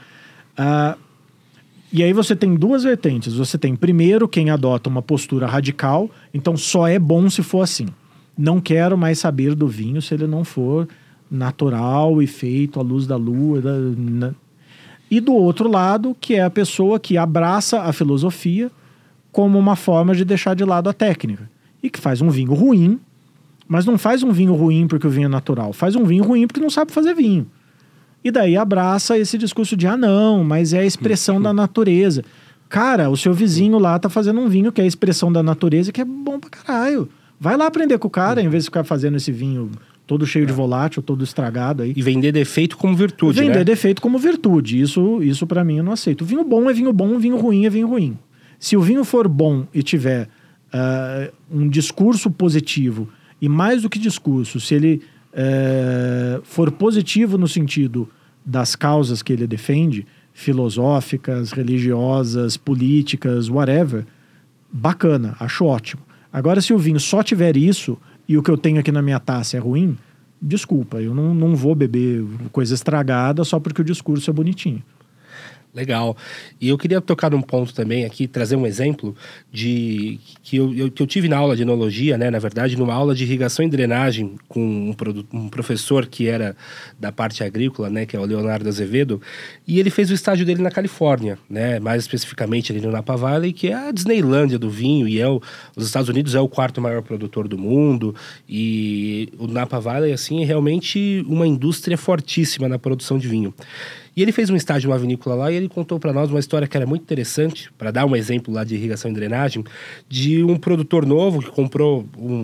E aí você tem duas vertentes. Você tem, primeiro, quem adota uma postura radical, então só é bom se for assim. Não quero mais saber do vinho se ele não for natural e feito à luz da lua. E do outro lado, que é a pessoa que abraça a filosofia como uma forma de deixar de lado a técnica. E que faz um vinho ruim, mas não faz um vinho ruim porque o vinho é natural. Faz um vinho ruim porque não sabe fazer vinho. E daí abraça esse discurso de, não, mas é a expressão da natureza. Cara, o seu vizinho lá tá fazendo um vinho que é a expressão da natureza, que é bom pra caralho. Vai lá aprender com o cara, em vez de ficar fazendo esse vinho todo cheio de volátil, todo estragado aí. E vender defeito como virtude, Vender né? defeito como virtude. Isso para mim eu não aceito. Vinho bom é vinho bom, vinho ruim é vinho ruim. Se o vinho for bom e tiver um discurso positivo, e mais do que discurso, se ele for positivo no sentido das causas que ele defende, filosóficas, religiosas, políticas, whatever, bacana, acho ótimo. Agora, se o vinho só tiver isso e o que eu tenho aqui na minha taça é ruim, desculpa, eu não vou beber coisa estragada só porque o discurso é bonitinho. Legal. E eu queria tocar num ponto também aqui, trazer um exemplo que eu tive na aula de enologia, né? Na verdade, numa aula de irrigação e drenagem com um professor que era da parte agrícola, né? Que é o Leonardo Azevedo. E ele fez o estágio dele na Califórnia, né? Mais especificamente ali no Napa Valley, que é a Disneylândia do vinho. E os Estados Unidos é o quarto maior produtor do mundo. E o Napa Valley, assim, é realmente uma indústria fortíssima na produção de vinho. E ele fez um estágio numa vinícola lá e ele contou para nós uma história que era muito interessante, para dar um exemplo lá de irrigação e drenagem, de um produtor novo que comprou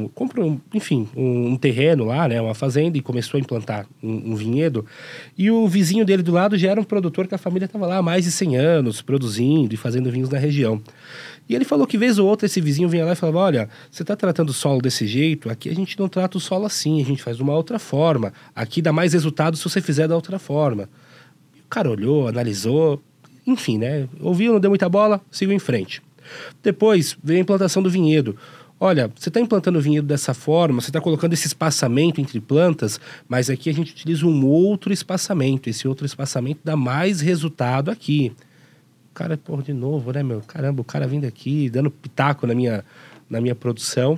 um terreno lá, né, uma fazenda, e começou a implantar um vinhedo. E o vizinho dele do lado já era um produtor que a família estava lá há mais de 100 anos, produzindo e fazendo vinhos na região. E ele falou que vez ou outra esse vizinho vinha lá e falava, olha, você está tratando o solo desse jeito, aqui a gente não trata o solo assim, a gente faz de uma outra forma. Aqui dá mais resultado se você fizer da outra forma. O cara olhou, analisou, enfim, né? Ouviu, não deu muita bola, seguiu em frente. Depois veio a implantação do vinhedo. Olha, você está implantando o vinhedo dessa forma, você está colocando esse espaçamento entre plantas, mas aqui a gente utiliza um outro espaçamento. Esse outro espaçamento dá mais resultado aqui. O cara, porra, de novo, né, meu? Caramba, o cara vindo aqui, dando pitaco na minha produção.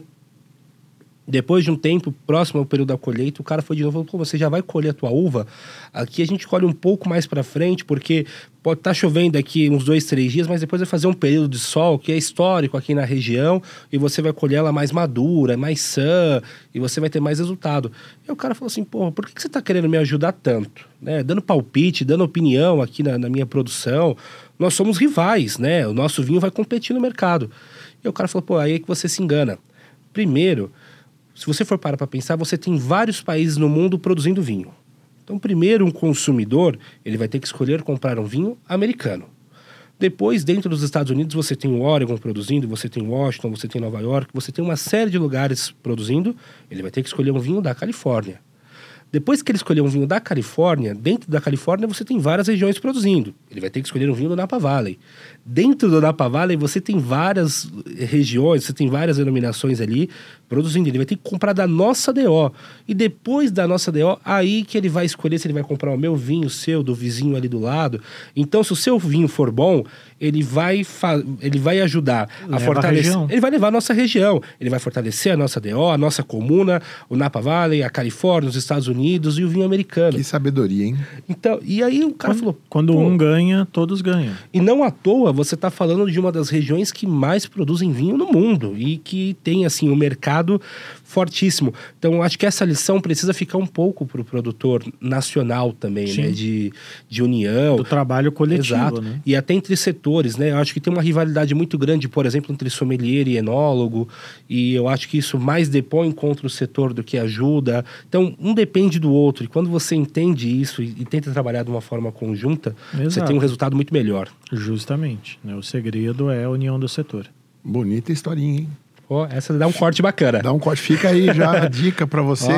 Depois de um tempo, próximo ao período da colheita, o cara foi de novo e falou, pô, você já vai colher a tua uva? Aqui a gente colhe um pouco mais para frente, porque pode estar chovendo aqui uns 2, 3 dias, mas depois vai fazer um período de sol, que é histórico aqui na região, e você vai colher ela mais madura, mais sã, e você vai ter mais resultado. E o cara falou assim, pô, por que você está querendo me ajudar tanto? Né? Dando palpite, dando opinião aqui na minha produção. Nós somos rivais, né? O nosso vinho vai competir no mercado. E o cara falou, pô, aí é que você se engana. Primeiro, se você for parar para pensar, você tem vários países no mundo produzindo vinho. Então, primeiro, um consumidor, ele vai ter que escolher comprar um vinho americano. Depois, dentro dos Estados Unidos, você tem o Oregon produzindo, você tem Washington, você tem Nova York, você tem uma série de lugares produzindo, ele vai ter que escolher um vinho da Califórnia. Depois que ele escolher um vinho da Califórnia, dentro da Califórnia você tem várias regiões produzindo. Ele vai ter que escolher um vinho do Napa Valley. Dentro do Napa Valley você tem várias regiões, você tem várias denominações ali produzindo. Ele vai ter que comprar da nossa DO. E depois da nossa DO, aí que ele vai escolher se ele vai comprar o meu vinho, o seu, do vizinho ali do lado. Então, se o seu vinho for bom, ele vai ajudar a fortalecer. Ele vai levar a nossa região. Ele vai fortalecer a nossa DO, a nossa comuna, o Napa Valley, a Califórnia, os Estados Unidos e o vinho americano. Que sabedoria, hein? Então, e aí o cara falou... Quando um ganha, todos ganham. E não à toa, você está falando de uma das regiões que mais produzem vinho no mundo e que tem, assim, um mercado fortíssimo. Então, acho que essa lição precisa ficar um pouco para o produtor nacional também, né? De união. Do trabalho coletivo, exato, né? E até entre setores, né? Eu acho que tem uma rivalidade muito grande, por exemplo, entre sommelier e enólogo, e eu acho que isso mais depõe contra o setor do que ajuda. Então, um depende do outro, e quando você entende isso e tenta trabalhar de uma forma conjunta, exato, você tem um resultado muito melhor. Justamente, né? O segredo é a união do setor. Bonita historinha, hein? Oh, essa dá um corte bacana. Dá um corte. Fica aí já a dica para você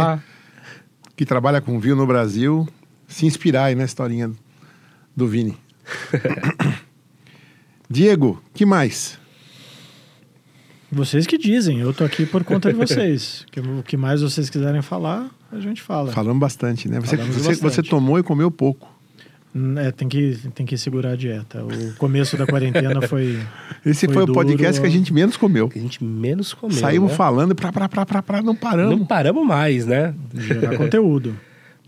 que trabalha com vinho no Brasil, se inspirar aí na historinha do Vini. Diego, que mais? Vocês que dizem, eu tô aqui por conta de vocês. O que mais vocês quiserem falar, a gente fala. Falamos bastante, né? Você tomou e comeu pouco. Tem que segurar a dieta. O começo da quarentena foi... Esse foi o podcast que a gente menos comeu. Que a gente menos comeu, Saímos né? falando não paramos. Não paramos mais, né? Gerar conteúdo.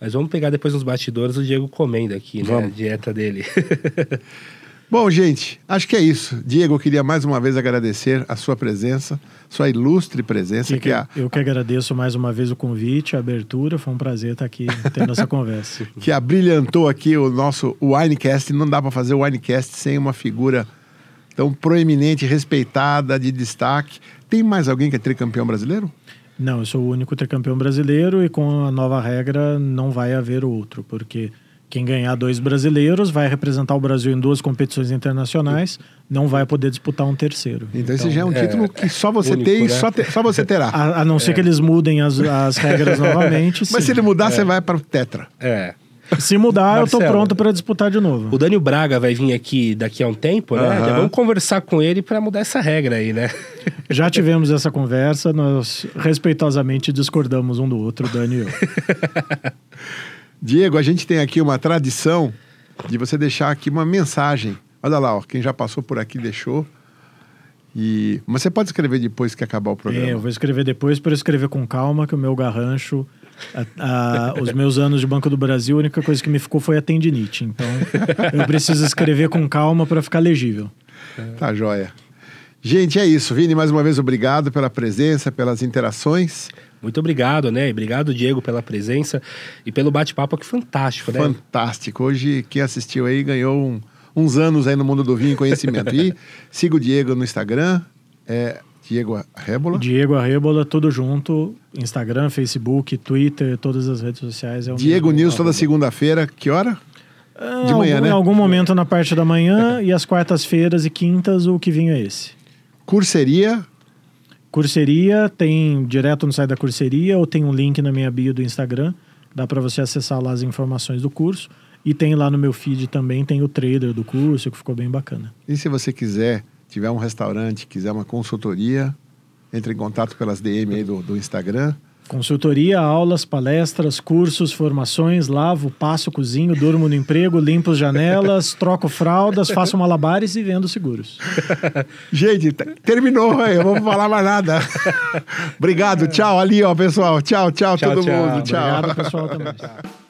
Mas vamos pegar depois nos bastidores o Diego comendo aqui, né? Vamos. A dieta dele. Bom, gente, acho que é isso. Diego, eu queria mais uma vez agradecer a sua presença, sua ilustre presença. Eu que agradeço mais uma vez o convite, a abertura. Foi um prazer estar aqui tendo essa conversa. Que abrilhantou aqui o nosso Winecast. Não dá para fazer o Winecast sem uma figura tão proeminente, respeitada, de destaque. Tem mais alguém que é tricampeão brasileiro? Não, eu sou o único tricampeão brasileiro e com a nova regra não vai haver outro, porque quem ganhar 2 brasileiros vai representar o Brasil em 2 competições internacionais, não vai poder disputar um terceiro. Então esse já é um título que só você único, tem e né? só você terá. A não ser que eles mudem as regras novamente. Mas sim. se ele mudar, você vai para o Tetra. Se mudar, eu Marcelo, tô pronto para disputar de novo. O Dânio Braga vai vir aqui daqui a um tempo, né? Aham. Já vamos conversar com ele para mudar essa regra aí, né? Já tivemos essa conversa, nós respeitosamente discordamos um do outro, Dani e eu. Diego, a gente tem aqui uma tradição de você deixar aqui uma mensagem. Olha lá, ó, quem já passou por aqui deixou. Mas você pode escrever depois que acabar o programa. Eu vou escrever depois para escrever com calma, que o meu garrancho, os meus anos de Banco do Brasil, a única coisa que me ficou foi a tendinite. Então, eu preciso escrever com calma para ficar legível. Tá joia. Gente, é isso. Vini, mais uma vez, obrigado pela presença, pelas interações. Muito obrigado, né? Obrigado, Diego, pela presença e pelo bate-papo aqui fantástico, né? Fantástico. Hoje, quem assistiu aí ganhou uns anos aí no mundo do vinho e conhecimento. E siga o Diego no Instagram, Diego Arrébola. Diego Arrébola, tudo junto. Instagram, Facebook, Twitter, todas as redes sociais. É o Diego mesmo News toda segunda-feira, que hora? De manhã, né? Em algum momento na parte da manhã e às quartas-feiras e quintas o que vinha é esse. Curseria, tem direto no site da Curseria ou tem um link na minha bio do Instagram. Dá para você acessar lá as informações do curso. E tem lá no meu feed também, tem o trailer do curso, que ficou bem bacana. E se você tiver um restaurante, quiser uma consultoria, entre em contato pelas DM aí do Instagram. Consultoria, aulas, palestras, cursos, formações, lavo, passo, cozinho, durmo no emprego, limpo janelas, troco fraldas, faço malabares e vendo seguros. Gente, terminou, eu não vou falar mais nada. Obrigado, tchau ali, ó, pessoal. Tchau, todo mundo. Tchau. Obrigado, pessoal, também. Tchau.